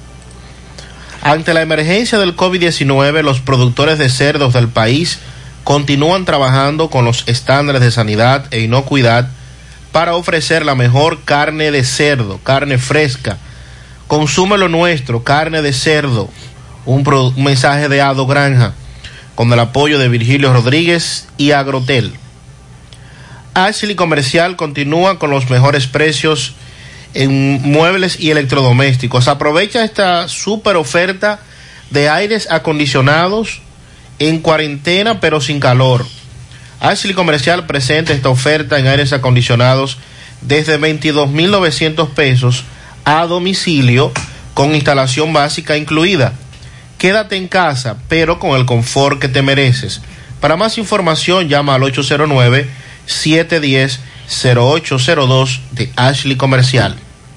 Speaker 9: Ante la emergencia del COVID diecinueve, los productores de cerdos del país continúan trabajando con los estándares de sanidad e inocuidad para ofrecer la mejor carne de cerdo, carne fresca. Consume lo nuestro, carne de cerdo. Un, pro, un mensaje de Ado Granja, con el apoyo de Virgilio Rodríguez y Agrotel. Ashley Comercial continúa con los mejores precios en muebles y electrodomésticos. Aprovecha esta super oferta de aires acondicionados en cuarentena pero sin calor. Ashley Comercial presenta esta oferta en aires acondicionados desde veintidós mil novecientos pesos a domicilio con instalación básica incluida. Quédate en casa pero con el confort que te mereces. Para más información llama al ocho cero nueve, siete uno cero, cero ocho cero dos de Ashley Comercial.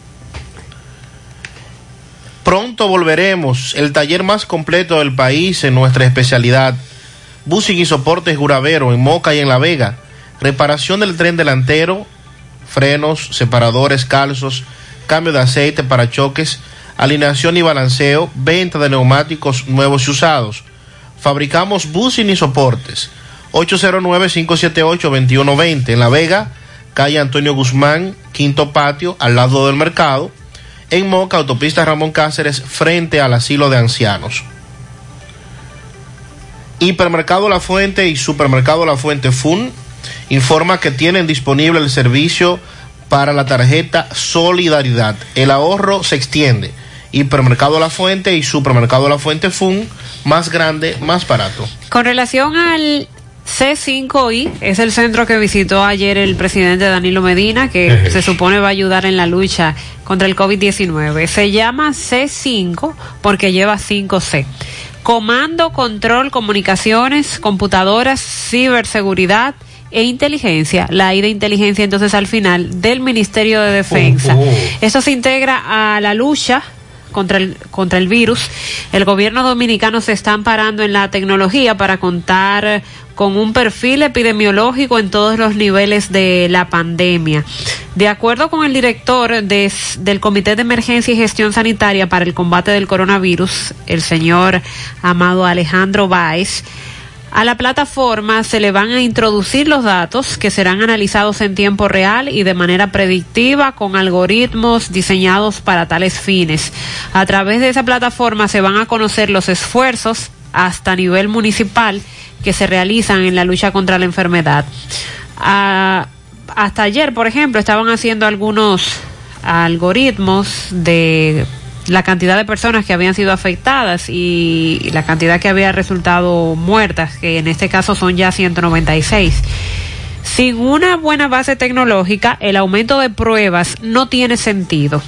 Speaker 9: Pronto volveremos, el taller más completo del país en nuestra especialidad. Busing y soportes Guravero en Moca y en La Vega. Reparación del tren delantero, frenos, separadores, calzos, cambio de aceite, parachoques, alineación y balanceo, venta de neumáticos nuevos y usados. Fabricamos Busing y soportes. ocho cero nueve, cinco siete ocho, dos uno dos cero en La Vega, calle Antonio Guzmán, quinto patio, al lado del mercado. En Moca, autopista Ramón Cáceres, frente al asilo de ancianos. Hipermercado La Fuente y Supermercado La Fuente Fun informa que tienen disponible el servicio para la tarjeta Solidaridad. El ahorro se extiende. Hipermercado La Fuente y Supermercado La Fuente Fun, más grande, más barato.
Speaker 19: Con relación al C cinco I, es el centro que visitó ayer el presidente Danilo Medina, que se supone va a ayudar en la lucha contra el COVID diecinueve. Se llama C cinco porque lleva cinco C. Comando, control, comunicaciones, computadoras, ciberseguridad e inteligencia. La I de inteligencia entonces al final del Ministerio de Defensa. Oh, oh. Esto se integra a la lucha contra el contra el virus. El gobierno dominicano se está amparando en la tecnología para contar con un perfil epidemiológico en todos los niveles de la pandemia. De acuerdo con el director de, del Comité de Emergencia y Gestión Sanitaria para el Combate del Coronavirus, el señor Amado Alejandro Báez, a la plataforma se le van a introducir los datos que serán analizados en tiempo real y de manera predictiva con algoritmos diseñados para tales fines. A través de esa plataforma se van a conocer los esfuerzos hasta nivel municipal que se realizan en la lucha contra la enfermedad. Ah, hasta ayer, por ejemplo, estaban haciendo algunos algoritmos de la cantidad de personas que habían sido afectadas y la cantidad que había resultado muertas, que en este caso son ya ciento noventa y seis. Sin una buena base tecnológica, el aumento de pruebas no tiene sentido.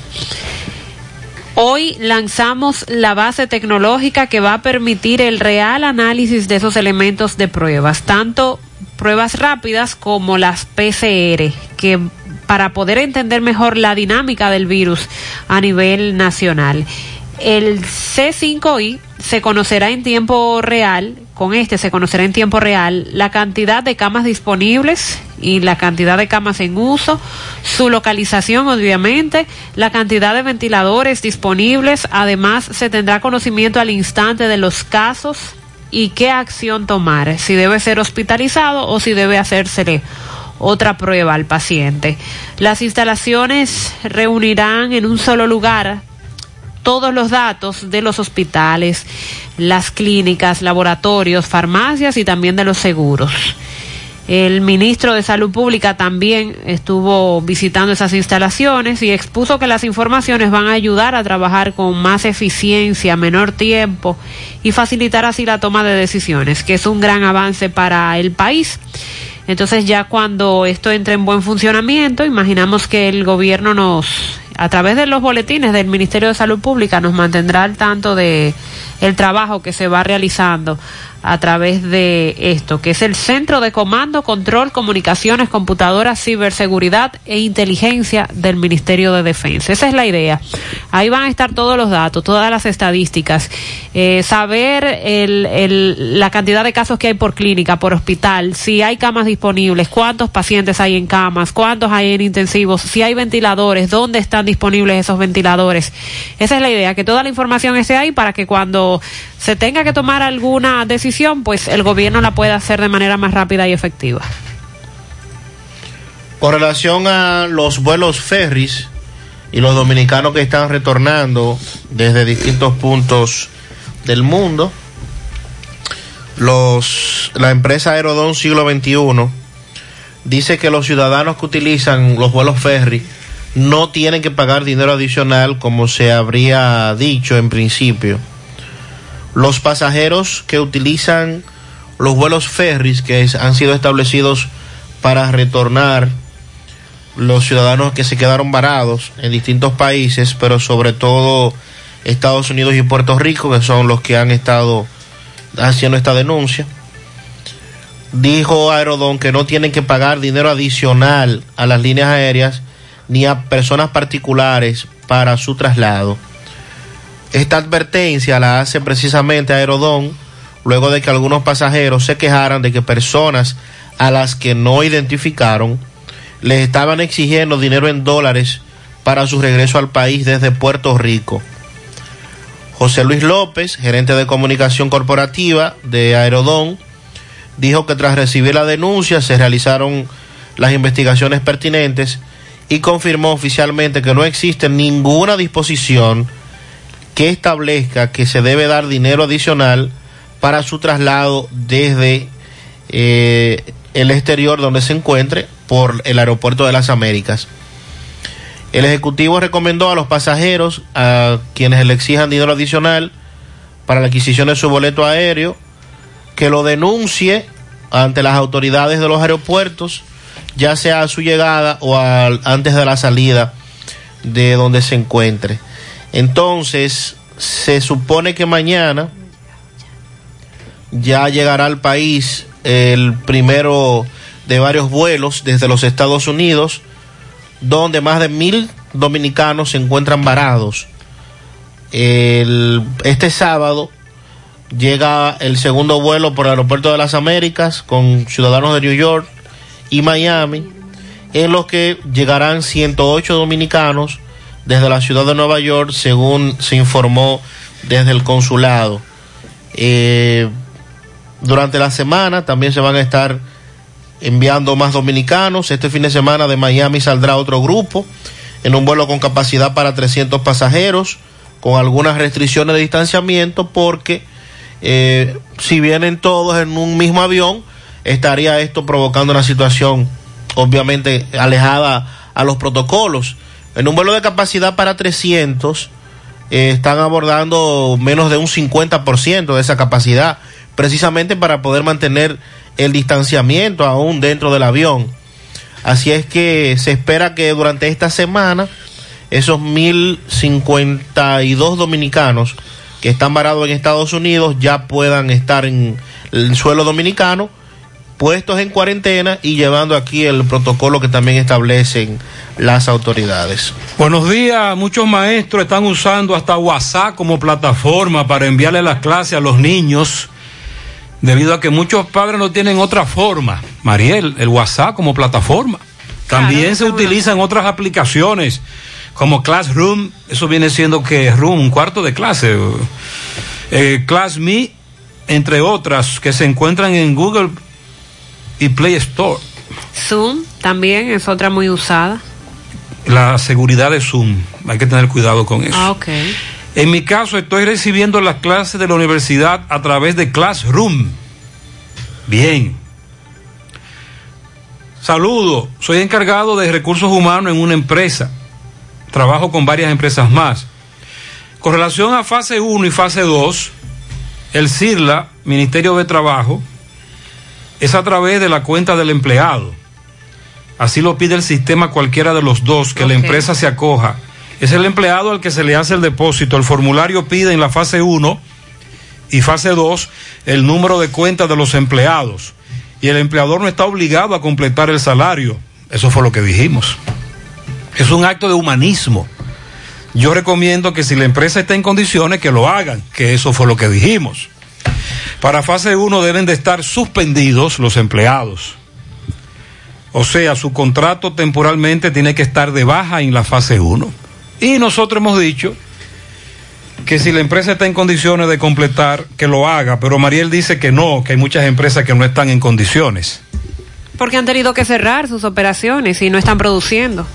Speaker 19: Hoy lanzamos la base tecnológica que va a permitir el real análisis de esos elementos de pruebas, tanto pruebas rápidas como las P C R, que para poder entender mejor la dinámica del virus a nivel nacional. El C cinco I se conocerá en tiempo real, con este se conocerá en tiempo real la cantidad de camas disponibles y la cantidad de camas en uso, su localización obviamente, la cantidad de ventiladores disponibles. Además se tendrá conocimiento al instante de los casos y qué acción tomar, si debe ser hospitalizado o si debe hacérsele otra prueba al paciente. Las instalaciones reunirán en un solo lugar todos los datos de los hospitales, las clínicas, laboratorios, farmacias y también de los seguros. El ministro de Salud Pública también estuvo visitando esas instalaciones y expuso que las informaciones van a ayudar a trabajar con más eficiencia, menor tiempo y facilitar así la toma de decisiones, que es un gran avance para el país. Entonces ya cuando esto entre en buen funcionamiento, imaginamos que el gobierno nos, a través de los boletines del Ministerio de Salud Pública, nos mantendrá al tanto de el trabajo que se va realizando a través de esto, que es el Centro de Comando, Control, Comunicaciones, Computadoras, Ciberseguridad e Inteligencia del Ministerio de Defensa. Esa es la idea. Ahí van a estar todos los datos, todas las estadísticas, eh, saber el, el, la cantidad de casos que hay por clínica, por hospital, si hay camas disponibles, cuántos pacientes hay en camas, cuántos hay en intensivos, si hay ventiladores, dónde están disponibles esos ventiladores. Esa es la idea, que toda la información esté ahí para que cuando se tenga que tomar alguna decisión, pues el gobierno la pueda hacer de manera más rápida y efectiva.
Speaker 9: Con relación a los vuelos ferries y los dominicanos que están retornando desde distintos puntos del mundo, los, la empresa Aerodón Siglo veintiuno dice que los ciudadanos que utilizan los vuelos ferry no tienen que pagar dinero adicional como se habría dicho en principio. Los pasajeros que utilizan los vuelos ferries que es, han sido establecidos para retornar, los ciudadanos que se quedaron varados en distintos países, pero sobre todo Estados Unidos y Puerto Rico, que son los que han estado haciendo esta denuncia, dijo Aerodón que no tienen que pagar dinero adicional a las líneas aéreas ni a personas particulares para su traslado. Esta advertencia la hace precisamente Aerodón luego de que algunos pasajeros se quejaran de que personas a las que no identificaron les estaban exigiendo dinero en dólares para su regreso al país desde Puerto Rico. José Luis López, gerente de comunicación corporativa de Aerodón, dijo que tras recibir la denuncia se realizaron las investigaciones pertinentes y confirmó oficialmente que no existe ninguna disposición que establezca que se debe dar dinero adicional para su traslado desde eh, el exterior donde se encuentre por el aeropuerto de las Américas. El ejecutivo recomendó a los pasajeros, a quienes le exijan dinero adicional para la adquisición de su boleto aéreo, que lo denuncie ante las autoridades de los aeropuertos, ya sea a su llegada o al, antes de la salida de donde se encuentre. Entonces, se supone que mañana ya llegará al país el primero de varios vuelos desde los Estados Unidos, donde más de mil dominicanos se encuentran varados. El, este sábado llega el segundo vuelo por el aeropuerto de las Américas con ciudadanos de New York y Miami, en los que llegarán ciento ocho dominicanos desde la ciudad de Nueva York, según se informó desde el consulado. Eh, durante la semana también se van a estar enviando más dominicanos. Este fin de semana de Miami saldrá otro grupo en un vuelo con capacidad para trescientos pasajeros, con algunas restricciones de distanciamiento, porque eh, si vienen todos en un mismo avión, estaría esto provocando una situación obviamente alejada a los protocolos. En un vuelo de capacidad para trescientos, eh, están abordando menos de un cincuenta por ciento de esa capacidad, precisamente para poder mantener el distanciamiento aún dentro del avión. Así es que se espera que durante esta semana esos mil cincuenta y dos dominicanos que están varados en Estados Unidos ya puedan estar en el suelo dominicano, puestos en cuarentena y llevando aquí el protocolo que también establecen las autoridades.
Speaker 8: Buenos días. Muchos maestros están usando hasta WhatsApp como plataforma para enviarle las clases a los niños, debido a que muchos padres no tienen otra forma. Mariel, el WhatsApp como plataforma. También claro, se utilizan otras aplicaciones como Classroom, eso viene siendo que Room, un cuarto de clase, eh, ClassMe, entre otras que se encuentran en Google y Play Store.
Speaker 19: Zoom también es otra muy usada.
Speaker 8: La seguridad de Zoom, hay que tener cuidado con eso.
Speaker 19: Ah, ok.
Speaker 8: En mi caso, estoy recibiendo las clases de la universidad a través de Classroom. Bien. Saludo, soy encargado de recursos humanos en una empresa. Trabajo con varias empresas más. Con relación a fase uno y fase dos, el CIRLA, Ministerio de Trabajo, es a través de la cuenta del empleado. Así lo pide el sistema cualquiera de los dos, que okay. La empresa se acoja. Es el empleado al que se le hace el depósito. El formulario pide en la fase uno y fase dos el número de cuenta de los empleados. Y el empleador no está obligado a completar el salario. Eso fue lo que dijimos. Es un acto de humanismo. Yo recomiendo que si la empresa está en condiciones, que lo hagan, que eso fue lo que dijimos. Para fase uno deben de estar suspendidos los empleados. O sea, su contrato temporalmente tiene que estar de baja en la fase uno. Y nosotros hemos dicho que si la empresa está en condiciones de completar, que lo haga, pero Mariel dice que no, que hay muchas empresas que no están en condiciones.
Speaker 19: Porque han tenido que cerrar sus operaciones y no están produciendo.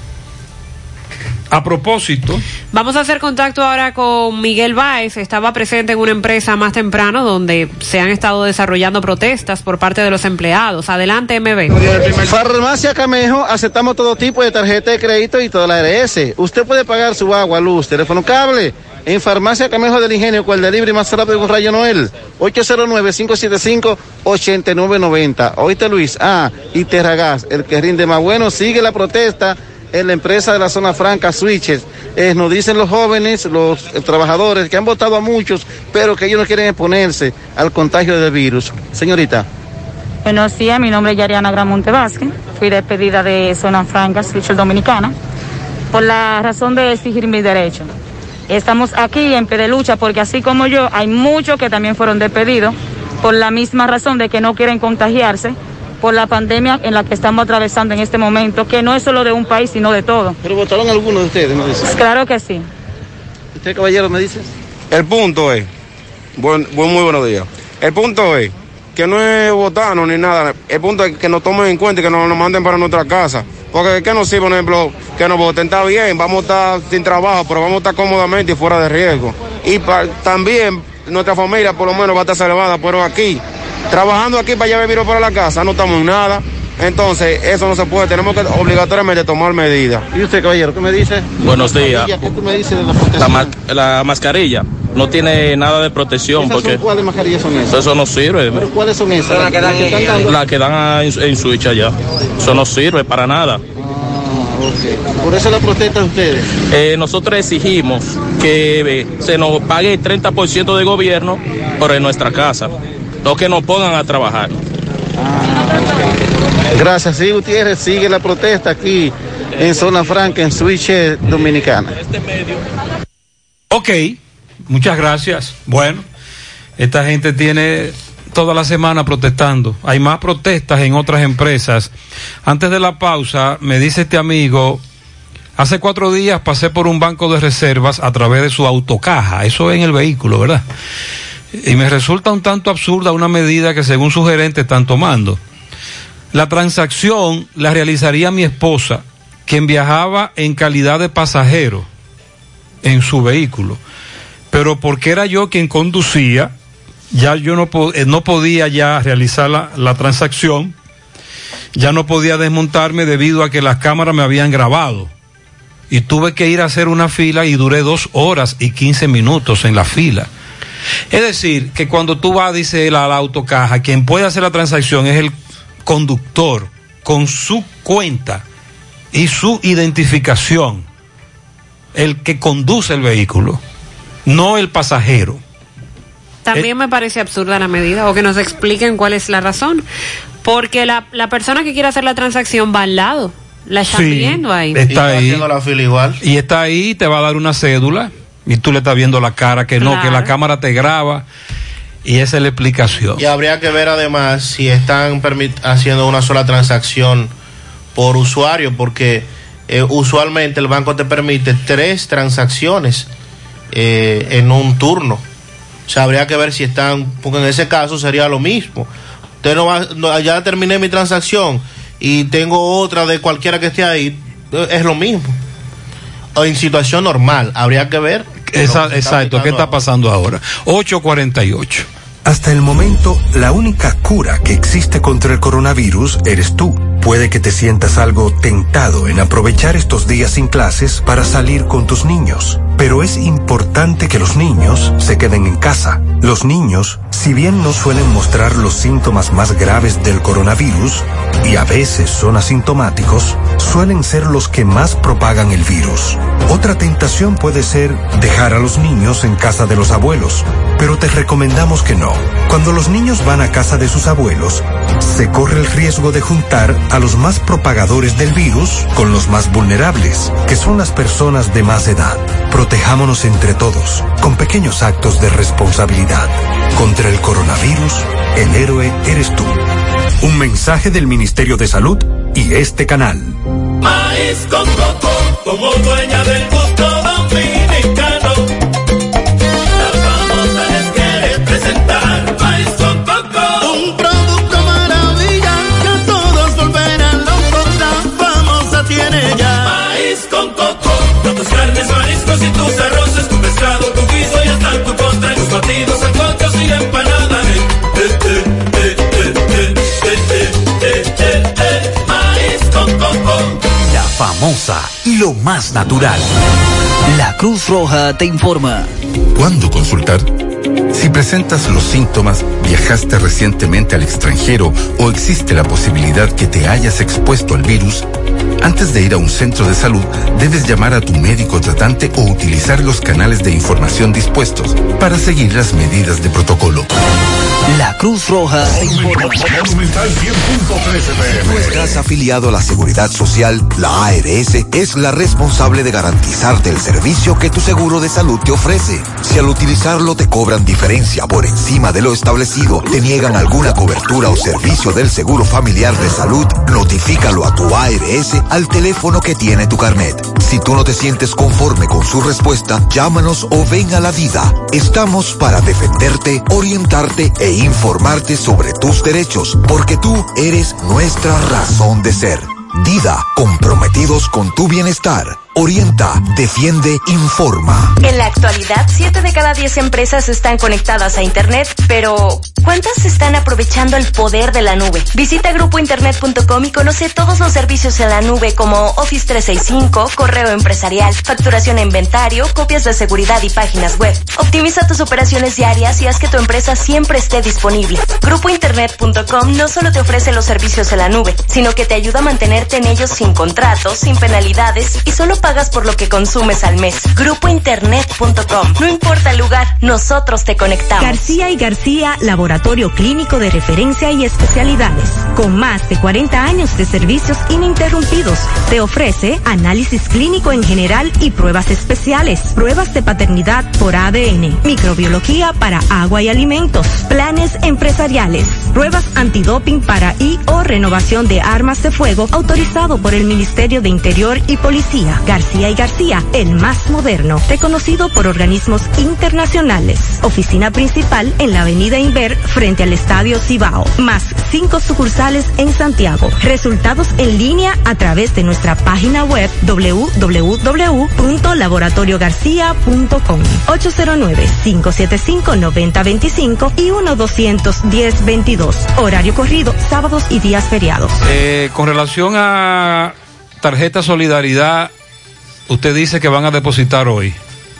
Speaker 8: A propósito,
Speaker 19: vamos a hacer contacto ahora con Miguel Báez. Estaba presente en una empresa más temprano donde se han estado desarrollando protestas por parte de los empleados. Adelante, M B.
Speaker 11: Farmacia Camejo, aceptamos todo tipo de tarjeta de crédito y toda la R S. Usted puede pagar su agua, luz, teléfono, cable en Farmacia Camejo del Ingenio, con el delivery más rápido con Rayo Noel. ocho cero nueve, cinco siete cinco, ocho nueve nueve cero. Oíste, Luis. Ah, y Terragas, el que rinde más bueno. Sigue la protesta en la empresa de la zona franca, Switches. Eh, nos dicen los jóvenes, los eh, trabajadores, que han votado a muchos, pero que ellos no quieren exponerse al contagio del virus. Señorita.
Speaker 15: Buenos días, mi nombre es Yariana Gramonte Vázquez. Fui despedida de zona franca, Switches Dominicana, por la razón de exigir mis derechos. Estamos aquí en pie de lucha porque así como yo, hay muchos que también fueron despedidos por la misma razón de que no quieren contagiarse por la pandemia en la que estamos atravesando en este momento, que no es solo de un país, sino de todo.
Speaker 11: ¿Pero votaron algunos de ustedes, me dice?
Speaker 15: Claro que sí.
Speaker 11: ¿Usted, caballero, me dice?
Speaker 6: El punto es, buen, buen, muy buenos días, el punto es que no es votarnos ni nada, el punto es que nos tomen en cuenta y que nos, nos manden para nuestra casa, porque ¿qué nos sirve, por ejemplo, que nos voten? Está bien, vamos a estar sin trabajo, pero vamos a estar cómodamente y fuera de riesgo. Y pa, también nuestra familia por lo menos va a estar salvada, pero aquí, trabajando aquí para llevar el virus para la casa, no estamos en nada. Entonces, eso no se puede. Tenemos que obligatoriamente tomar medidas.
Speaker 11: ¿Y usted, caballero, qué me dice?
Speaker 16: Buenos días.
Speaker 11: ¿Qué tú me dices de la protección?
Speaker 16: La, ma la mascarilla no tiene nada de protección.
Speaker 11: ¿Esas
Speaker 16: porque
Speaker 11: son, ¿cuáles mascarillas son esas?
Speaker 16: Eso no sirve.
Speaker 11: ¿Pero cuáles son esas?
Speaker 16: La que dan,
Speaker 11: que están dando?
Speaker 16: la que dan en, en Switch allá. Eso no sirve para nada.
Speaker 11: Ah, okay. Por eso la protesta de ustedes.
Speaker 16: Eh, nosotros exigimos que eh, se nos pague el treinta por ciento de gobierno por en nuestra casa. No que nos pongan a trabajar.
Speaker 11: Ah, okay. Gracias, sí, Gutiérrez. Sigue la protesta aquí en Zona Franca, en Switches Dominicana.
Speaker 8: Ok, muchas gracias. Bueno, esta gente tiene toda la semana protestando. Hay más protestas en otras empresas. Antes de la pausa, me dice este amigo, hace cuatro días pasé por un banco de reservas a través de su autocaja. Eso en el vehículo, ¿verdad? Y me resulta un tanto absurda una medida que según su gerente están tomando. La transacción la realizaría mi esposa, quien viajaba en calidad de pasajero en su vehículo. Pero porque era yo quien conducía, ya yo no, no podía ya realizar la, la transacción, ya no podía desmontarme debido a que las cámaras me habían grabado. Y tuve que ir a hacer una fila y duré dos horas y quince minutos en la fila. Es decir, que cuando tú vas, dice la, la autocaja, quien puede hacer la transacción es el conductor con su cuenta y su identificación, el que conduce el vehículo, no el pasajero.
Speaker 19: También eh, me parece absurda la medida, o que nos expliquen cuál es la razón, porque la, la persona que quiere hacer la transacción va al lado, la están
Speaker 8: sí,
Speaker 19: viendo ahí.
Speaker 8: Está ahí,
Speaker 9: haciendo la fila igual.
Speaker 8: Y está ahí, te va a dar una cédula y tú le estás viendo la cara, que no, claro, que la cámara te graba. Y esa es la explicación.
Speaker 9: Y habría que ver además si están haciendo una sola transacción por usuario, porque eh, usualmente el banco te permite tres transacciones eh, en un turno. O sea, habría que ver si están, porque en ese caso sería lo mismo. Usted no va, no, ya terminé mi transacción y tengo otra de cualquiera que esté ahí, es lo mismo. O en situación normal, habría que ver.
Speaker 8: Esa, exacto, ¿qué está pasando ahora? ocho cuarenta y ocho.
Speaker 25: Hasta el momento, la única cura que existe contra el coronavirus eres tú. Puede que te sientas algo tentado en aprovechar estos días sin clases para salir con tus niños. Pero es importante que los niños se queden en casa. Los niños, si bien no suelen mostrar los síntomas más graves del coronavirus, y a veces son asintomáticos, suelen ser los que más propagan el virus. Otra tentación puede ser dejar a los niños en casa de los abuelos, pero te recomendamos que no. Cuando los niños van a casa de sus abuelos, se corre el riesgo de juntar a los más propagadores del virus con los más vulnerables, que son las personas de más edad. Protejámonos entre todos, con pequeños actos de responsabilidad. Contra el coronavirus, el héroe eres tú. Un mensaje del Ministerio de Salud y este canal.
Speaker 26: Maíz con coco, como dueña del gusto dominicano. La famosa les quiere presentar Maíz con coco.
Speaker 17: Un producto maravilla que a todos volverá
Speaker 12: casa y lo más natural. La Cruz Roja te informa.
Speaker 25: ¿Cuándo consultar? Si presentas los síntomas, viajaste recientemente al extranjero o existe la posibilidad que te hayas expuesto al virus, antes de ir a un centro de salud, debes llamar a tu médico tratante o utilizar los canales de información dispuestos para seguir las medidas de protocolo.
Speaker 12: La Cruz Roja te informa.
Speaker 13: Si tú estás afiliado a la Seguridad Social, la A R S es la responsable de garantizarte el servicio que tu seguro de salud te ofrece. Si al utilizarlo te cobran diferencia por encima de lo establecido, te niegan alguna cobertura o servicio del Seguro Familiar de Salud, notifícalo a tu A R S al teléfono que tiene tu carnet. Si tú no te sientes conforme con su respuesta, llámanos o ven a la vida. Estamos para defenderte, orientarte e informarte sobre tus derechos, porque tú eres nuestra razón de ser. Dida, comprometidos con tu bienestar. Orienta, defiende, informa.
Speaker 17: En la actualidad, siete de cada diez empresas están conectadas a Internet, pero ¿cuántas están aprovechando el poder de la nube? Visita grupo internet punto com y conoce todos los servicios en la nube como Office trescientos sesenta y cinco, correo empresarial, facturación e inventario, copias de seguridad y páginas web. Optimiza tus operaciones diarias y haz que tu empresa siempre esté disponible. grupo internet punto com no solo te ofrece los servicios en la nube, sino que te ayuda a mantenerte en ellos sin contratos, sin penalidades y solo pagas por lo que consumes al mes. grupo internet punto com. No importa el lugar, nosotros te conectamos.
Speaker 18: García y García, laboratorio clínico de referencia y especialidades. Con más de cuarenta años de servicios ininterrumpidos, te ofrece análisis clínico en general y pruebas especiales, pruebas de paternidad por A D N, microbiología para agua y alimentos, planes empresariales, pruebas antidoping para y o renovación de armas de fuego autorizado por el Ministerio de Interior y Policía. García y García, el más moderno, reconocido por organismos internacionales. Oficina principal en la avenida Inver, frente al Estadio Cibao. Más cinco sucursales en Santiago. Resultados en línea a través de nuestra página web doble u doble u doble u punto laboratorio garcía punto com. ocho cero nueve, cinco siete cinco, nueve cero dos cinco y uno doscientos diez veintidós. Horario corrido, sábados y días feriados.
Speaker 8: Eh, con relación a tarjeta Solidaridad, usted dice que van a depositar hoy.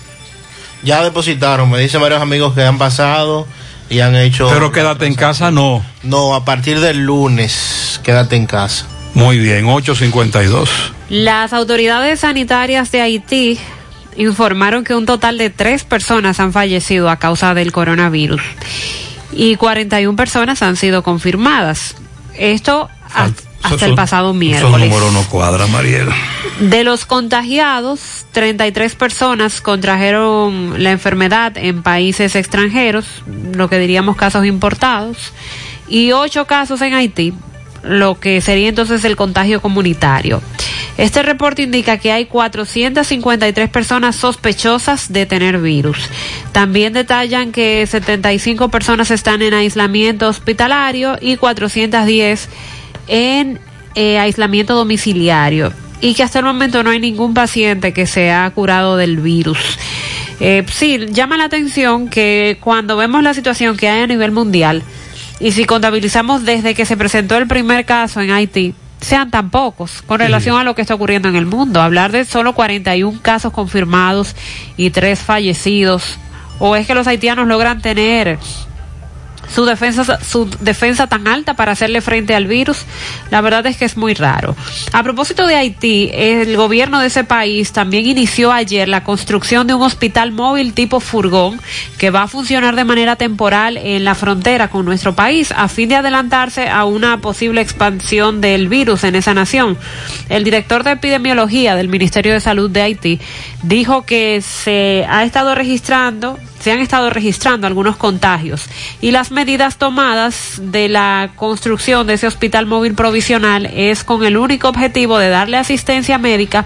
Speaker 9: Ya depositaron, me dicen varios amigos que han pasado y han hecho...
Speaker 8: Pero quédate en casa, no.
Speaker 9: No, a partir del lunes, quédate en casa.
Speaker 8: Muy bien, ocho cincuenta y dos.
Speaker 19: Las autoridades sanitarias de Haití informaron que un total de tres personas han fallecido a causa del coronavirus y cuarenta y una personas han sido confirmadas. Esto hasta, hasta el pasado miércoles.
Speaker 8: Esos números no cuadran, Mariel.
Speaker 19: De los contagiados, treinta y tres personas contrajeron la enfermedad en países extranjeros, lo que diríamos casos importados, y ocho casos en Haití, lo que sería entonces el contagio comunitario. Este reporte indica que hay cuatrocientas cincuenta y tres personas sospechosas de tener virus. También detallan que setenta y cinco personas están en aislamiento hospitalario y cuatrocientas diez en eh, aislamiento domiciliario, y que hasta el momento no hay ningún paciente que se ha curado del virus. Eh, sí, llama la atención que cuando vemos la situación que hay a nivel mundial, y si contabilizamos desde que se presentó el primer caso en Haití, sean tan pocos con relación sí. a lo que está ocurriendo en el mundo. Hablar de solo cuarenta y un casos confirmados y tres fallecidos, o es que los haitianos logran tener su defensa su defensa tan alta para hacerle frente al virus. La verdad es que es muy raro. A propósito de Haití, el gobierno de ese país también inició ayer la construcción de un hospital móvil tipo furgón que va a funcionar de manera temporal en la frontera con nuestro país a fin de adelantarse a una posible expansión del virus en esa nación. El director de epidemiología del Ministerio de Salud de Haití dijo que se ha estado registrando se han estado registrando algunos contagios y las medidas tomadas de la construcción de ese hospital móvil provisional es con el único objetivo de darle asistencia médica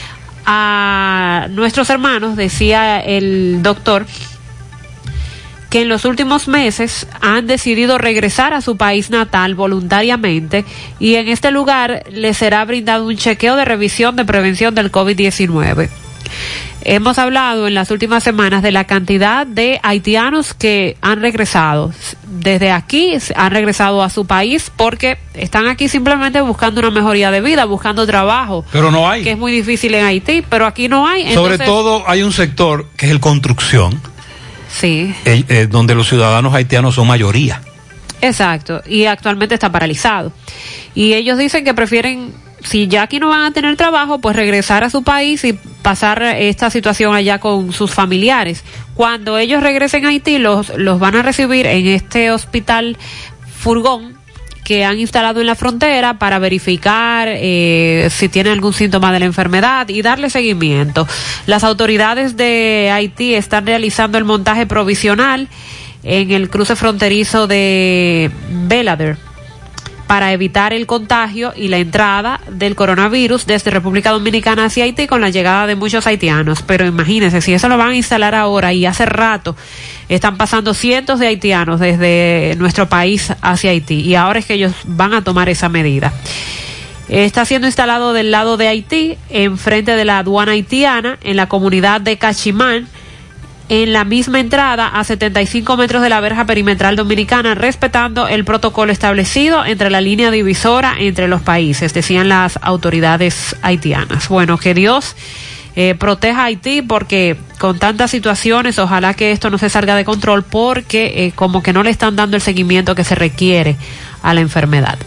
Speaker 19: a nuestros hermanos, decía el doctor, que en los últimos meses han decidido regresar a su país natal voluntariamente, y en este lugar les será brindado un chequeo de revisión de prevención del COVID diecinueve. Hemos hablado en las últimas semanas de la cantidad de haitianos que han regresado. Desde aquí han regresado a su país porque están aquí simplemente buscando una mejoría de vida, buscando trabajo.
Speaker 8: Pero no hay.
Speaker 19: Que es muy difícil en Haití, pero aquí no hay.
Speaker 8: Sobre
Speaker 19: Entonces,
Speaker 8: todo hay un sector que es el construcción.
Speaker 19: Sí.
Speaker 8: Eh, eh, donde los ciudadanos haitianos son mayoría.
Speaker 19: Exacto. Y actualmente está paralizado. Y ellos dicen que prefieren, si ya aquí no van a tener trabajo, pues regresar a su país y pasar esta situación allá con sus familiares. Cuando ellos regresen a Haití, los, los van a recibir en este hospital furgón que han instalado en la frontera para verificar eh, si tienen algún síntoma de la enfermedad y darle seguimiento. Las autoridades de Haití están realizando el montaje provisional en el cruce fronterizo de Belader para evitar el contagio y la entrada del coronavirus desde República Dominicana hacia Haití con la llegada de muchos haitianos. Pero imagínense, si eso lo van a instalar ahora y hace rato están pasando cientos de haitianos desde nuestro país hacia Haití y ahora es que ellos van a tomar esa medida. Está siendo instalado del lado de Haití, enfrente de la aduana haitiana, en la comunidad de Cachimán, en la misma entrada a setenta y cinco metros de la verja perimetral dominicana, respetando el protocolo establecido entre la línea divisora entre los países, decían las autoridades haitianas. Bueno, que Dios eh, proteja a Haití, porque con tantas situaciones, ojalá que esto no se salga de control, porque eh, como que no le están dando el seguimiento que se requiere a la enfermedad.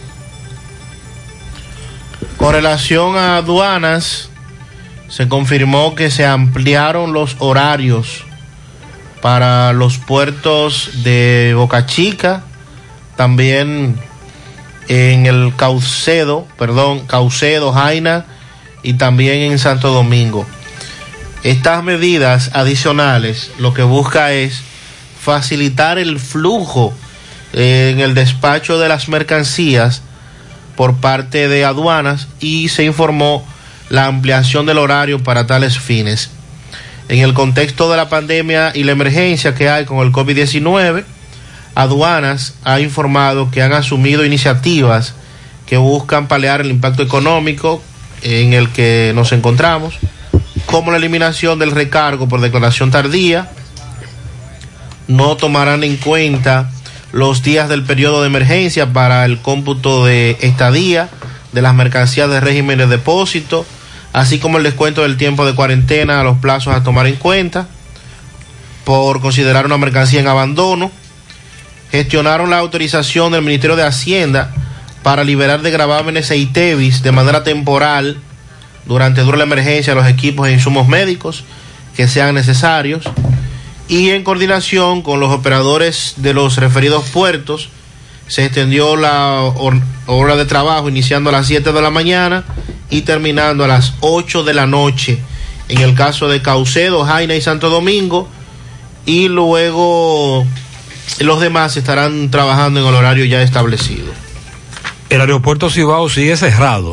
Speaker 9: Con relación a aduanas, se confirmó que se ampliaron los horarios para los puertos de Boca Chica, también en el Caucedo, perdón, Caucedo, Jaina y también en Santo Domingo. Estas medidas adicionales lo que busca es facilitar el flujo eh, en el despacho de las mercancías por parte de aduanas, y se informó la ampliación del horario para tales fines. En el contexto de la pandemia y la emergencia que hay con el COVID diecinueve, Aduanas ha informado que han asumido iniciativas que buscan paliar el impacto económico en el que nos encontramos, como la eliminación del recargo por declaración tardía. No tomarán en cuenta los días del periodo de emergencia para el cómputo de estadía de las mercancías de régimen de depósito, así como el descuento del tiempo de cuarentena a los plazos a tomar en cuenta por considerar una mercancía en abandono. Gestionaron la autorización del Ministerio de Hacienda para liberar de gravámenes e I T E V I S de manera temporal durante dura la emergencia los equipos e insumos médicos que sean necesarios, y en coordinación con los operadores de los referidos puertos se extendió la hora de trabajo iniciando a las siete de la mañana y terminando a las ocho de la noche en el caso de Caucedo, Jaina y Santo Domingo, y luego los demás estarán trabajando en el horario ya establecido.
Speaker 8: El aeropuerto Cibao sigue cerrado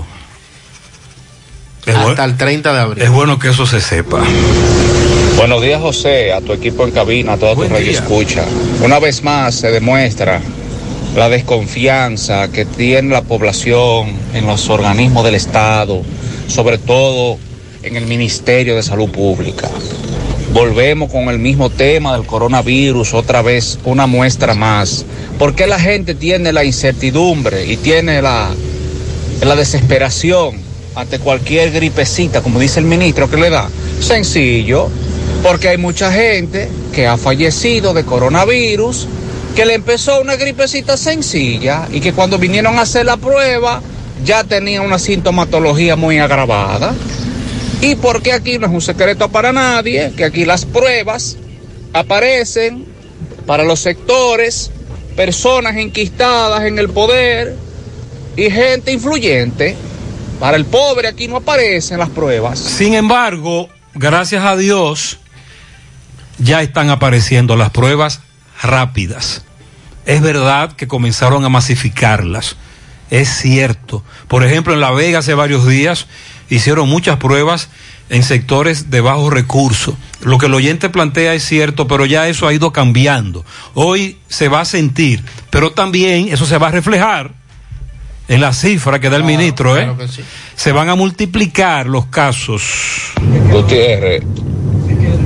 Speaker 8: es
Speaker 9: hasta
Speaker 8: bueno,
Speaker 9: el treinta de abril.
Speaker 8: Es bueno que eso se sepa.
Speaker 7: Buenos días, José, a tu equipo en cabina, a toda tu radio escucha. Una vez más se demuestra la desconfianza que tiene la población en los organismos del Estado, sobre todo en el Ministerio de Salud Pública. Volvemos con el mismo tema del coronavirus, otra vez una muestra más. ¿Por qué la gente tiene la incertidumbre y tiene la, la desesperación ante cualquier gripecita, como dice el ministro, que le da? Sencillo, porque hay mucha gente que ha fallecido de coronavirus, que le empezó una gripecita sencilla y que cuando vinieron a hacer la prueba ya tenía una sintomatología muy agravada. Y porque aquí no es un secreto para nadie, que aquí las pruebas aparecen para los sectores, personas enquistadas en el poder y gente influyente. Para el pobre aquí no aparecen las pruebas.
Speaker 8: Sin embargo, gracias a Dios, ya están apareciendo las pruebas rápidas. Es verdad que comenzaron a masificarlas, es cierto. Por ejemplo, en La Vega hace varios días hicieron muchas pruebas en sectores de bajos recursos. Lo que el oyente plantea es cierto, pero ya eso ha ido cambiando. Hoy se va a sentir, pero también eso se va a reflejar en la cifra que da el claro, ministro, ¿eh? Claro que sí. Se van a multiplicar los casos.
Speaker 7: Gutiérrez,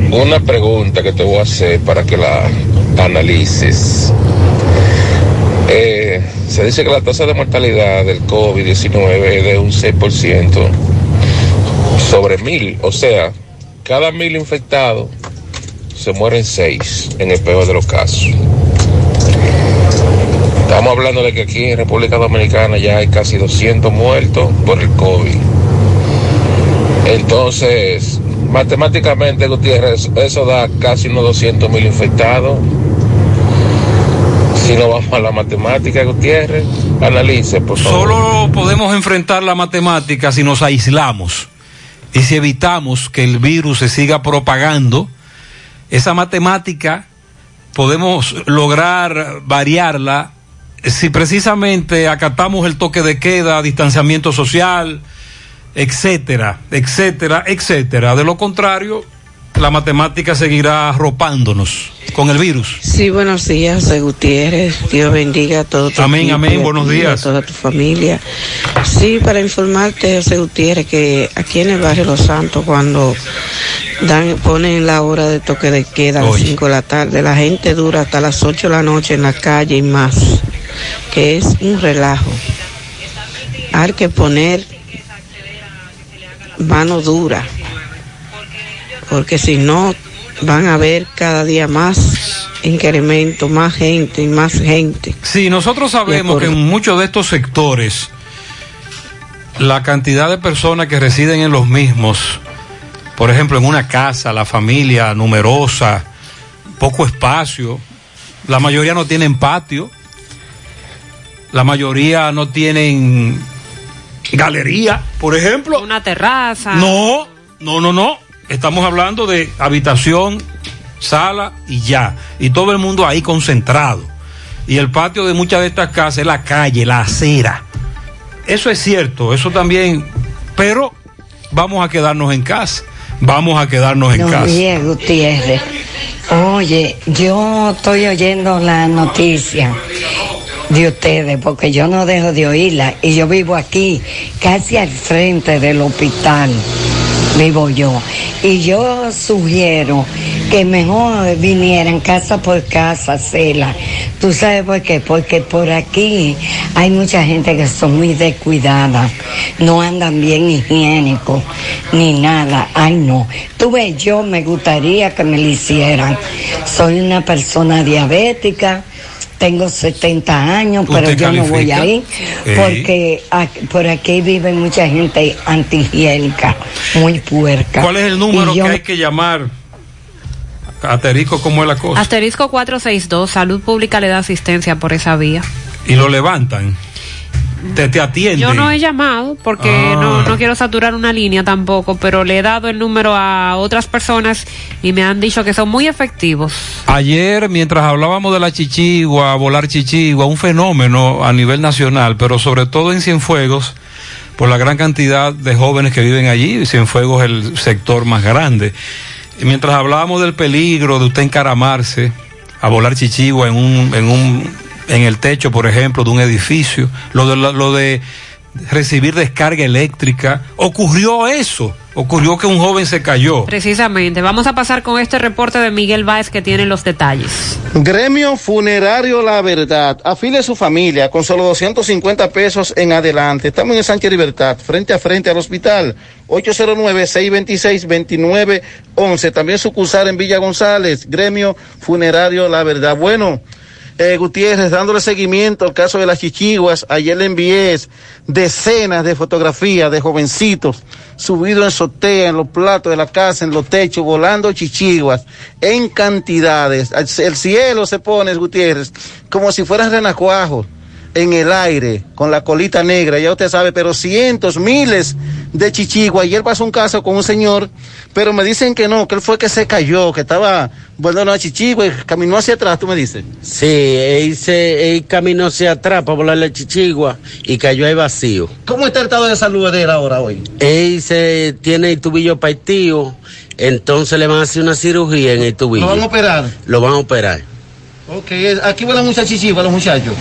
Speaker 1: una pregunta que te voy a hacer para que la analices. Eh, se dice que la tasa de mortalidad del COVID diecinueve es de un seis por ciento sobre mil, o sea, cada mil infectados se mueren seis en el peor de los casos. Estamos hablando de que aquí en República Dominicana ya hay casi doscientos muertos por el COVID. Entonces, matemáticamente, Gutiérrez, eso da casi unos doscientos mil infectados. Si no vamos a la matemática, Gutiérrez, analice, por favor.
Speaker 8: Solo podemos enfrentar la matemática si nos aislamos y si evitamos que el virus se siga propagando. Esa matemática podemos lograr variarla si precisamente acatamos el toque de queda, distanciamiento social, etcétera, etcétera, etcétera. De lo contrario, la matemática seguirá arropándonos con el virus.
Speaker 4: Sí, buenos días, José Gutiérrez. Dios bendiga a todo tu
Speaker 8: Amén,
Speaker 4: equipo,
Speaker 8: amén, buenos días.
Speaker 4: a toda tu familia. Sí, para informarte, José Gutiérrez, que aquí en el barrio Los Santos, cuando dan ponen la hora de toque de queda a las cinco de la tarde, la gente dura hasta las ocho de la noche en la calle y más, que es un relajo. Hay que poner mano dura, porque si no van a haber cada día más incremento, más gente y más gente.
Speaker 8: Sí, nosotros sabemos que en muchos de estos sectores la cantidad de personas que residen en los mismos, por ejemplo en una casa, la familia numerosa, poco espacio, la mayoría no tienen patio, la mayoría no tienen galería, por ejemplo.
Speaker 19: Una terraza.
Speaker 8: No, no, no, no. Estamos hablando de habitación, sala y ya. Y todo el mundo ahí concentrado. Y el patio de muchas de estas casas es la calle, la acera. Eso es cierto, eso también. Pero vamos a quedarnos en casa. Vamos a quedarnos en
Speaker 20: no,
Speaker 8: casa.
Speaker 20: Bien, Gutiérrez. Oye, yo estoy oyendo la noticia de ustedes, porque yo no dejo de oírla, y yo vivo aquí, casi al frente del hospital, vivo yo, y yo sugiero que mejor vinieran casa por casa, Cela. ¿Tú sabes por qué? Porque por aquí hay mucha gente que son muy descuidadas, no andan bien higiénicos, ni nada. Ay, no. Tú ves, yo me gustaría que me lo hicieran. Soy una persona diabética, tengo setenta años, pero yo no voy ahí, porque aquí, por aquí vive mucha gente antihigiénica, muy puerca.
Speaker 8: ¿Cuál es el número yo... que hay que llamar? Asterisco, ¿cómo es la cosa?
Speaker 19: Asterisco cuatrocientos sesenta y dos, Salud Pública le da asistencia por esa vía.
Speaker 8: ¿Y lo levantan? Te, te atienden.
Speaker 19: Yo no he llamado porque ah. no, no quiero saturar una línea tampoco, pero le he dado el número a otras personas y me han dicho que son muy efectivos.
Speaker 8: Ayer, mientras hablábamos de la chichigua, volar chichigua, un fenómeno a nivel nacional, pero sobre todo en Cienfuegos, por la gran cantidad de jóvenes que viven allí, Cienfuegos es el sector más grande. Y mientras hablábamos del peligro de usted encaramarse a volar chichigua en un, en un en el techo, por ejemplo, de un edificio, lo de, lo de recibir descarga eléctrica, ocurrió eso, ocurrió que un joven se cayó.
Speaker 19: Precisamente, vamos a pasar con este reporte de Miguel Báez que tiene los detalles.
Speaker 21: Gremio Funerario La Verdad, afile su familia con solo doscientos cincuenta pesos en adelante. Estamos en Sánchez Libertad, frente a frente al hospital, ocho cero nueve, seis dos seis, dos nueve uno uno. También sucursal en Villa González, Gremio Funerario La Verdad. Bueno, Eh, Gutiérrez, dándole seguimiento al caso de las chichiguas, ayer le envié decenas de fotografías de jovencitos subidos en azotea, en los platos de la casa, en los techos, volando chichiguas en cantidades. El cielo se pone, Gutiérrez, como si fueran renacuajos en el aire, con la colita negra, ya usted sabe, pero cientos, miles de chichiguas. Ayer pasó un caso con un señor, pero me dicen que no, que él fue que se cayó, que estaba volando una chichigua y caminó hacia atrás, tú me dices.
Speaker 22: Sí, él, se, él caminó hacia atrás para volar la chichigua y cayó ahí vacío.
Speaker 21: ¿Cómo está el estado de salud de él ahora, hoy?
Speaker 22: Él se tiene el tubillo partido, entonces le van a hacer una cirugía en el tubillo.
Speaker 21: ¿Lo van a operar?
Speaker 22: Lo van a operar.
Speaker 21: Ok, aquí vuelan muchas chichiguas los muchachos.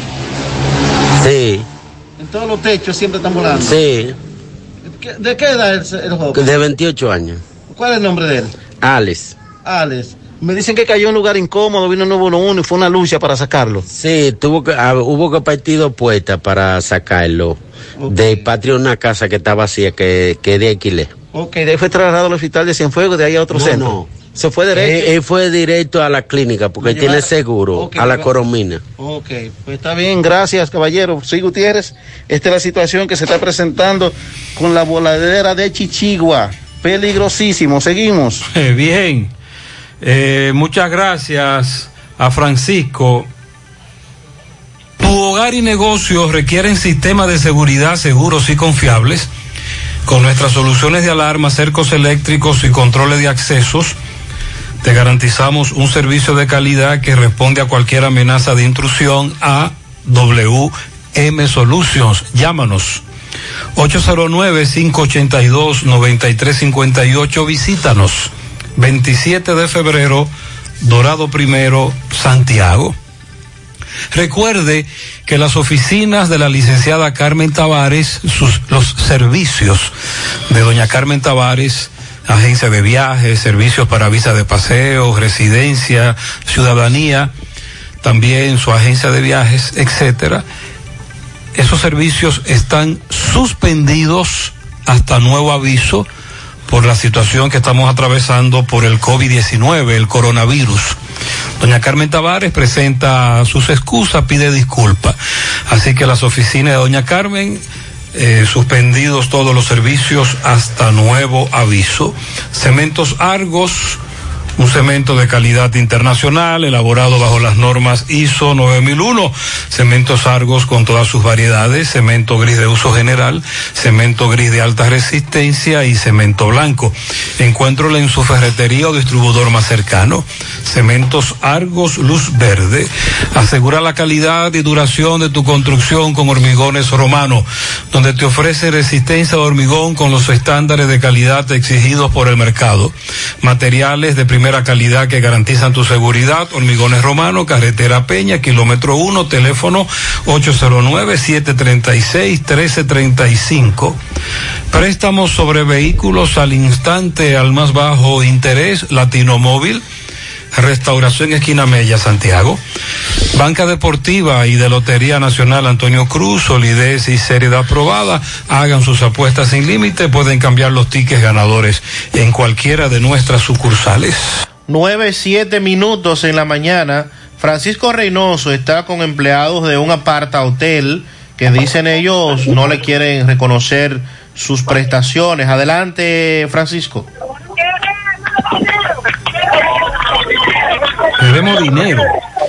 Speaker 22: Sí.
Speaker 21: En todos los techos siempre están volando.
Speaker 22: Sí.
Speaker 21: ¿De qué edad es el joven?
Speaker 22: De veintiocho años.
Speaker 21: ¿Cuál es el nombre de él?
Speaker 22: Alex.
Speaker 21: Alex, me dicen que cayó en un lugar incómodo, vino el nueve uno uno y fue una lucha para sacarlo.
Speaker 22: Sí, tuvo que, ah, hubo que partir dos puertas para sacarlo. Okay. De patio una casa que está vacía, que, que de alquiler.
Speaker 21: Ok, de ahí fue trasladado al hospital de Cienfuegos, de ahí a otro
Speaker 22: no,
Speaker 21: centro.
Speaker 22: No,
Speaker 21: se fue derecho.
Speaker 22: Él, él fue directo a la clínica porque él tiene seguro, okay, a la Coromina.
Speaker 21: Ok, pues está bien, gracias caballero. Sí, Gutiérrez, esta es la situación que se está presentando con la voladera de Chichigua. Peligrosísimo, seguimos.
Speaker 8: Eh, bien. Eh, muchas gracias a Francisco. Tu hogar y negocios requieren sistemas de seguridad seguros y confiables. Con nuestras soluciones de alarma, cercos eléctricos y controles de accesos, te garantizamos un servicio de calidad que responde a cualquier amenaza de intrusión. A W M Solutions. Llámanos. ocho cero nueve, cinco ocho dos, nueve tres cinco ocho. Visítanos. veintisiete de febrero, Dorado Primero, Santiago. Recuerde que las oficinas de la licenciada Carmen Tavares, sus, los servicios de doña Carmen Tavares, agencia de viajes, servicios para visa de paseo, residencia, ciudadanía, también su agencia de viajes, etcétera. Esos servicios están suspendidos hasta nuevo aviso por la situación que estamos atravesando por el COVID diecinueve, el coronavirus. Doña Carmen Tavares presenta sus excusas, pide disculpas. Así que las oficinas de doña Carmen, eh, suspendidos todos los servicios hasta nuevo aviso. Cementos Argos, un cemento de calidad internacional, elaborado bajo las normas I S O nueve mil uno. Cementos Argos con todas sus variedades, cemento gris de uso general, cemento gris de alta resistencia y cemento blanco. Encuéntralo en su ferretería o distribuidor más cercano. Cementos Argos Luz Verde. Asegura la calidad y duración de tu construcción con Hormigones Romano, donde te ofrece resistencia de hormigón con los estándares de calidad exigidos por el mercado. Materiales de primera calidad que garantizan tu seguridad. Hormigones Romano, carretera Peña, kilómetro uno, teléfono ocho cero nueve, siete tres seis, uno tres tres cinco. Préstamos sobre vehículos al instante, al más bajo interés. Latino Móvil. Restauración Esquina Mella, Santiago. Banca Deportiva y de Lotería Nacional Antonio Cruz, solidez y seriedad aprobada. Hagan sus apuestas sin límite, pueden cambiar los tickets ganadores en cualquiera de nuestras sucursales.
Speaker 9: Nueve, siete minutos en la mañana. Francisco Reynoso está con empleados de un aparta hotel que dicen ellos no le quieren reconocer sus prestaciones. Adelante, Francisco.
Speaker 8: Debemos dinero.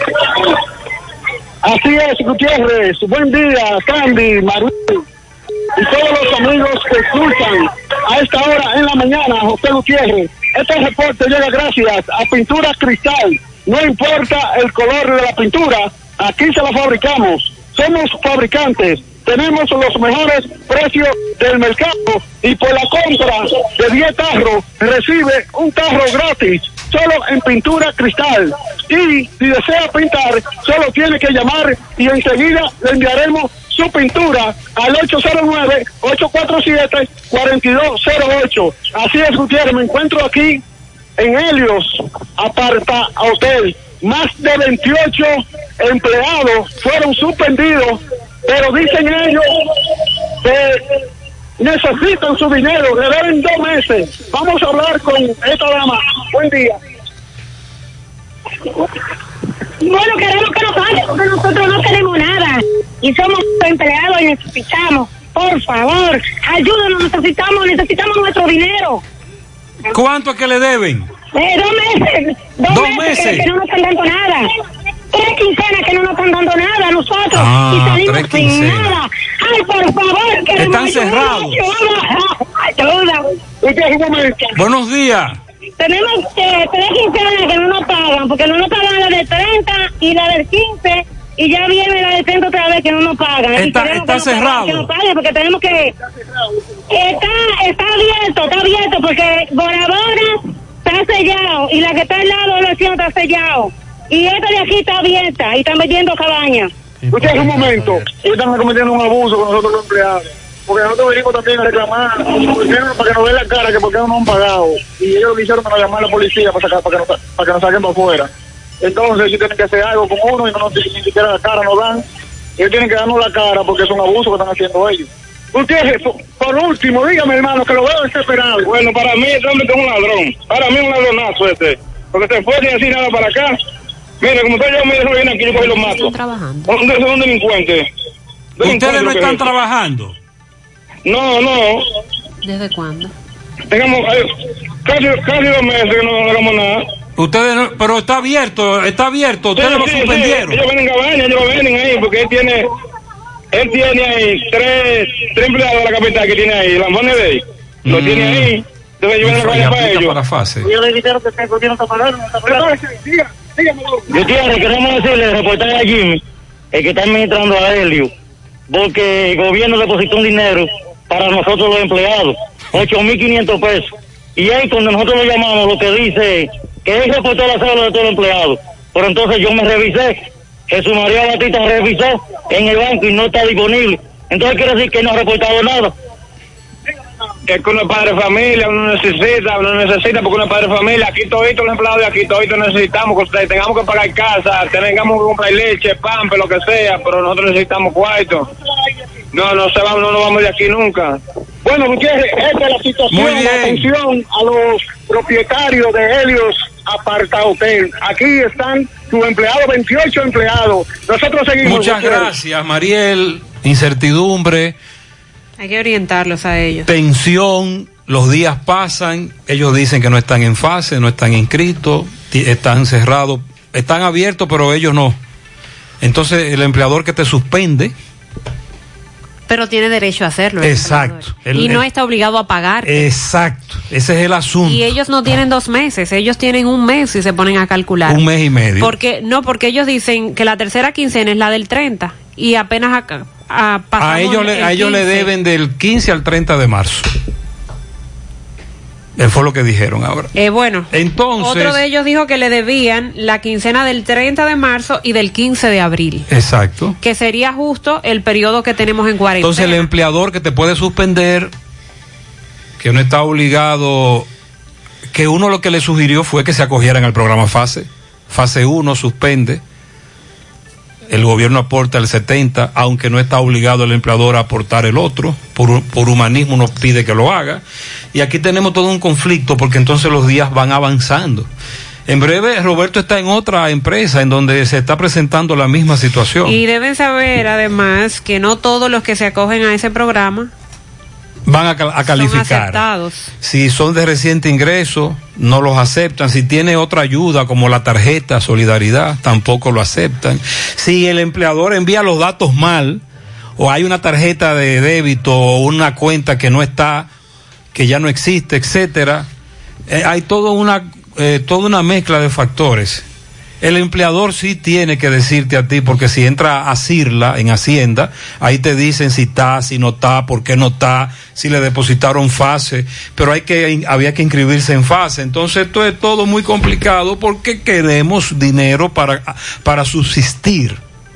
Speaker 11: Así es, Gutiérrez. Buen día, Candy, Maru y todos los amigos que escuchan a esta hora en la mañana, José Gutiérrez. Este reporte llega gracias a Pintura Cristal. No importa el color de la pintura, aquí se la fabricamos. Somos fabricantes. Tenemos los mejores precios del mercado y por la compra de diez tarros recibe un tarro gratis. Solo en Pintura Cristal. Y si desea pintar, solo tiene que llamar y enseguida le enviaremos su pintura al ocho cero nueve, ocho cuatro siete, cuatro dos cero ocho. Así es, Gutiérrez, me encuentro aquí en Helios Aparta Hotel. Más de veintiocho empleados fueron suspendidos, pero dicen ellos que necesitan su dinero, le deben dos meses. Vamos a hablar con esta dama. Buen día.
Speaker 2: Bueno, queremos que nos paguen porque nosotros no tenemos nada y somos empleados y necesitamos, por favor, ayúdenos, necesitamos, necesitamos nuestro dinero.
Speaker 8: ¿Cuánto es que le deben?
Speaker 2: Eh, dos meses, dos, dos meses, meses. Que, que no nos están dando nada. Tres quincenas que no nos están dando nada a nosotros ah, y salimos sin nada. Ay, por favor, que
Speaker 8: están cerrados. Buenos días.
Speaker 2: Tenemos eh, tres quincenas que no nos pagan, porque no nos pagan la de treinta y la del quince, y ya viene la del treinta otra vez que no nos pagan.
Speaker 8: Está, está
Speaker 2: que
Speaker 8: cerrado.
Speaker 2: Paguen, que nos paguen, porque tenemos que... Está, está abierto, está abierto, porque Bora Bora está sellado, y la que está al lado de la acción está sellado. Y esta de aquí está abierta, y están vendiendo cabañas.
Speaker 11: Ustedes un momento, están cometiendo un abuso con nosotros los empleados.
Speaker 3: porque nosotros venimos también a reclamar, para que nos den la cara, que por qué no nos han pagado. Y ellos lo que hicieron que nos llamaran a la policía para, sacar, para, que, nos, para que nos saquen para afuera. Entonces ellos tienen que hacer algo con uno y no nos, ni siquiera la cara nos dan. Ellos tienen que darnos la cara porque es un abuso que están haciendo ellos. Ustedes, por, por último, dígame, hermano, que lo veo desesperado.
Speaker 6: Bueno, para mí este hombre es un ladrón. Para mí es un ladronazo este. Porque se fue sin decir nada para acá. Mire, como estoy yo, mire, no viene aquí, yo cojo y los mato.
Speaker 19: ¿Están trabajando?
Speaker 6: ¿Dónde son un delincuente?
Speaker 8: ¿Ustedes no están trabajando?
Speaker 6: No, no.
Speaker 19: ¿Desde cuándo?
Speaker 6: Tengamos eh, casi, casi dos meses que no hagamos nada.
Speaker 8: Ustedes no, pero está abierto, está abierto, ustedes
Speaker 6: Sí,
Speaker 8: lo
Speaker 6: sí,
Speaker 8: suspendieron.
Speaker 6: Sí. Ellos vienen cabaña, ellos vienen ahí, porque él tiene, él tiene ahí tres, tres empleados de la capital que tiene ahí, Lambones de ahí, lo
Speaker 8: Mm.
Speaker 6: tiene ahí, entonces ellos vienen cabaña para ellos.
Speaker 8: Para fase.
Speaker 3: Yo le dijeron que el gobierno no está pagando, no está pagando. Dígame,
Speaker 5: Gutiérrez, queremos decirle, reportaje a Jimmy, el que está administrando a Helio, porque el gobierno depositó un dinero para nosotros los empleados, ocho mil quinientos pesos. Y ahí cuando nosotros lo llamamos, lo que dice que él reportó la cédula de todos los empleados. Pero entonces yo me revisé, Jesús María Batista revisó en el banco y no está disponible. Entonces quiere decir que no ha reportado nada.
Speaker 6: Es que uno es padre de familia, uno necesita, uno necesita porque uno es padre de familia. Aquí toditos los empleados de aquí, toditos necesitamos que tengamos que pagar casa, tengamos que comprar leche, pan, lo que sea, pero nosotros necesitamos cuarto. No, no se va, no nos vamos de aquí nunca.
Speaker 3: Bueno, Gutiérrez, esta es la situación,
Speaker 8: Muy bien.
Speaker 3: la atención a los propietarios de Helios Aparta Hotel. Aquí están sus empleados, veintiocho empleados. Nosotros seguimos.
Speaker 8: Muchas
Speaker 3: Gutiérrez.
Speaker 8: gracias, Mariel. Incertidumbre,
Speaker 19: Hay que orientarlos a ellos.
Speaker 8: tensión, los días pasan, ellos dicen que no están en fase, no están inscritos, ti- están cerrados, están abiertos, pero ellos no. Entonces el empleador que te suspende,
Speaker 19: Pero tiene derecho a hacerlo. el
Speaker 8: exacto,
Speaker 19: empleador.
Speaker 8: el-
Speaker 19: y no
Speaker 8: el-
Speaker 19: está obligado a pagar.
Speaker 8: exacto, ese es el asunto.
Speaker 19: Y ellos no tienen dos meses, ellos tienen un mes si se ponen a calcular.
Speaker 8: Un mes y medio.
Speaker 19: Porque no, porque ellos dicen que la tercera quincena es la del treinta y apenas acá. A, pasamos
Speaker 8: A ellos, le,
Speaker 19: el
Speaker 8: a ellos le
Speaker 19: quince.
Speaker 8: deben del quince al treinta de marzo. Eso fue lo que dijeron ahora.
Speaker 19: Eh, bueno,
Speaker 8: Entonces,
Speaker 19: otro de ellos dijo que le debían la quincena del treinta de marzo y del quince de abril,
Speaker 8: exacto.
Speaker 19: que sería justo el periodo que tenemos en cuarentena.
Speaker 8: Entonces el empleador que te puede suspender, que no está obligado, que uno lo que le sugirió fue que se acogieran al programa FASE. Fase uno suspende, el gobierno aporta el setenta, aunque no está obligado el empleador a aportar el otro, por, por humanismo nos pide que lo haga. Y aquí tenemos todo un conflicto porque entonces los días van avanzando. En breve Roberto está en otra empresa en donde se está presentando la misma situación.
Speaker 19: Y deben saber además que no todos los que se acogen a ese programa
Speaker 8: Van a, cal- a
Speaker 19: son
Speaker 8: calificar.
Speaker 19: aceptados.
Speaker 8: Si son de reciente ingreso, no los aceptan. Si tiene otra ayuda como la tarjeta Solidaridad, tampoco lo aceptan. Si el empleador envía los datos mal, o hay una tarjeta de débito o una cuenta que no está, que ya no existe, etcétera, eh, hay toda una, eh, toda una mezcla de factores. El empleador sí tiene que decirte a ti, porque si entra a CIRLA en Hacienda, ahí te dicen si está, si no está, por qué no está, si le depositaron fase, pero hay que, había que inscribirse en fase. Entonces esto es todo muy complicado porque queremos dinero para, para subsistir.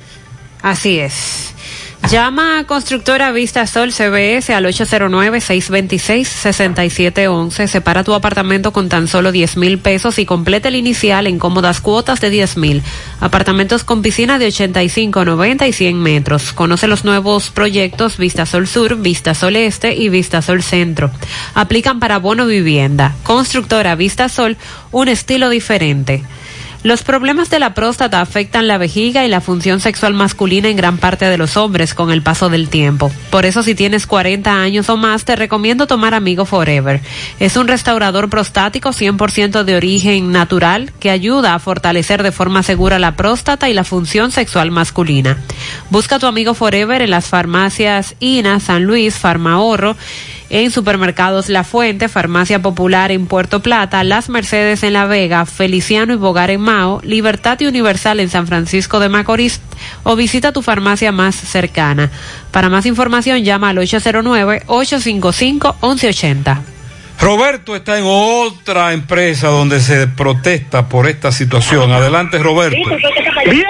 Speaker 19: Así es. Llama a Constructora Vista Sol C B S al ocho cero nueve, seis dos seis, seis siete uno uno. Separa tu apartamento con tan solo diez mil pesos y completa el inicial en cómodas cuotas de diez mil. Apartamentos con piscina de ochenta y cinco, noventa y cien metros. Conoce los nuevos proyectos Vista Sol Sur, Vista Sol Este y Vista Sol Centro. Aplican para bono vivienda. Constructora Vista Sol, un estilo diferente. Los problemas de la próstata afectan la vejiga y la función sexual masculina en gran parte de los hombres con el paso del tiempo. Por eso, si tienes cuarenta años o más, te recomiendo tomar Amigo Forever. Es un restaurador prostático cien por ciento de origen natural que ayuda a fortalecer de forma segura la próstata y la función sexual masculina. Busca tu Amigo Forever en las farmacias I N A, San Luis, Farmahorro, en supermercados La Fuente, Farmacia Popular en Puerto Plata, Las Mercedes en La Vega, Feliciano y Bogar en Mao, Libertad y Universal en San Francisco de Macorís, o visita tu farmacia más cercana. Para más información llama al ocho cero nueve, ocho cinco cinco, once ochenta.
Speaker 8: Roberto está en otra empresa donde se protesta por esta situación. Adelante, Roberto.
Speaker 3: Bien,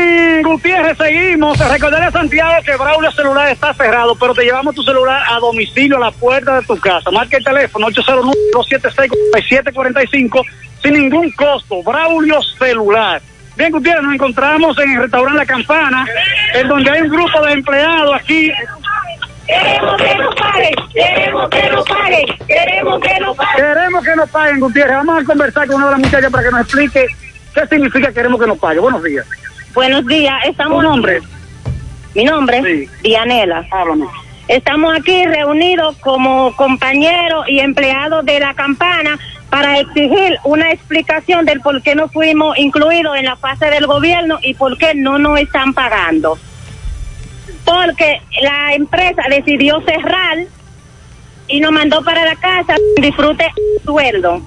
Speaker 11: Bien, Gutiérrez, seguimos. Recordarle a Santiago que Braulio Celular está cerrado, pero te llevamos tu celular a domicilio, a la puerta de tu casa. Marca el teléfono ocho cero nueve, dos siete seis, cuatro siete cuatro cinco sin ningún costo. Braulio Celular. Bien, Gutiérrez, nos encontramos en el restaurante La Campana, en donde hay un grupo de empleados aquí.
Speaker 2: Queremos que nos paguen, queremos que nos paguen, queremos que nos paguen.
Speaker 11: Queremos que nos paguen, Gutiérrez. Vamos a conversar con una de las muchachas para que nos explique qué significa queremos que nos paguen. Buenos días.
Speaker 2: Buenos días, estamos...
Speaker 11: ¿Tu nombre?
Speaker 2: Mi nombre,
Speaker 11: sí.
Speaker 2: Dianela.
Speaker 11: Háblame.
Speaker 2: Estamos aquí reunidos como compañeros y empleados de La Campana para exigir una explicación del por qué no fuimos incluidos en la fase del gobierno y por qué no nos están pagando. Porque la empresa decidió cerrar y nos mandó para la casa sin disfrute a sueldo.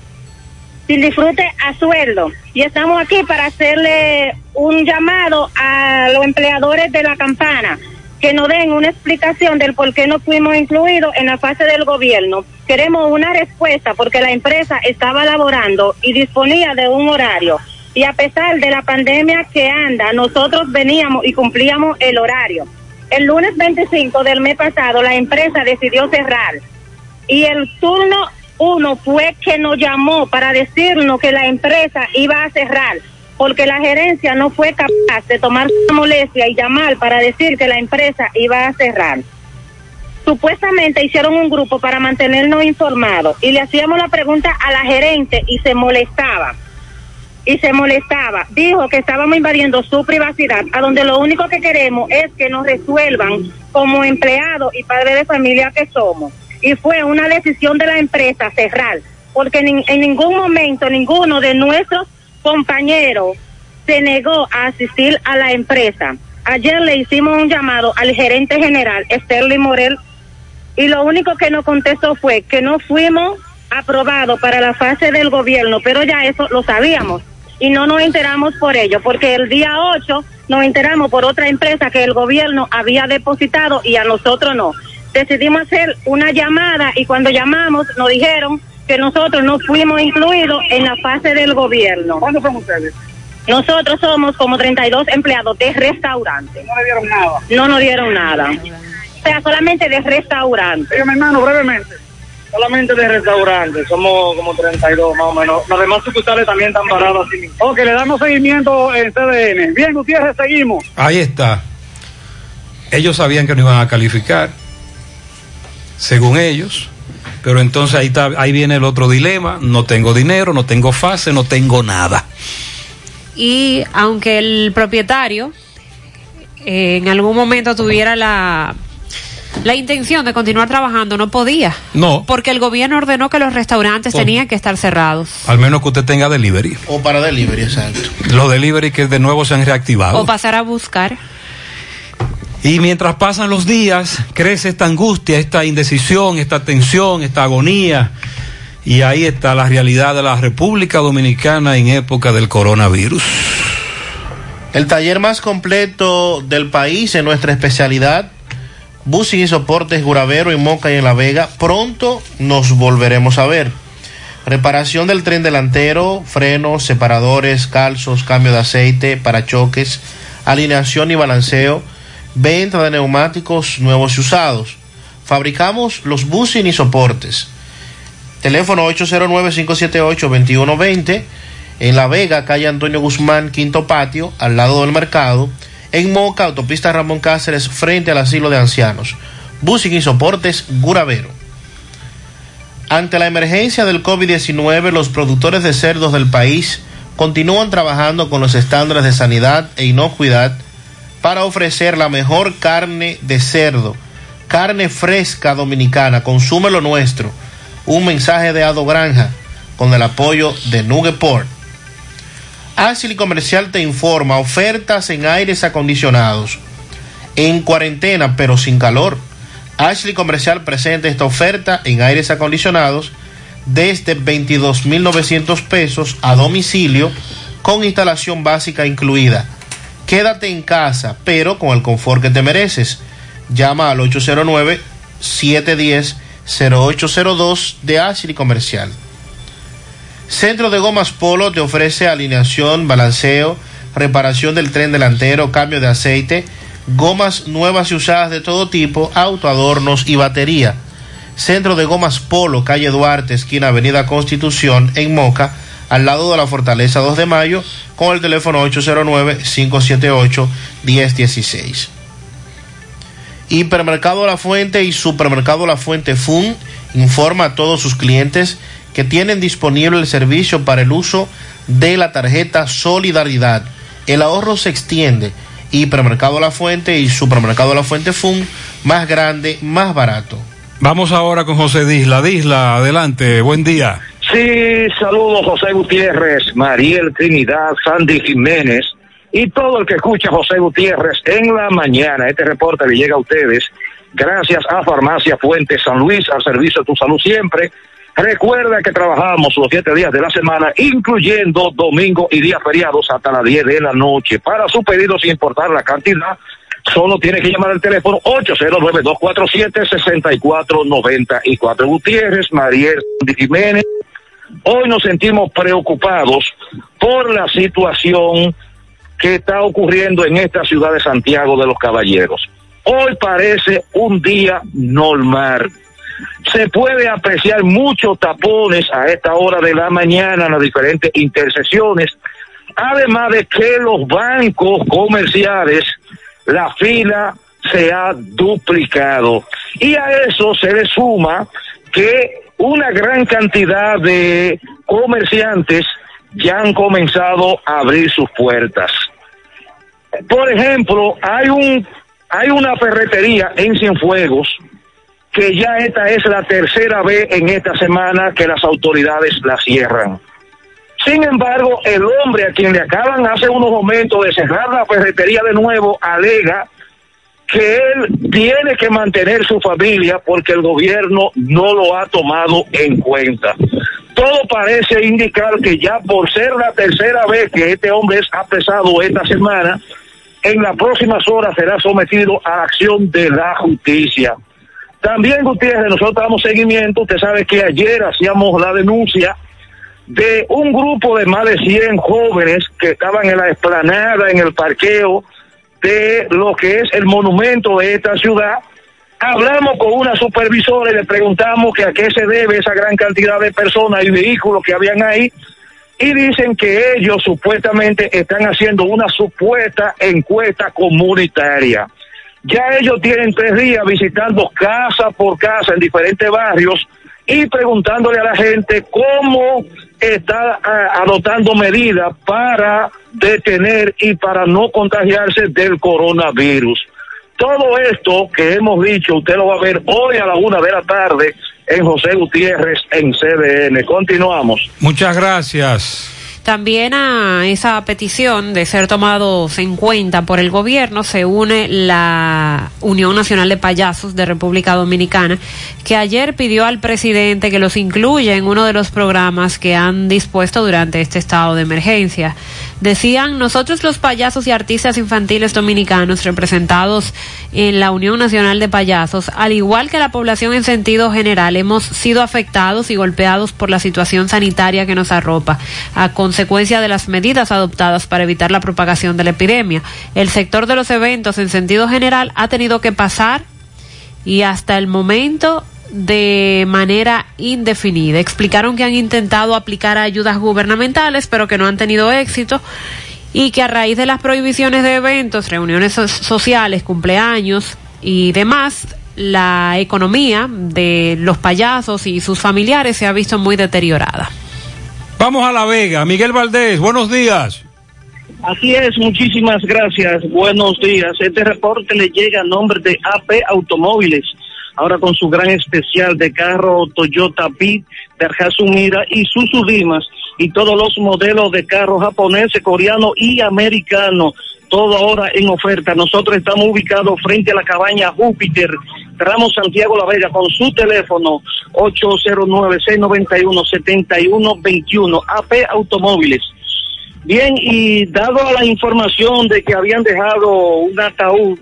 Speaker 2: Sin disfrute a sueldo. Y estamos aquí para hacerle un llamado a los empleadores de La Campana que nos den una explicación del por qué no fuimos incluidos en la fase del gobierno. Queremos una respuesta porque la empresa estaba laborando y disponía de un horario. Y a pesar de la pandemia que anda, nosotros veníamos y cumplíamos el horario. El lunes veinticinco del mes pasado la empresa decidió cerrar y el turno uno fue que nos llamó para decirnos que la empresa iba a cerrar porque la gerencia no fue capaz de tomar su molestia y llamar para decir que la empresa iba a cerrar. Supuestamente hicieron un grupo para mantenernos informados y le hacíamos la pregunta a la gerente y se molestaba. Y se molestaba. Dijo que estábamos invadiendo su privacidad, a donde lo único que queremos es que nos resuelvan como empleados y padres de familia que somos. Y fue una decisión de la empresa cerrar, porque en, en ningún momento ninguno de nuestros compañeros se negó a asistir a la empresa. Ayer le hicimos un llamado al gerente general, Sterling Morel, y lo único que nos contestó fue que no fuimos aprobados para la fase del gobierno, pero ya eso lo sabíamos y no nos enteramos por ello, porque el día ocho nos enteramos por otra empresa que el gobierno había depositado y a nosotros no. Decidimos hacer una llamada y cuando llamamos nos dijeron que nosotros no fuimos incluidos en la fase del gobierno.
Speaker 11: ¿Cuántos son ustedes?
Speaker 2: Nosotros somos como treinta y dos empleados de restaurante.
Speaker 11: No le dieron nada.
Speaker 2: No nos dieron nada. O sea, solamente de restaurante.
Speaker 11: Oye, mi hermano, brevemente. Solamente de restaurantes, somos como treinta y dos más o menos. Los demás sucursales también están parados así mismo. Ok, le damos seguimiento en C D N. Bien, Gutiérrez, seguimos.
Speaker 8: Ahí está. Ellos sabían que no iban a calificar, según ellos, pero entonces ahí, está, ahí viene el otro dilema. No tengo dinero, no tengo fase, no tengo nada.
Speaker 19: Y aunque el propietario eh, en algún momento tuviera la... la intención de continuar trabajando, no podía.
Speaker 8: No.
Speaker 19: Porque el gobierno ordenó que los restaurantes oh. tenían que estar cerrados.
Speaker 8: Al menos que usted tenga delivery.
Speaker 9: O para delivery, exacto.
Speaker 8: Los delivery que de nuevo se han reactivado.
Speaker 19: O pasar a buscar.
Speaker 8: Y mientras pasan los días, crece esta angustia, esta indecisión, esta tensión, esta agonía. Y ahí está la realidad de la República Dominicana en época del coronavirus.
Speaker 9: El taller más completo del país en nuestra especialidad, Busing y Soportes Guravero en Moca y en La Vega. Pronto nos volveremos a ver. Reparación del tren delantero, frenos, separadores, calzos, cambio de aceite, parachoques, alineación y balanceo, venta de neumáticos nuevos y usados. Fabricamos los Busing y Soportes. Teléfono ocho cero nueve, cinco siete ocho, dos uno dos cero. En La Vega, calle Antonio Guzmán, Quinto Patio, al lado del mercado. En Moca, autopista Ramón Cáceres, frente al asilo de ancianos. Busing y Soportes Guravero. Ante la emergencia del COVID diecinueve, los productores de cerdos del país continúan trabajando con los estándares de sanidad e inocuidad para ofrecer la mejor carne de cerdo, carne fresca dominicana. Consume lo nuestro. Un mensaje de Ado Granja con el apoyo de Nugeport. Ashley Comercial te informa, ofertas en aires acondicionados. En cuarentena pero sin calor. Ashley Comercial presenta esta oferta en aires acondicionados desde veintidós mil novecientos pesos a domicilio con instalación básica incluida. Quédate en casa pero con el confort que te mereces. Llama al ocho cero nueve, siete uno cero, cero ocho cero dos de Ashley Comercial. Centro de Gomas Polo te ofrece alineación, balanceo, reparación del tren delantero, cambio de aceite, gomas nuevas y usadas de todo tipo, autoadornos y batería. Centro de Gomas Polo, calle Duarte, esquina Avenida Constitución, en Moca, al lado de la Fortaleza dos de Mayo, con el teléfono ocho cero nueve, cinco siete ocho, uno cero uno seis. Hipermercado La Fuente y Supermercado La Fuente Fun informa a todos sus clientes que tienen disponible el servicio para el uso de la tarjeta Solidaridad. El ahorro se extiende. Hipermercado La Fuente y Supermercado La Fuente Fun, más grande, más barato.
Speaker 8: Vamos ahora con José Disla. Disla, adelante, buen día.
Speaker 10: Sí, saludos José Gutiérrez, Mariel Trinidad, Sandy Jiménez y todo el que escucha José Gutiérrez en la mañana. Este reporte le llega a ustedes gracias a Farmacia Fuente San Luis, al servicio de tu salud siempre. Recuerda que trabajamos los siete días de la semana, incluyendo domingo y días feriados hasta las diez de la noche. Para su pedido, sin importar la cantidad, solo tiene que llamar al teléfono ocho cero nueve, dos cuatro siete, seis cuatro nueve cuatro. Gutiérrez, Mariel Jiménez, hoy nos sentimos preocupados por la situación que está ocurriendo en esta ciudad de Santiago de los Caballeros. Hoy parece un día normal. Se puede apreciar muchos tapones a esta hora de la mañana en las diferentes intersecciones, además de que los bancos comerciales, la fila se ha duplicado. Y a eso se le suma que una gran cantidad de comerciantes ya han comenzado a abrir sus puertas. Por ejemplo, hay un hay una ferretería en Cienfuegos que ya esta es la tercera vez en esta semana que las autoridades la cierran. Sin embargo, el hombre a quien le acaban hace unos momentos de cerrar la ferretería de nuevo alega que él tiene que mantener su familia porque el gobierno no lo ha tomado en cuenta. Todo parece indicar que ya por ser la tercera vez que este hombre es apresado esta semana, en las próximas horas será sometido a la acción de la justicia. También, Gutiérrez, nosotros damos seguimiento. Usted sabe que ayer hacíamos la denuncia de un grupo de más de cien jóvenes que estaban en la explanada, en el parqueo de lo que es el monumento de esta ciudad. Hablamos con una supervisora y le preguntamos que a qué se debe esa gran cantidad de personas y vehículos que habían ahí, y dicen que ellos supuestamente están haciendo una supuesta encuesta comunitaria. Ya ellos tienen tres días visitando casa por casa en diferentes barrios y preguntándole a la gente cómo está uh, adoptando medidas para detener y para no contagiarse del coronavirus. Todo esto que hemos dicho, usted lo va a ver hoy a la una de la tarde en José Gutiérrez en C D N. Continuamos.
Speaker 8: Muchas gracias.
Speaker 19: También a esa petición de ser tomados en cuenta por el gobierno se une la Unión Nacional de Payasos de República Dominicana, que ayer pidió al presidente que los incluya en uno de los programas que han dispuesto durante este estado de emergencia. Decían: nosotros los payasos y artistas infantiles dominicanos representados en la Unión Nacional de Payasos, al igual que la población en sentido general, hemos sido afectados y golpeados por la situación sanitaria que nos arropa, a consecuencia de las medidas adoptadas para evitar la propagación de la epidemia. El sector de los eventos en sentido general ha tenido que pasar y hasta el momento de manera indefinida. Explicaron que han intentado aplicar ayudas gubernamentales pero que no han tenido éxito y que a raíz de las prohibiciones de eventos, reuniones so- sociales, cumpleaños y demás, la economía de los payasos y sus familiares se ha visto muy deteriorada.
Speaker 8: Vamos a La Vega. Miguel Valdés, buenos días.
Speaker 14: Así es, muchísimas gracias. Buenos días. Este reporte le llega a nombre de A P Automóviles, ahora con su gran especial de carro Toyota Beat, Daihatsu Mira y Isuzu Dimas, y todos los modelos de carro japonés, coreano y americano, todo ahora en oferta. Nosotros estamos ubicados frente a la cabaña Júpiter, tramo Santiago La Vega, con su teléfono ocho cero nueve, seis nueve uno, siete uno dos uno, A P Automóviles. Bien, y dado a la información de que habían dejado un ataúd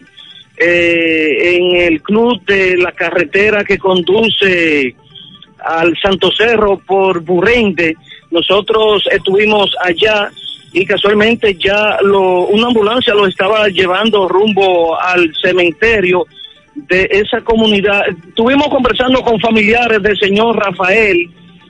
Speaker 14: eh, en el club de la carretera que conduce al Santo Cerro por Burrende, nosotros estuvimos allá y casualmente ya lo, una ambulancia lo estaba llevando rumbo al cementerio de esa comunidad. Estuvimos conversando con familiares del señor Rafael,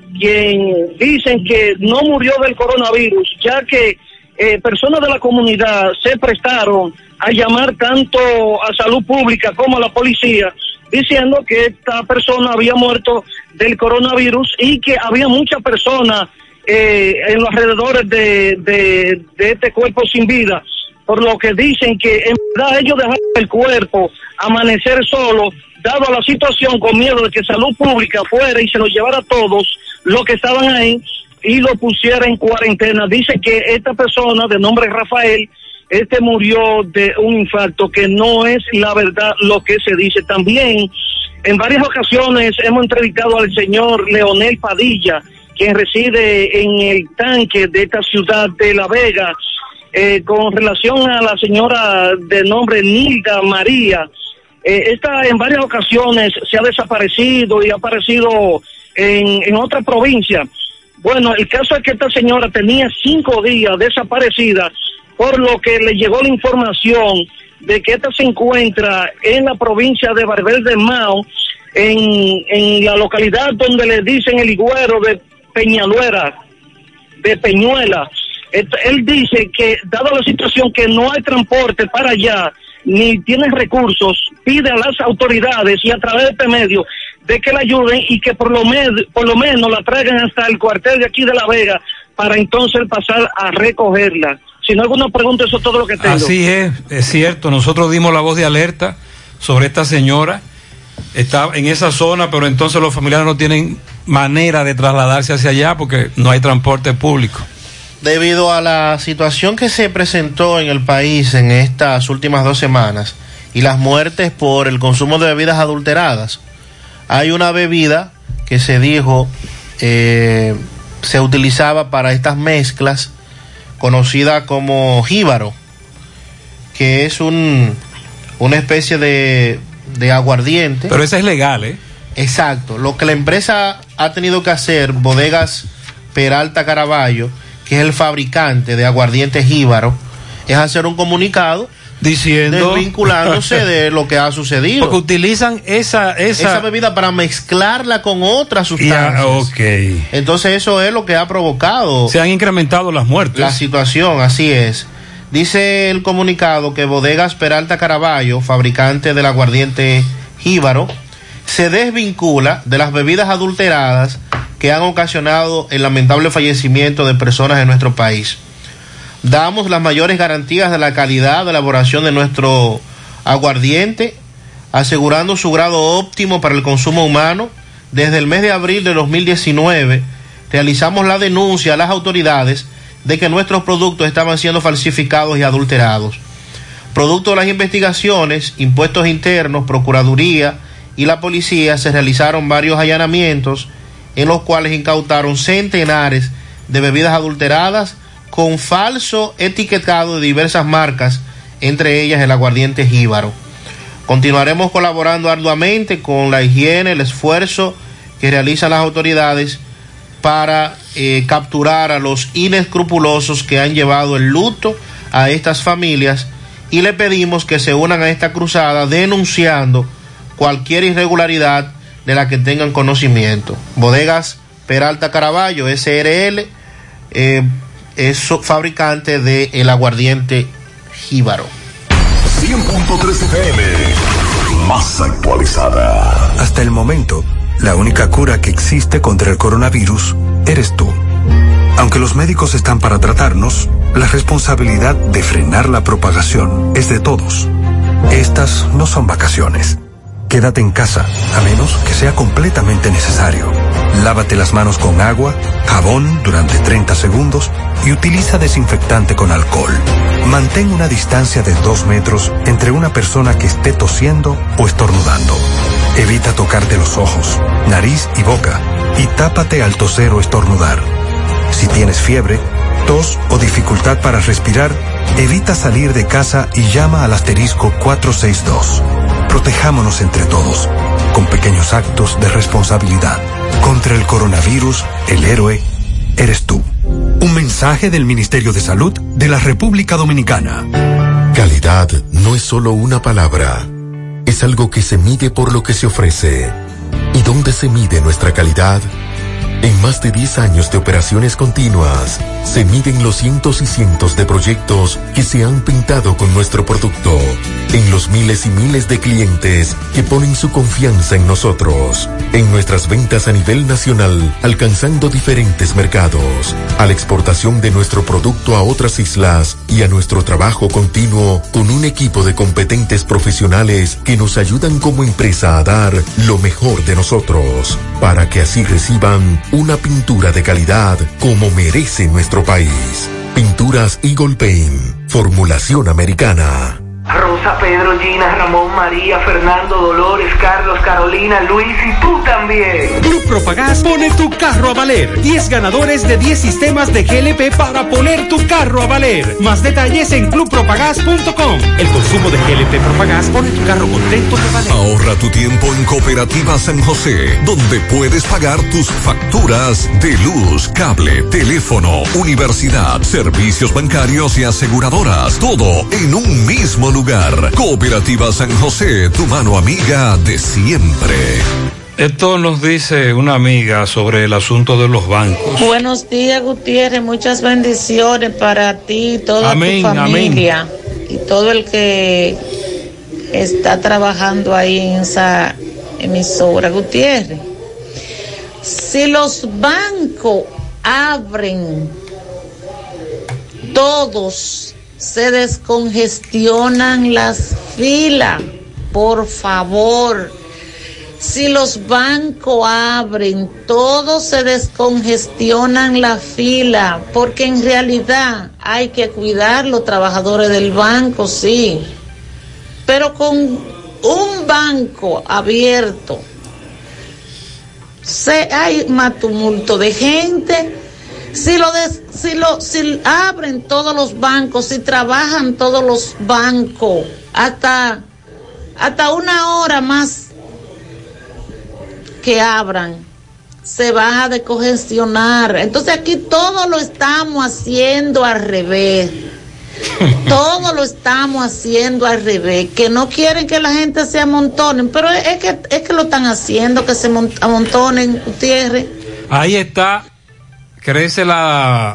Speaker 14: quien dicen que no murió del coronavirus, ya que eh, personas de la comunidad se prestaron a llamar tanto a salud pública como a la policía, diciendo que esta persona había muerto del coronavirus y que había muchas personas eh, en los alrededores de, de, de este cuerpo sin vida, por lo que dicen que en verdad ellos dejaron el cuerpo amanecer solo, dado a la situación, con miedo de que salud pública fuera y se lo llevara a todos los que estaban ahí y lo pusiera en cuarentena. Dice que esta persona de nombre Rafael, este murió de un infarto, que no es la verdad lo que se dice. También en varias ocasiones hemos entrevistado al señor Leonel Padilla, quien reside en el tanque de esta ciudad de La Vega, eh, con relación a la señora de nombre Nilda María. Eh, esta en varias ocasiones se ha desaparecido y ha aparecido en, en otra provincia. Bueno, el caso es que esta señora tenía cinco días desaparecida, por lo que le llegó la información de que esta se encuentra en la provincia de Barbel del Mao, en, en la localidad donde le dicen el higüero de Peñaluera, de Peñuela. Él dice que, dado la situación que no hay transporte para allá, ni tiene recursos, pide a las autoridades y a través de este medio de que la ayuden y que por lo, med- por lo menos la traigan hasta el cuartel de aquí de La Vega para entonces pasar a recogerla. Si no hay alguna pregunta, eso es todo lo que tengo.
Speaker 8: Así es, es cierto. Nosotros dimos la voz de alerta sobre esta señora. Está en esa zona, pero entonces los familiares no tienen manera de trasladarse hacia allá porque no hay transporte público.
Speaker 9: Debido a la situación que se presentó en el país en estas últimas dos semanas y las muertes por el consumo de bebidas adulteradas, hay una bebida que se dijo eh, se utilizaba para estas mezclas, conocida como jíbaro, que es un una especie de, de aguardiente.
Speaker 8: Pero esa es legal, ¿eh?
Speaker 9: Exacto. Lo que la empresa ha tenido que hacer, Bodegas Peralta Caraballo, que es el fabricante de aguardiente jíbaro, es hacer un comunicado
Speaker 8: diciendo,
Speaker 9: desvinculándose de lo que ha sucedido.
Speaker 8: Porque utilizan esa esa,
Speaker 9: esa bebida para mezclarla con otras sustancias.
Speaker 8: Yeah, okay.
Speaker 9: Entonces eso es lo que ha provocado.
Speaker 8: Se han incrementado las muertes.
Speaker 9: La situación, así es. Dice el comunicado que Bodegas Peralta Caraballo, fabricante del aguardiente jíbaro, se desvincula de las bebidas adulteradas que han ocasionado el lamentable fallecimiento de personas en nuestro país. Damos las mayores garantías de la calidad de elaboración de nuestro aguardiente, asegurando su grado óptimo para el consumo humano. Desde el mes de abril de dos mil diecinueve realizamos la denuncia a las autoridades de que nuestros productos estaban siendo falsificados y adulterados. Producto de las investigaciones, impuestos internos, procuraduría y la policía, se realizaron varios allanamientos en los cuales incautaron centenares de bebidas adulteradas con falso etiquetado de diversas marcas, entre ellas el aguardiente jíbaro. Continuaremos colaborando arduamente con la higiene, el esfuerzo que realizan las autoridades para eh, capturar a los inescrupulosos que han llevado el luto a estas familias, y le pedimos que se unan a esta cruzada denunciando cualquier irregularidad de la que tengan conocimiento. Bodegas Peralta Caraballo, S R L, eh, es fabricante de el aguardiente jíbaro.
Speaker 15: cien punto tres F M, más actualizada.
Speaker 16: Hasta el momento, la única cura que existe contra el coronavirus eres tú. Aunque los médicos están para tratarnos, la responsabilidad de frenar la propagación es de todos. Estas no son vacaciones. Quédate en casa, a menos que sea completamente necesario. Lávate las manos con agua, jabón durante treinta segundos y utiliza desinfectante con alcohol. Mantén una distancia de dos metros entre una persona que esté tosiendo o estornudando. Evita tocarte los ojos, nariz y boca y tápate al toser o estornudar. Si tienes fiebre, tos o dificultad para respirar, evita salir de casa y llama al asterisco cuatro seis dos. Protejámonos entre todos, con pequeños actos de responsabilidad. Contra el coronavirus, el héroe eres tú. Un mensaje del Ministerio de Salud de la República Dominicana.
Speaker 12: Calidad no es solo una palabra, es algo que se mide por lo que se ofrece. ¿Y dónde se mide nuestra calidad? En más de diez años de operaciones continuas, se miden los cientos y cientos de proyectos que se han pintado con nuestro producto, en los miles y miles de clientes que ponen su confianza en nosotros, en nuestras ventas a nivel nacional, alcanzando diferentes mercados, a la exportación de nuestro producto a otras islas y a nuestro trabajo continuo con un equipo de competentes profesionales que nos ayudan como empresa a dar lo mejor de nosotros, para que así reciban una pintura de calidad como merece nuestro país. Pinturas Eagle Paint, formulación americana.
Speaker 13: Rosa, Pedro, Gina, Ramón, María, Fernando, Dolores, Carlos, Carolina, Luis y tú también.
Speaker 23: Club Propagás pone tu carro a valer. diez ganadores de diez sistemas de G L P para poner tu carro a valer. Más detalles en club propagás punto com. El consumo de G L P Propagás pone tu carro contento de valer.
Speaker 15: Ahorra tu tiempo en Cooperativa San José, donde puedes pagar tus facturas de luz, cable, teléfono, universidad, servicios bancarios y aseguradoras. Todo en un mismo lugar. Lugar. Cooperativa San José, tu mano amiga de siempre.
Speaker 8: Esto nos dice una amiga sobre el asunto de los bancos.
Speaker 24: Buenos días, Gutiérrez, muchas bendiciones para ti, toda
Speaker 8: amén,
Speaker 24: tu familia
Speaker 8: amén.
Speaker 24: Y todo el que está trabajando ahí en esa emisora. Gutiérrez, si los bancos abren todos, se descongestionan las filas, por favor. Si los bancos abren, todos se descongestionan la fila, porque en realidad hay que cuidar los trabajadores del banco, sí. Pero con un banco abierto, se, hay más tumulto de gente. Si lo, des, si lo si abren todos los bancos, si trabajan todos los bancos, hasta, hasta una hora más que abran, se va a descongestionar. Entonces aquí todo lo estamos haciendo al revés. Todo lo estamos haciendo al revés, que no quieren que la gente se amontone, pero es, es que es que lo están haciendo, que se amontonen, Gutiérrez.
Speaker 8: Ahí está. Crece la,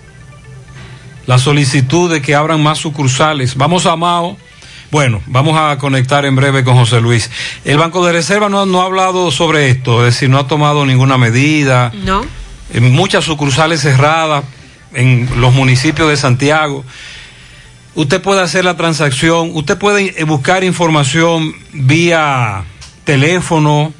Speaker 8: la solicitud de que abran más sucursales. Vamos a Mao. Bueno, vamos a conectar en breve con José Luis. El Banco de Reserva no, no ha hablado sobre esto, es decir, no ha tomado ninguna medida.
Speaker 19: No.
Speaker 8: En muchas sucursales cerradas en los municipios de Santiago. Usted puede hacer la transacción, usted puede buscar información vía teléfono.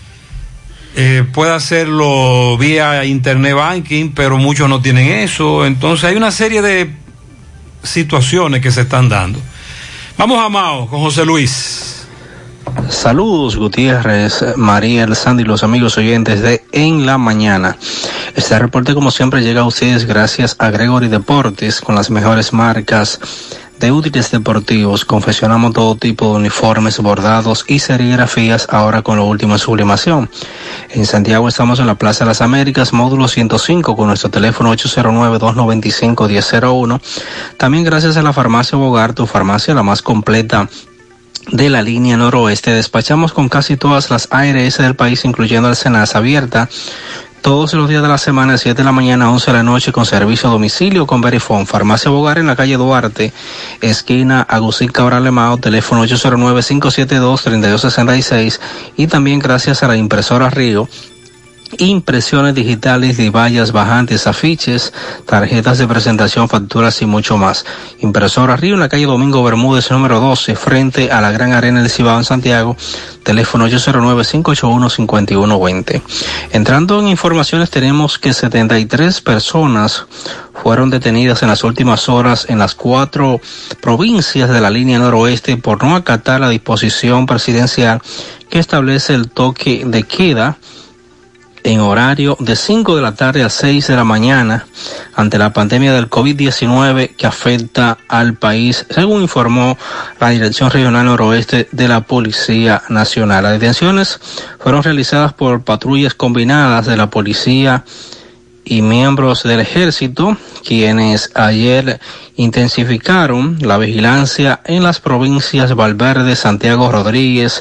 Speaker 8: Eh, puede hacerlo vía internet banking, pero muchos no tienen eso. Entonces hay una serie de situaciones que se están dando. Vamos a Mao con José Luis.
Speaker 25: Saludos, Gutiérrez, María, el Sandy y los amigos oyentes de En la Mañana. Este reporte, como siempre, llega a ustedes gracias a Gregory Deportes, con las mejores marcas de útiles deportivos. Confeccionamos todo tipo de uniformes, bordados y serigrafías, ahora con lo último en sublimación. En Santiago estamos en la Plaza de las Américas, módulo ciento cinco, con nuestro teléfono ocho cero nueve, dos nueve cinco, uno cero cero uno. También gracias a la Farmacia Bogar, tu farmacia la más completa de la línea noroeste. Despachamos con casi todas las A R S del país, incluyendo el Senasa, abierta todos los días de la semana, de siete de la mañana a once de la noche, con servicio a domicilio con Verifone. Farmacia Bogar en la calle Duarte, esquina Agustín Cabral Lemao, teléfono ocho cero nueve, cinco siete dos, tres dos seis seis. Y también gracias a la impresora Río, impresiones digitales de vallas, bajantes, afiches, tarjetas de presentación, facturas y mucho más. Impresora Río en la calle Domingo Bermúdez número doce, frente a la Gran Arena del Cibao en Santiago, teléfono ocho cero nueve, cinco ocho uno, cinco uno dos cero. Entrando en informaciones, tenemos que setenta y tres personas fueron detenidas en las últimas horas en las cuatro provincias de la línea noroeste por no acatar la disposición presidencial que establece el toque de queda en horario de cinco de la tarde a seis de la mañana ante la pandemia del COVID diecinueve que afecta al país, según informó la Dirección Regional Noroeste de la Policía Nacional. Las detenciones fueron realizadas por patrullas combinadas de la Policía y miembros del ejército, quienes ayer intensificaron la vigilancia en las provincias Valverde, Santiago Rodríguez,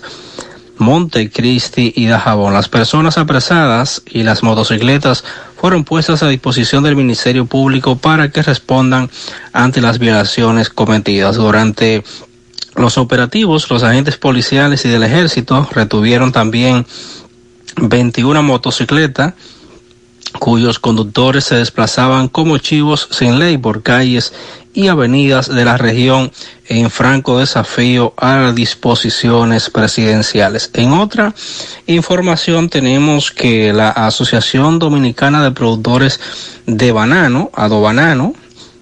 Speaker 25: Montecristi y Dajabón. Las personas apresadas y las motocicletas fueron puestas a disposición del Ministerio Público para que respondan ante las violaciones cometidas. Durante los operativos, los agentes policiales y del ejército retuvieron también veintiuna motocicletas cuyos conductores se desplazaban como chivos sin ley por calles y avenidas de la región en franco desafío a las disposiciones presidenciales. En otra información tenemos que la Asociación Dominicana de Productores de Banano, Adobanano,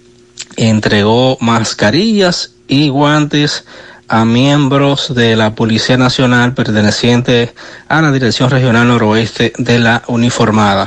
Speaker 25: entregó mascarillas y guantes a miembros de la Policía Nacional perteneciente a la Dirección Regional Noroeste de la Uniformada.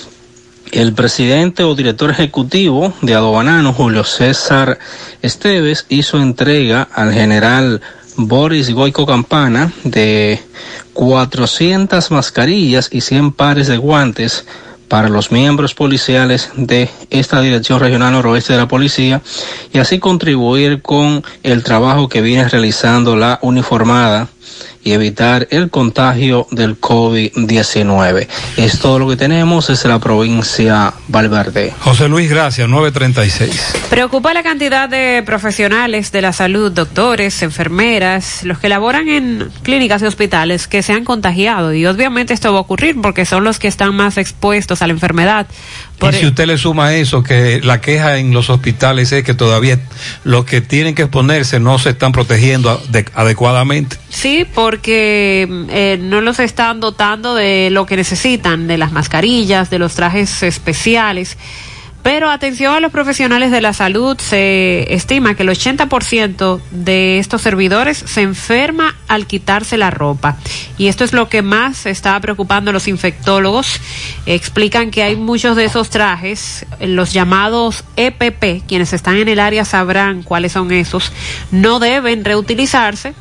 Speaker 25: El presidente o director ejecutivo de Adobanano, Julio César Esteves, hizo entrega al general Boris Goico Campana de cuatrocientas mascarillas y cien pares de guantes para los miembros policiales de esta Dirección Regional Noroeste de la Policía y así contribuir con el trabajo que viene realizando la uniformada y evitar el contagio del COVID diecinueve. Es todo lo que tenemos desde la provincia Valverde.
Speaker 8: José Luis, gracias. nueve treinta y seis.
Speaker 19: Preocupa la cantidad de profesionales de la salud, doctores, enfermeras, los que laboran en clínicas y hospitales que se han contagiado. Y obviamente esto va a ocurrir porque son los que están más expuestos a la enfermedad.
Speaker 8: Por y si usted le suma eso, que la queja en los hospitales es que todavía los que tienen que exponerse no se están protegiendo de, adecuadamente.
Speaker 19: Sí, porque eh, no los están dotando de lo que necesitan, de las mascarillas, de los trajes especiales. Pero atención a los profesionales de la salud, se estima que el ochenta por ciento de estos servidores se enferma al quitarse la ropa. Y esto es lo que más está preocupando a los infectólogos. Explican que hay muchos de esos trajes, los llamados E P P, quienes están en el área sabrán cuáles son esos, no deben reutilizarse.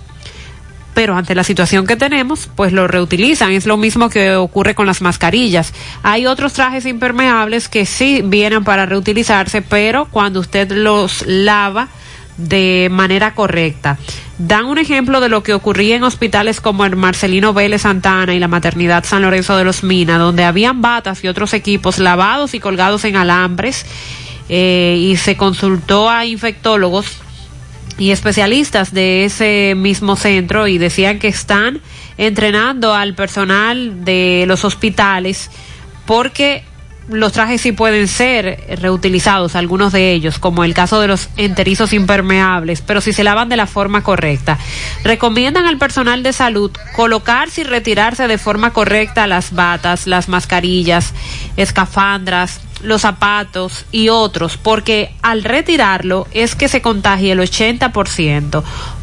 Speaker 19: Pero ante la situación que tenemos, pues lo reutilizan. Es lo mismo que ocurre con las mascarillas. Hay otros trajes impermeables que sí vienen para reutilizarse, pero cuando usted los lava de manera correcta. Dan un ejemplo de lo que ocurría en hospitales como el Marcelino Vélez Santana y la Maternidad San Lorenzo de los Minas, donde habían batas y otros equipos lavados y colgados en alambres, eh, y se consultó a infectólogos y especialistas de ese mismo centro y decían que están entrenando al personal de los hospitales porque los trajes sí pueden ser reutilizados, algunos de ellos, como el caso de los enterizos impermeables, pero si se lavan de la forma correcta. Recomiendan al personal de salud colocarse y retirarse de forma correcta las batas, las mascarillas, escafandras, los zapatos y otros, porque al retirarlo es que se contagia el ochenta por ciento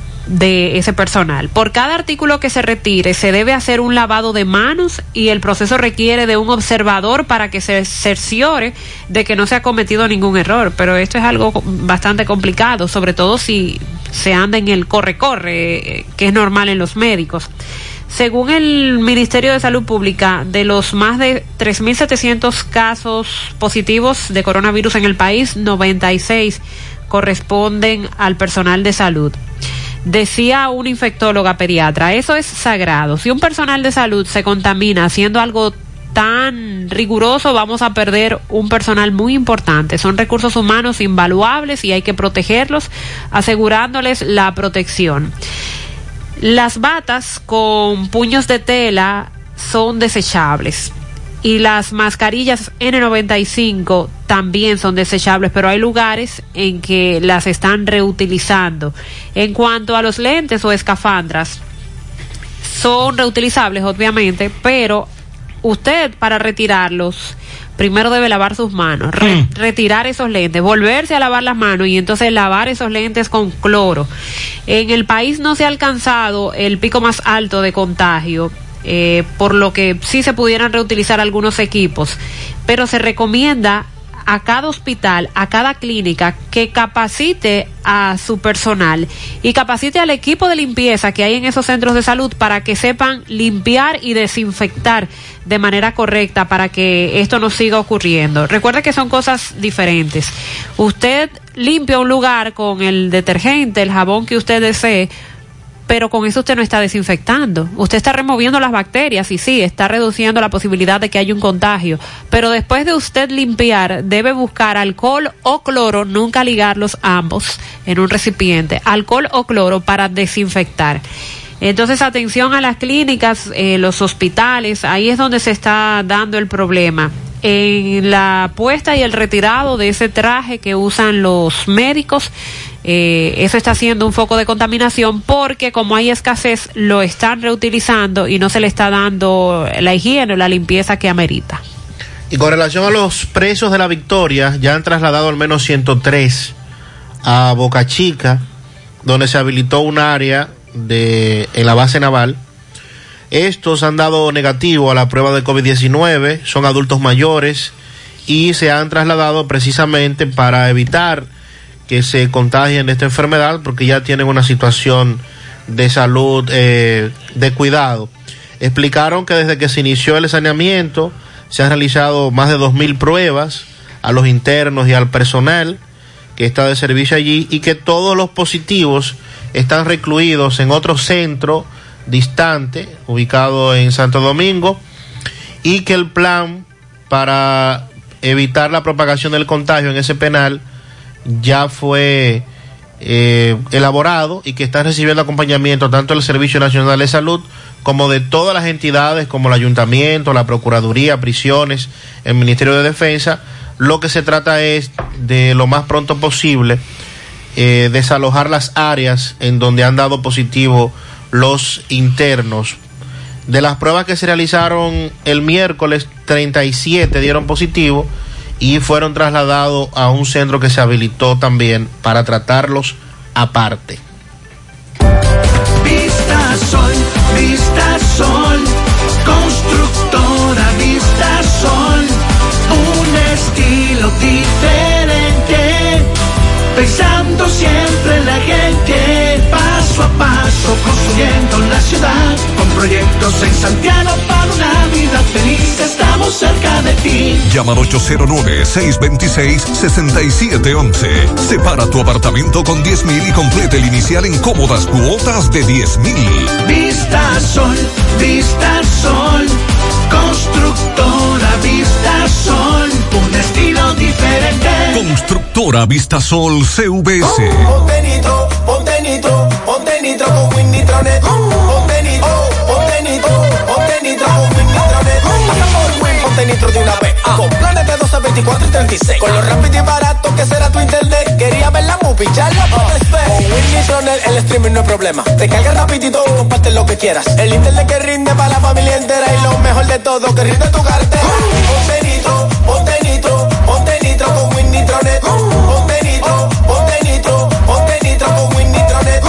Speaker 19: de ese personal. Por cada artículo que se retire se debe hacer un lavado de manos y el proceso requiere de un observador para que se cerciore de que no se ha cometido ningún error, pero esto es algo bastante complicado, sobre todo si se anda en el corre-corre, que es normal en los médicos. Según el Ministerio de Salud Pública, de los más de tres mil setecientos casos positivos de coronavirus en el país, noventa y seis corresponden al personal de salud. Decía una infectóloga pediatra, eso es sagrado. Si un personal de salud se contamina haciendo algo tan riguroso, vamos a perder un personal muy importante. Son recursos humanos invaluables y hay que protegerlos, asegurándoles la protección. Las batas con puños de tela son desechables y las mascarillas ene noventa y cinco también son desechables, pero hay lugares en que las están reutilizando. En cuanto a los lentes o escafandras, son reutilizables obviamente, pero usted para retirarlos primero debe lavar sus manos, re- mm. retirar esos lentes, volverse a lavar las manos y entonces lavar esos lentes con cloro. En el país no se ha alcanzado el pico más alto de contagio, eh, por lo que sí se pudieran reutilizar algunos equipos, pero se recomienda a cada hospital, a cada clínica, que capacite a su personal y capacite al equipo de limpieza que hay en esos centros de salud para que sepan limpiar y desinfectar de manera correcta para que esto no siga ocurriendo. Recuerde que son cosas diferentes. Usted limpia un lugar con el detergente, el jabón que usted desee, pero con eso usted no está desinfectando. Usted está removiendo las bacterias y sí, está reduciendo la posibilidad de que haya un contagio. Pero después de usted limpiar, debe buscar alcohol o cloro, nunca ligarlos ambos en un recipiente, alcohol o cloro para desinfectar. Entonces, atención a las clínicas, eh, los hospitales, ahí es donde se está dando el problema. En la puesta y el retirado de ese traje que usan los médicos, eh, eso está siendo un foco de contaminación porque como hay escasez lo están reutilizando y no se le está dando la higiene o la limpieza que amerita.
Speaker 9: Y con relación a los presos de la Victoria, ya han trasladado al menos ciento tres a Boca Chica, donde se habilitó un área de en la base naval. Estos han dado negativo a la prueba de COVID diecinueve, son adultos mayores y se han trasladado precisamente para evitar que se contagien de esta enfermedad porque ya tienen una situación de salud eh, de cuidado. Explicaron que desde que se inició el saneamiento se han realizado más de dos mil pruebas a los internos y al personal que está de servicio allí y que todos los positivos están recluidos en otro centro distante, ubicado en Santo Domingo, y que el plan para evitar la propagación del contagio en ese penal ya fue eh, elaborado y que está recibiendo acompañamiento tanto del Servicio Nacional de Salud como de todas las entidades como el Ayuntamiento, la Procuraduría, Prisiones, el Ministerio de Defensa. Lo que se trata es de lo más pronto posible eh, desalojar las áreas en donde han dado positivo los internos. De las pruebas que se realizaron el miércoles, treinta y siete dieron positivo y fueron trasladados a un centro que se habilitó también para tratarlos aparte.
Speaker 1: Vista Sol, Vista Sol, constructora Vista Sol, un estilo diferente, pensando siempre en la gente, paso a paso construyendo la ciudad, con proyectos en Santiago para una vida feliz, estamos cerca de ti.
Speaker 15: Llama al ocho cero nueve, seis dos seis, seis siete uno uno. Separa tu apartamento con diez mil y complete el inicial en cómodas cuotas de diez mil.
Speaker 1: Vista Sol, Vista Sol, constructora Vista Sol, un estilo diferente.
Speaker 15: Constructora Vista Sol C V S.
Speaker 1: Ponte nitro, ponte nitro, ponte nitro con Win Nitronet. Ponte nitro, ponte nitro, ponte nitro con Win Nitronet. Pasa por Win, ponte nitro de una vez. Con planes de doce, veinticuatro y treinta y seis. Con lo rápido y barato que será tu internet. Quería ver la movie, ya la puedes ver. Con Win Nitronet el streaming no es problema. Te carga rapidito y comparte lo que quieras. El internet que rinde para la familia entera. Y lo mejor de todo, que rinde tu cartera. Ponte nitro, ponte nitro, ponte nitro con Win Nitronet. Ponte nitro, ponte nitro, ponte nitro con Win Nitronet.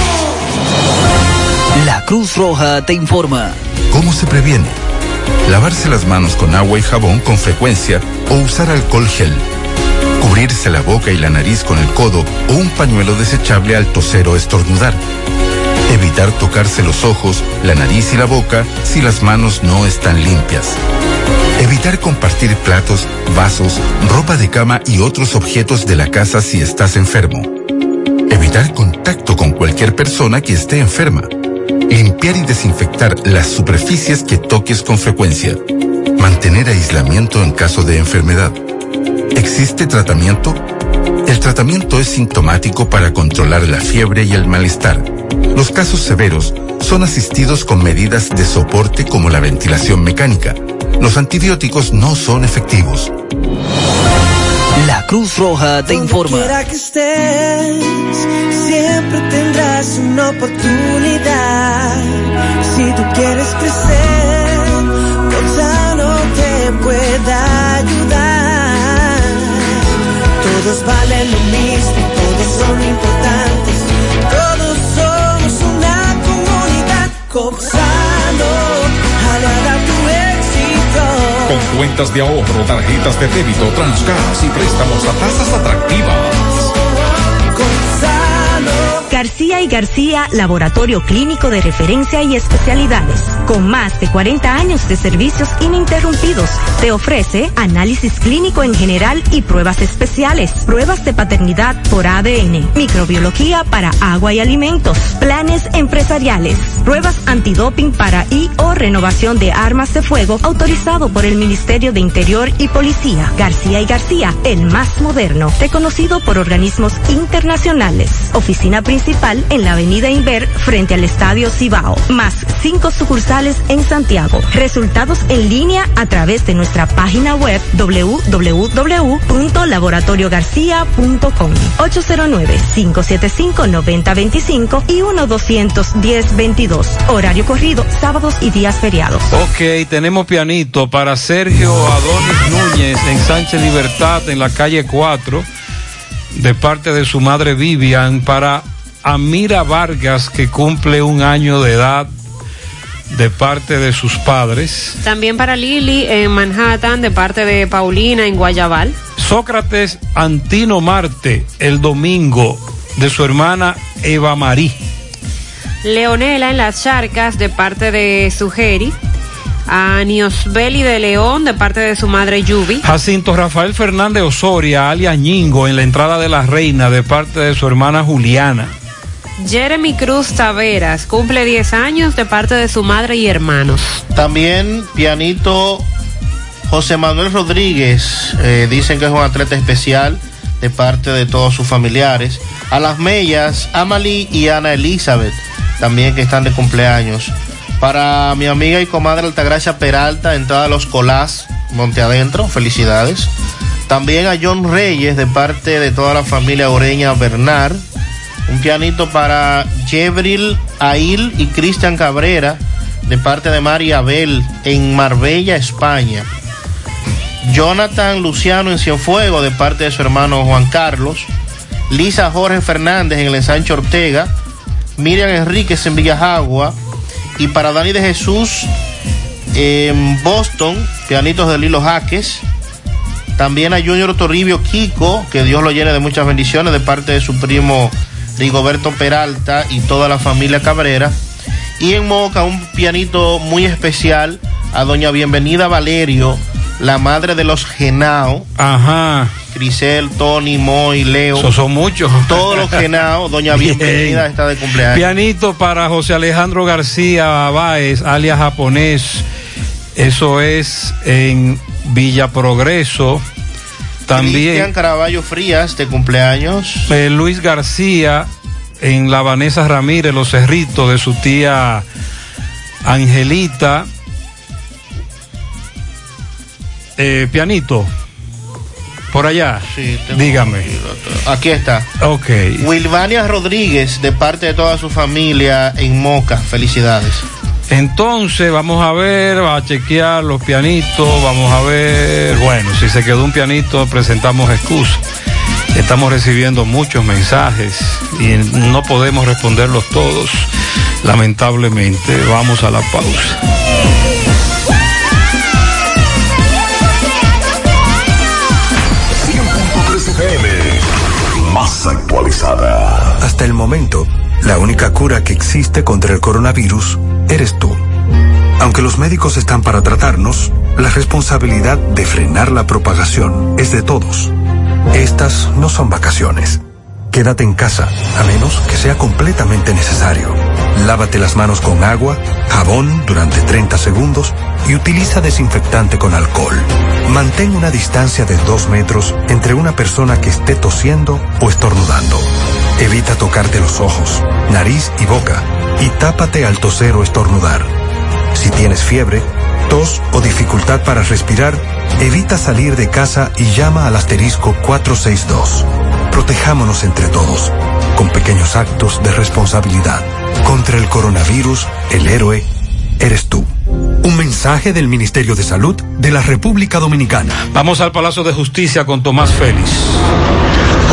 Speaker 4: La Cruz Roja te informa.
Speaker 7: ¿Cómo se previene? Lavarse las manos con agua y jabón con frecuencia o usar alcohol gel. Cubrirse la boca y la nariz con el codo o un pañuelo desechable al toser o estornudar. Evitar tocarse los ojos, la nariz y la boca si las manos no están limpias. Evitar compartir platos, vasos, ropa de cama y otros objetos de la casa si estás enfermo. Evitar contacto con cualquier persona que esté enferma. Limpiar y desinfectar las superficies que toques con frecuencia. Mantener aislamiento en caso de enfermedad. ¿Existe tratamiento? El tratamiento es sintomático para controlar la fiebre y el malestar. Los casos severos son asistidos con medidas de soporte como la ventilación mecánica. Los antibióticos no son efectivos.
Speaker 4: La Cruz Roja te informa.
Speaker 17: Donde quiera que estés, siempre tendrás una oportunidad. Si tú quieres crecer, Gonzalo te puede ayudar. Todos valen lo mismo, todos son importantes, todos somos una comunidad. Gonzalo, alarga tu éxito.
Speaker 7: Con
Speaker 5: cuentas de ahorro, tarjetas de débito, Transgas y préstamos a tasas atractivas.
Speaker 18: García y García, laboratorio clínico de referencia y especialidades. Con más de cuarenta años de servicios ininterrumpidos, te ofrece análisis clínico en general y pruebas especiales, pruebas de paternidad por A D N, microbiología para agua y alimentos, planes empresariales, pruebas antidoping para y o renovación de armas de fuego autorizado por el Ministerio de Interior y Policía. García y García, el más moderno, reconocido por organismos internacionales. Oficina principal en la avenida Inver frente al Estadio Cibao, más cinco sucursales en Santiago. Resultados en línea a través de nuestra página web doble u doble u doble u punto laboratorio garcía punto com, ocho cero nueve, cinco siete cinco, nueve cero dos cinco y uno dos uno cero, veintidós. Horario corrido, sábados y días feriados.
Speaker 8: Ok, tenemos pianito para Sergio Adonis Núñez en Sánchez Libertad en la calle cuatro de parte de su madre Vivian, para Amira Vargas, que cumple un año de edad, de parte de sus padres.
Speaker 19: También para Lili en Manhattan, de parte de Paulina en Guayabal.
Speaker 8: Sócrates Antino Marte, el domingo, de su hermana Eva Marí.
Speaker 19: Leonela en Las Charcas, de parte de Sugeri. A Niosbeli de León, de parte de su madre Yubi.
Speaker 8: Jacinto Rafael Fernández Osoria, alias Ñingo, en la entrada de la Reina, de parte de su hermana Juliana.
Speaker 19: Jeremy Cruz Taveras, cumple diez años, de parte de su madre y hermanos.
Speaker 9: También pianito José Manuel Rodríguez, eh, dicen que es un atleta especial, de parte de todos sus familiares. A las Mellas, Amalie y Ana Elizabeth, también que están de cumpleaños. Para mi amiga y comadre Altagracia Peralta, entrada a Los Colás, Monte Adentro, felicidades. También a John Reyes, de parte de toda la familia Oreña Bernard. Un pianito para Jebril Ail y Cristian Cabrera, de parte de María Abel, en Marbella, España. Jonathan Luciano en Cienfuegos, de parte de su hermano Juan Carlos. Lisa Jorge Fernández en el Ensanche Ortega. Miriam Enríquez en Villajagua. Y para Dani de Jesús en Boston, pianitos de Lilo Jaques. También a Junior Toribio Kiko, que Dios lo llene de muchas bendiciones, de parte de su primo Rigoberto Peralta y toda la familia Cabrera. Y en Moca, un pianito muy especial a doña Bienvenida Valerio, la madre de los Genao.
Speaker 8: Ajá.
Speaker 9: Grisel, Tony, Moy, Leo.
Speaker 8: Esos son muchos.
Speaker 9: Todos los Genao. Doña Bienvenida Bien. Está de cumpleaños.
Speaker 8: Pianito para José Alejandro García Báez, alias Japonés. Eso es en Villa Progreso. También
Speaker 9: Cristian Caraballo Frías, de cumpleaños.
Speaker 8: Eh, Luis García en la Vanessa Ramírez, Los Cerritos, de su tía Angelita. Eh, pianito por allá.
Speaker 9: Sí,
Speaker 8: dígame.
Speaker 9: Aquí está.
Speaker 8: Ok.
Speaker 9: Wilvania Rodríguez, de parte de toda su familia en Moca. Felicidades.
Speaker 8: Entonces vamos a ver, a chequear los pianitos, vamos a ver, bueno, si se quedó un pianito presentamos excusa. Estamos recibiendo muchos mensajes y no podemos responderlos todos, lamentablemente. Vamos a la pausa.
Speaker 15: cien punto tres F M, más actualizada.
Speaker 16: Hasta el momento, la única cura que existe contra el coronavirus eres tú. Aunque los médicos están para tratarnos, la responsabilidad de frenar la propagación es de todos. Estas no son vacaciones. Quédate en casa, a menos que sea completamente necesario. Lávate las manos con agua, jabón durante treinta segundos y utiliza desinfectante con alcohol. Mantén una distancia de dos metros entre una persona que esté tosiendo o estornudando. Evita tocarte los ojos, nariz y boca y tápate al toser o estornudar. Si tienes fiebre, tos o dificultad para respirar, evita salir de casa y llama al asterisco cuatrocientos sesenta y dos. Protejámonos entre todos, con pequeños actos de responsabilidad. Contra el coronavirus, el héroe eres tú. Un mensaje del Ministerio de Salud de la República Dominicana.
Speaker 8: Vamos al Palacio de Justicia con Tomás Félix.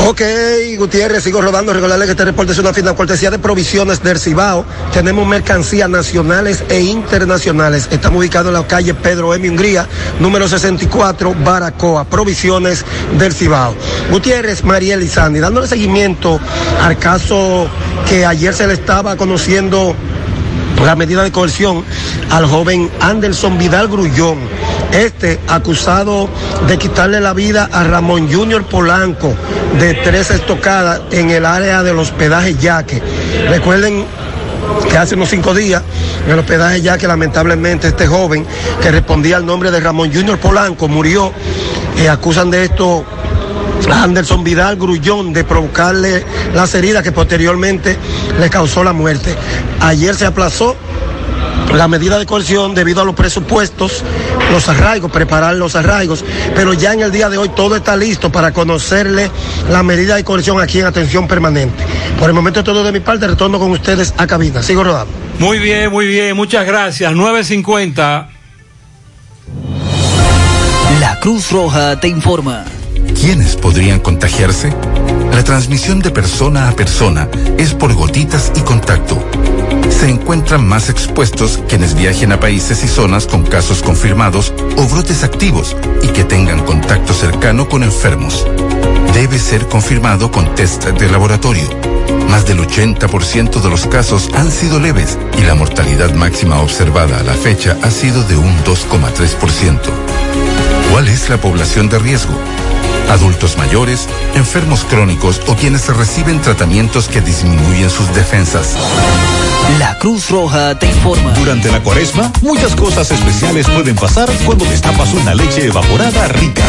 Speaker 3: Ok, Gutiérrez, sigo rodando. Recordarle que este reporte es una fina cortesía de Provisiones del Cibao. Tenemos mercancías nacionales e internacionales. Estamos ubicados en la calle Pedro M. Hungría, número sesenta y cuatro, Baracoa. Provisiones del Cibao. Gutiérrez, Mariel y Sandy, dándole seguimiento al caso que ayer se le estaba conociendo la medida de coerción al joven Anderson Vidal Grullón. Este acusado de quitarle la vida a Ramón Junior Polanco de tres estocadas en el área del hospedaje Yaque. Recuerden que hace unos cinco días en el hospedaje Yaque, lamentablemente, este joven que respondía al nombre de Ramón Junior Polanco murió. Eh, acusan de esto a Anderson Vidal Grullón de provocarle las heridas que posteriormente le causó la muerte. Ayer se aplazó la medida de coerción debido a los presupuestos, los arraigos, preparar los arraigos, pero ya en el día de hoy todo está listo para conocerle la medida de coerción aquí en atención permanente. Por el momento todo de mi parte, retorno con ustedes a cabina. Sigo rodando.
Speaker 8: Muy bien, muy bien, muchas gracias. nueve cincuenta.
Speaker 4: La Cruz Roja te informa.
Speaker 7: ¿Quiénes podrían contagiarse? La transmisión de persona a persona es por gotitas y contacto. Se encuentran más expuestos quienes viajen a países y zonas con casos confirmados o brotes activos y que tengan contacto cercano con enfermos. Debe ser confirmado con test de laboratorio. Más del ochenta por ciento de los casos han sido leves y la mortalidad máxima observada a la fecha ha sido de un dos coma tres por ciento. ¿Cuál es la población de riesgo? Adultos mayores, enfermos crónicos o quienes reciben tratamientos que disminuyen sus defensas.
Speaker 4: La Cruz Roja te informa.
Speaker 6: Durante la Cuaresma, muchas cosas especiales pueden pasar cuando destapas una leche evaporada rica.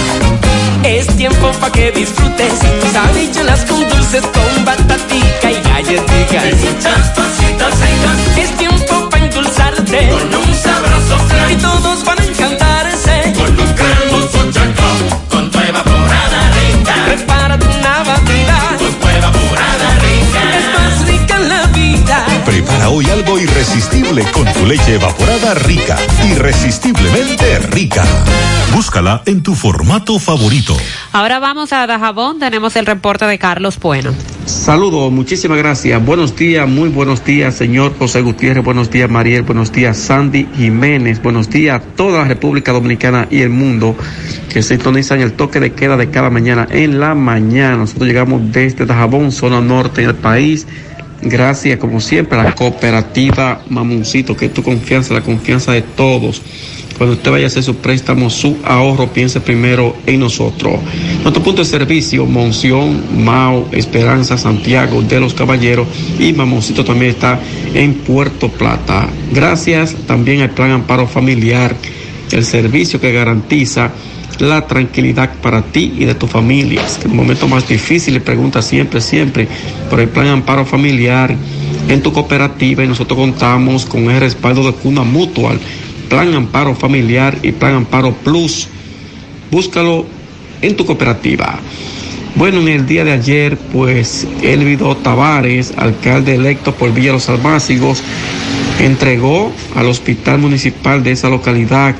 Speaker 20: Es tiempo para que disfrutes tus habichuelas con dulces, con batatica y galletitas. Y muchas cositas ricas. Es tiempo para endulzarte con un sabroso flan. Y todos van a encantarse con un cremoso chaco, con tu evaporada rica. Prepara tu Navidad con tu evaporada rica. Es más rica en la vida.
Speaker 6: Prepara hoy algo irresistible con tu leche evaporada rica. Irresistiblemente rica. Búscala en tu formato favorito.
Speaker 19: Ahora vamos a Dajabón, tenemos el reporte de Carlos Bueno.
Speaker 21: Saludos, muchísimas gracias. Buenos días, muy buenos días, señor José Gutiérrez. Buenos días, Mariel. Buenos días, Sandy Jiménez. Buenos días a toda la República Dominicana y el mundo que sintonizan el toque de queda de cada mañana en la mañana. Nosotros llegamos desde Dajabón, zona norte del país. Gracias, como siempre, a la cooperativa Mamoncito, que es tu confianza, la confianza de todos. Cuando usted vaya a hacer su préstamo, su ahorro, piense primero en nosotros. Nuestro punto de servicio, Monción, Mao, Esperanza, Santiago de los Caballeros, y Mamoncito también está en Puerto Plata. Gracias también al Plan Amparo Familiar, el servicio que garantiza la tranquilidad para ti y de tu familia. En el momento más difícil, le pregunta siempre, siempre por el Plan Amparo Familiar en tu cooperativa, y nosotros contamos con el respaldo de Cuna Mutual, Plan Amparo Familiar y Plan Amparo Plus. Búscalo en tu cooperativa. Bueno, en el día de ayer, pues, Elvido Tavares, alcalde electo por Villa Los Almácigos, entregó al hospital municipal de esa localidad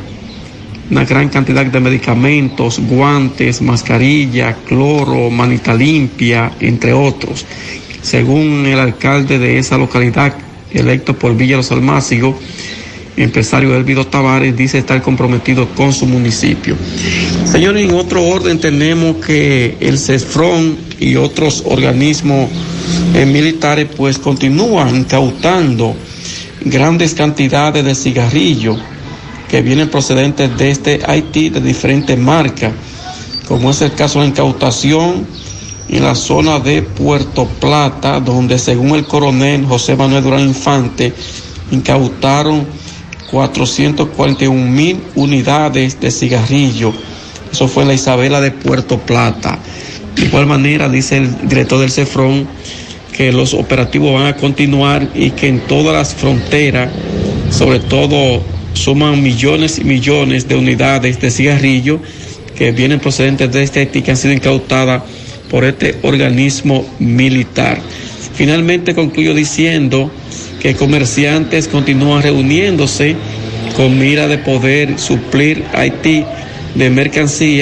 Speaker 21: una gran cantidad de medicamentos, guantes, mascarilla, cloro, manita limpia, entre otros. Según el alcalde de esa localidad, electo por Villa Los Almácigos, empresario Elvido Tavares, dice estar comprometido con su municipio. Señores, en otro orden tenemos que el CESFRON y otros organismos eh, militares pues continúan incautando grandes cantidades de cigarrillos que vienen procedentes desde Haití, de diferentes marcas, como es el caso de la incautación en la zona de Puerto Plata, donde según el coronel José Manuel Durán Infante, incautaron cuatrocientos cuarenta y un mil unidades de cigarrillo. Eso fue en la Isabela de Puerto Plata. De igual manera, dice el director del CESFRON que los operativos van a continuar y que en todas las fronteras, sobre todo, suman millones y millones de unidades de cigarrillo que vienen procedentes de este Haití, que han sido incautadas por este organismo militar. Finalmente concluyo diciendo que comerciantes continúan reuniéndose con mira de poder suplir a Haití de mercancía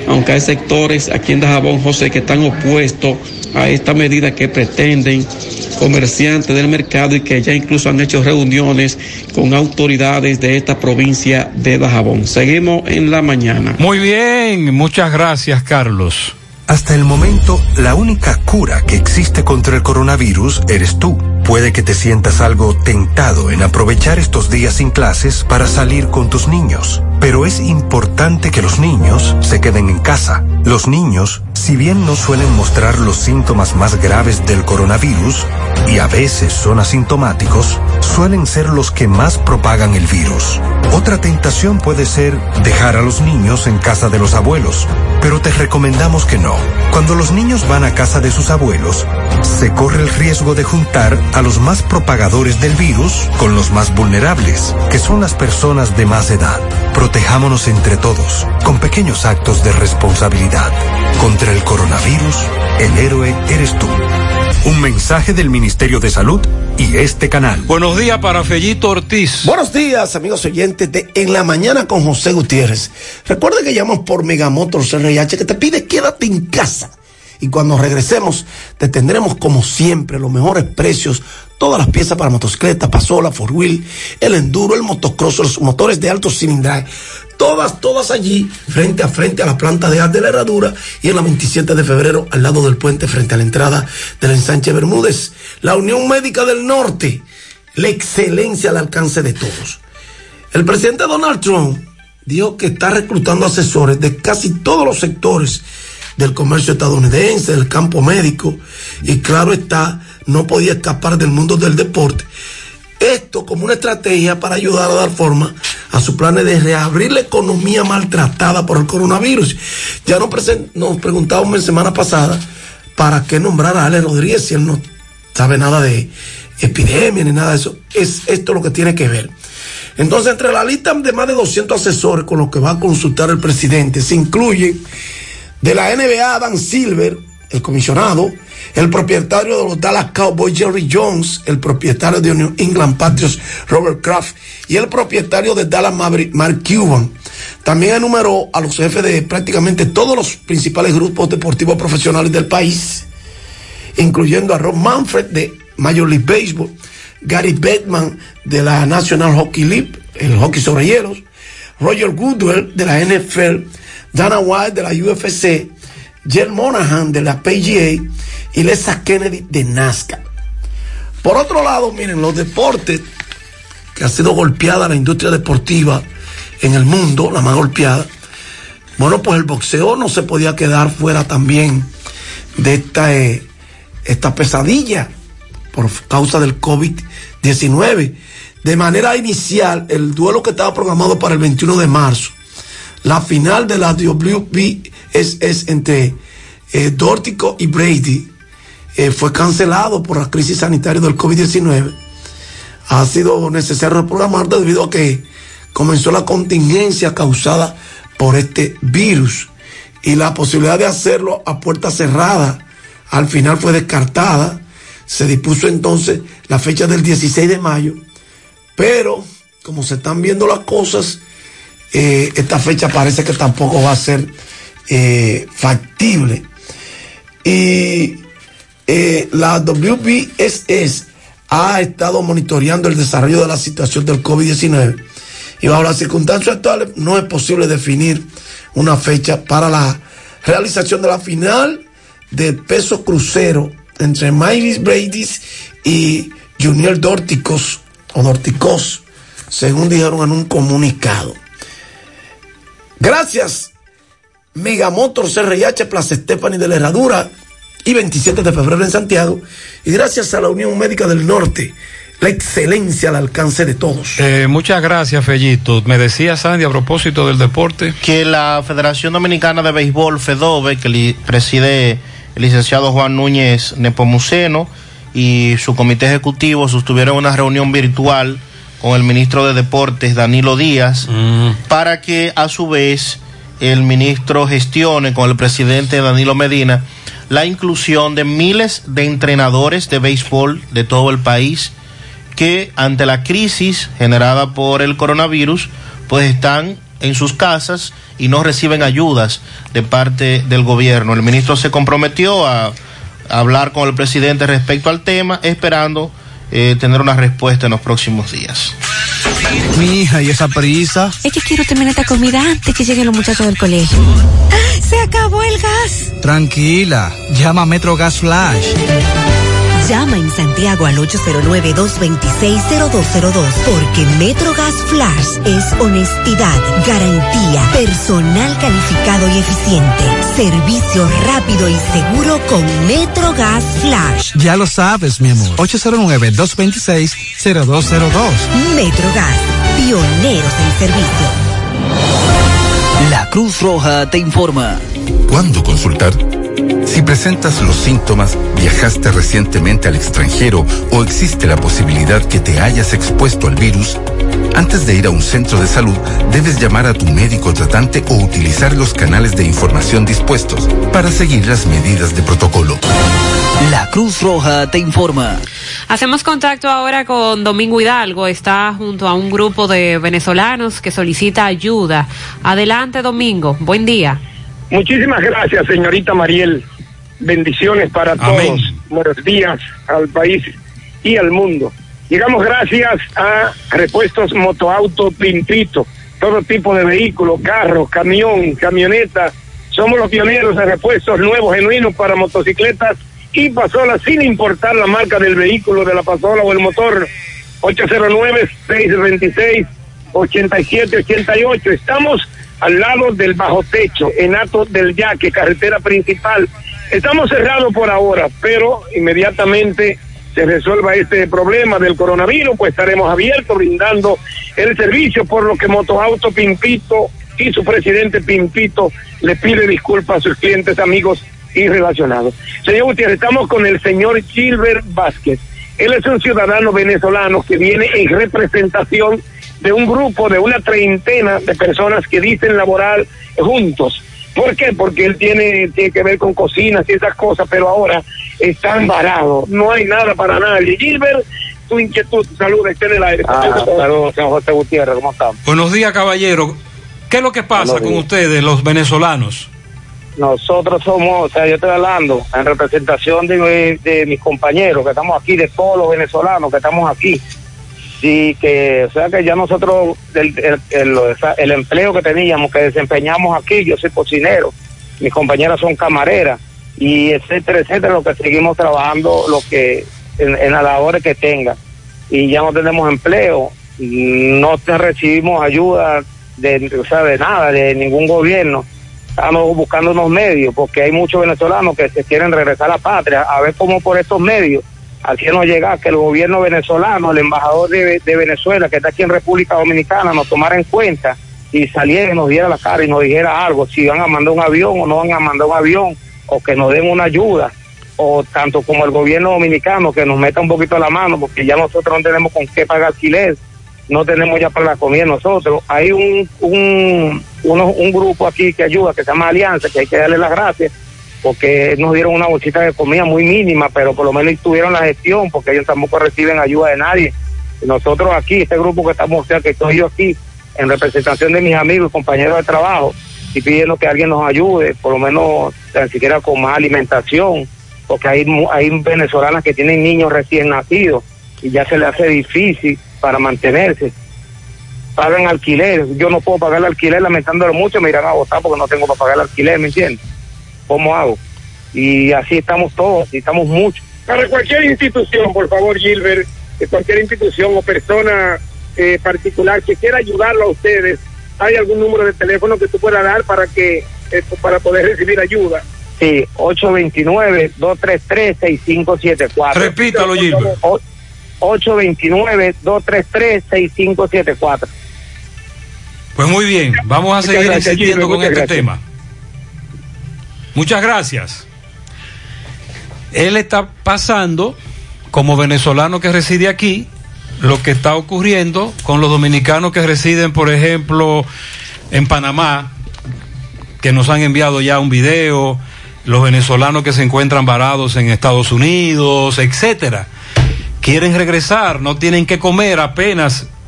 Speaker 21: aunque hay sectores aquí en Dajabón, José, que están opuestos a esta medida que pretenden comerciantes del mercado y que ya incluso han hecho reuniones con autoridades de esta provincia de Dajabón. Seguimos en la mañana.
Speaker 8: Muy bien, muchas gracias, Carlos.
Speaker 16: Hasta el momento, la única cura que existe contra el coronavirus eres tú. Puede que te sientas algo tentado en aprovechar estos días sin clases para salir con tus niños, pero es importante que los niños se queden en casa. Los niños, si bien no suelen mostrar los síntomas más graves del coronavirus, y a veces son asintomáticos, suelen ser los que más propagan el virus. Otra tentación puede ser dejar a los niños en casa de los abuelos, pero te recomendamos que no. Cuando los niños van a casa de sus abuelos, se corre el riesgo de juntar a los más propagadores del virus con los más vulnerables, que son las personas de más edad. Protejámonos entre todos, con pequeños actos de responsabilidad. Contra el coronavirus, el héroe eres tú. Un mensaje del Ministerio de Salud y este canal.
Speaker 8: Buenos días para Fellito Ortiz.
Speaker 3: Buenos días, amigos oyentes de En la Mañana con José Gutiérrez. Recuerda que llamamos por Megamotors R H, que te pide quédate en casa. Y cuando regresemos, te tendremos como siempre los mejores precios, todas las piezas para motocicleta, pasola, four wheel, el enduro, el motocross, los motores de alto cilindraje. Todas, todas allí, frente a frente a la planta de arte de la Herradura y en la veintisiete de febrero, al lado del puente, frente a la entrada del ensanche Bermúdez. La Unión Médica del Norte, la excelencia al alcance de todos. El presidente Donald Trump dijo que está reclutando asesores de casi todos los sectores del comercio estadounidense, del campo médico, y claro está, no podía escapar del mundo del deporte. Esto como una estrategia para ayudar a dar forma a sus planes de reabrir la economía maltratada por el coronavirus. Ya nos, nos preguntábamos la semana pasada para qué nombrar a Alex Rodríguez si él no sabe nada de epidemia ni nada de eso. Es esto lo que tiene que ver. Entonces, entre la lista de más de doscientos asesores con los que va a consultar el presidente, se incluye de la N B A Adam Silver, el comisionado, el propietario de los Dallas Cowboys Jerry Jones, el propietario de New England Patriots Robert Kraft y el propietario de Dallas Maverick Mark Cuban. También enumeró a los jefes de prácticamente todos los principales grupos deportivos profesionales del país, incluyendo a Rob Manfred de Major League Baseball, Gary Bettman de la National Hockey League, el hockey sobre hielos, Roger Goodell de la N F L, Dana White de la U F C, Jen Monahan de la P G A y Lesa Kennedy de NASCAR. Por otro lado, miren, los deportes, que ha sido golpeada la industria deportiva en el mundo, la más golpeada. Bueno, pues el boxeo no se podía quedar fuera también de esta, eh, esta pesadilla por causa del COVID diecinueve. De manera inicial, el duelo que estaba programado para el veintiuno de marzo, la final de la W B S entre eh, Dórtico y Brady, eh, fue cancelado por la crisis sanitaria del COVID diecinueve. Ha sido necesario reprogramarlo debido a que comenzó la contingencia causada por este virus y la posibilidad de hacerlo a puerta cerrada al final fue descartada. Se dispuso entonces la fecha del dieciséis de mayo, pero como se están viendo las cosas, eh, esta fecha parece que tampoco va a ser eh, factible. Y eh, la W B S S ha estado monitoreando el desarrollo de la situación del COVID diecinueve y bajo las circunstancias actuales no es posible definir una fecha para la realización de la final del peso crucero entre Miles Brady y Junior Dórticos o Dórticos, según dijeron en un comunicado. Gracias Megamotors R H, Plaza Estefani de la Herradura y veintisiete de febrero en Santiago, y gracias a la Unión Médica del Norte, la excelencia al alcance de todos.
Speaker 8: Eh, muchas gracias, Fellito. Me decía Sandy a propósito del deporte
Speaker 9: que la Federación Dominicana de Béisbol, FEDOBE, que li- preside el licenciado Juan Núñez Nepomuceno y su comité ejecutivo, sostuvieron una reunión virtual con el ministro de Deportes, Danilo Díaz, mm. para que a su vez el ministro gestione con el presidente Danilo Medina la inclusión de miles de entrenadores de béisbol de todo el país que ante la crisis generada por el coronavirus pues están en sus casas y no reciben ayudas de parte del gobierno. El ministro se comprometió a, a hablar con el presidente respecto al tema, esperando eh, tener una respuesta en los próximos días.
Speaker 2: Mi hija, ¿y esa prisa?
Speaker 10: Es que quiero terminar esta comida antes que lleguen los muchachos del colegio. ¡Ah! ¡Se acabó el gas!
Speaker 2: Tranquila, llama a Metro Gas Flash.
Speaker 18: Llama en Santiago al ocho cero nueve, dos dos seis, cero dos cero dos, porque Metrogas Flash es honestidad, garantía, personal calificado y eficiente, servicio rápido y seguro con Metrogas Flash.
Speaker 2: Ya lo sabes, mi amor. ocho cero nueve, dos dos seis, cero dos cero dos.
Speaker 18: Metrogas, pioneros en servicio.
Speaker 4: La Cruz Roja te informa.
Speaker 7: ¿Cuándo consultar? Si presentas los síntomas, viajaste recientemente al extranjero o existe la posibilidad que te hayas expuesto al virus, antes de ir a un centro de salud, debes llamar a tu médico tratante o utilizar los canales de información dispuestos para seguir las medidas de protocolo.
Speaker 4: La Cruz Roja te informa.
Speaker 19: Hacemos contacto ahora con Domingo Hidalgo. Está junto a un grupo de venezolanos que solicita ayuda. Adelante, Domingo. Buen día.
Speaker 11: Muchísimas gracias, señorita Mariel. Bendiciones para Amén. Todos. Buenos días al país y al mundo. Llegamos gracias a Repuestos Motoauto Pimpito. Todo tipo de vehículos, carros, camión, camioneta. Somos los pioneros de repuestos nuevos, genuinos para motocicletas y pasolas, sin importar la marca del vehículo, de la pasola o el motor. ocho cero nueve, seis dos seis, ocho siete ocho ocho. Estamos al lado del Bajo Techo, en Hato del Yaque, carretera principal. Estamos cerrados por ahora, pero inmediatamente se resuelva este problema del coronavirus, pues estaremos abiertos brindando el servicio, por lo que Motoauto Pimpito y su presidente Pimpito le pide disculpas a sus clientes, amigos y relacionados. Señor Gutiérrez, estamos con el señor Gilbert Vázquez. Él es un ciudadano venezolano que viene en representación de un grupo de una treintena de personas que dicen laborar juntos. ¿Por qué? Porque él tiene, tiene que ver con cocinas y esas cosas, pero ahora están varados, no hay nada para nadie. Gilbert, tu inquietud, tu salud, esté en el aire.
Speaker 14: Ah, saludos, señor José Gutiérrez, ¿cómo estamos?
Speaker 8: Buenos días, caballero. ¿Qué es lo que pasa con ustedes, los venezolanos?
Speaker 14: Nosotros somos, o sea, yo estoy hablando en representación de, de mis compañeros que estamos aquí, de todos los venezolanos que estamos aquí. Sí, que, o sea, que ya nosotros, el, el, el, el empleo que teníamos, que desempeñamos aquí, yo soy cocinero, mis compañeras son camareras, y etcétera, etcétera, lo que seguimos trabajando, lo que, en, en las labores que tenga, y ya no tenemos empleo, no te recibimos ayuda de, o sea, de nada, de ningún gobierno. Estamos buscando unos medios, porque hay muchos venezolanos que se quieren regresar a la patria, a ver cómo por estos medios haciendo llegar que el gobierno venezolano, el embajador de, de Venezuela, que está aquí en República Dominicana, nos tomara en cuenta y saliera y nos diera la cara y nos dijera algo, si van a mandar un avión o no van a mandar un avión, o que nos den una ayuda, o tanto como el gobierno dominicano, que nos meta un poquito la mano, porque ya nosotros no tenemos con qué pagar alquiler, no tenemos ya para la comida nosotros. Hay un, un, uno, un grupo aquí que ayuda, que se llama Alianza, que hay que darle las gracias, porque nos dieron una bolsita de comida muy mínima, pero por lo menos tuvieron la gestión, porque ellos tampoco reciben ayuda de nadie. Y nosotros aquí, este grupo que estamos, o sea, que estoy yo aquí, en representación de mis amigos y compañeros de trabajo, y pidiendo que alguien nos ayude, por lo menos, ni siquiera con más alimentación, porque hay, hay venezolanas que tienen niños recién nacidos, y ya se les hace difícil para mantenerse. Pagan alquiler, yo no puedo pagar el alquiler, lamentándolo mucho, me irán a votar porque no tengo para pagar el alquiler, ¿me entiendes? ¿Cómo hago? Y así estamos todos, y estamos muchos.
Speaker 11: Para cualquier institución, por favor, Gilbert, cualquier institución o persona eh, particular que quiera ayudarlo a ustedes, ¿hay algún número de teléfono que tú puedas dar para que eh, para poder recibir ayuda?
Speaker 14: Sí, ocho dos nueve, dos tres tres, seis cinco siete cuatro.
Speaker 8: Repítalo, Gilbert.
Speaker 14: ocho dos nueve, dos tres tres, seis cinco siete cuatro.
Speaker 8: Pues muy bien, vamos a
Speaker 11: Muchas
Speaker 8: seguir
Speaker 11: gracias,
Speaker 8: insistiendo
Speaker 11: Gilbert,
Speaker 8: con este
Speaker 11: gracias.
Speaker 8: tema. Muchas gracias. Él está pasando, como venezolano que reside aquí, lo que está ocurriendo con los dominicanos que residen, por ejemplo, en Panamá, que nos han enviado ya un video, los venezolanos que se encuentran varados en Estados Unidos, etcétera. Quieren regresar, no tienen que comer, apenas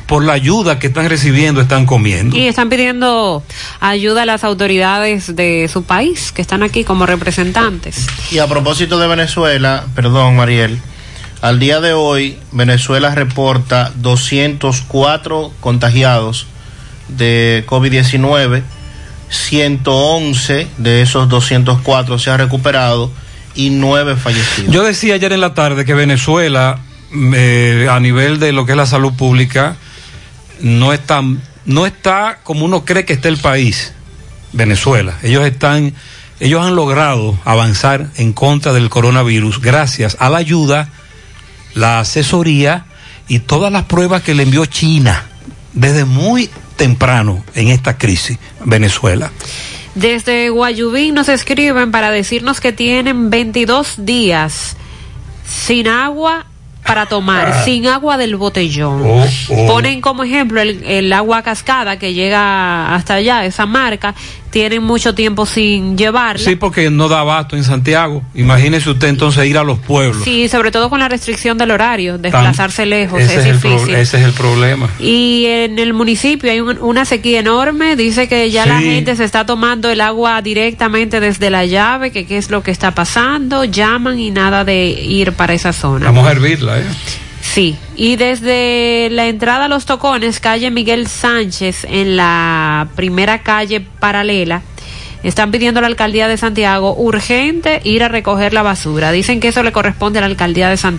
Speaker 8: por la ayuda que están recibiendo, están comiendo.
Speaker 19: Y están pidiendo ayuda a las autoridades de su país, que están aquí como representantes.
Speaker 9: Y a propósito de Venezuela, perdón, Mariel, al día de hoy, Venezuela reporta doscientos cuatro contagiados de COVID diecinueve, ciento once de esos doscientos cuatro se han recuperado y nueve fallecidos.
Speaker 8: Yo decía ayer en la tarde que Venezuela, eh, a nivel de lo que es la salud pública, no está, no está como uno cree que está el país, Venezuela. Ellos están, ellos han logrado avanzar en contra del coronavirus gracias a la ayuda, la asesoría y todas las pruebas que le envió China desde muy temprano en esta crisis, Venezuela.
Speaker 19: Desde Guayubín nos escriben para decirnos que tienen veintidós días sin agua para tomar, ah. sin agua del botellón. Oh, oh. Ponen como ejemplo el, el agua cascada que llega hasta allá, esa marca, tienen mucho tiempo sin llevarla.
Speaker 8: Sí, porque no da abasto en Santiago. Imagínese usted entonces ir a los pueblos.
Speaker 19: Sí, sobre todo con la restricción del horario, desplazarse Tan, lejos, es, es difícil.
Speaker 8: Pro, ese es el problema.
Speaker 19: Y en el municipio hay un, una sequía enorme, dice que ya sí. La gente se está tomando el agua directamente desde la llave, que qué es lo que está pasando, llaman y nada de ir para esa zona.
Speaker 8: Vamos a hervirla, ¿eh?
Speaker 19: Sí, y desde la entrada a Los Tocones, calle Miguel Sánchez, en la primera calle paralela, están pidiendo a la alcaldía de Santiago urgente ir a recoger la basura. Dicen que eso le corresponde a la alcaldía de Santiago.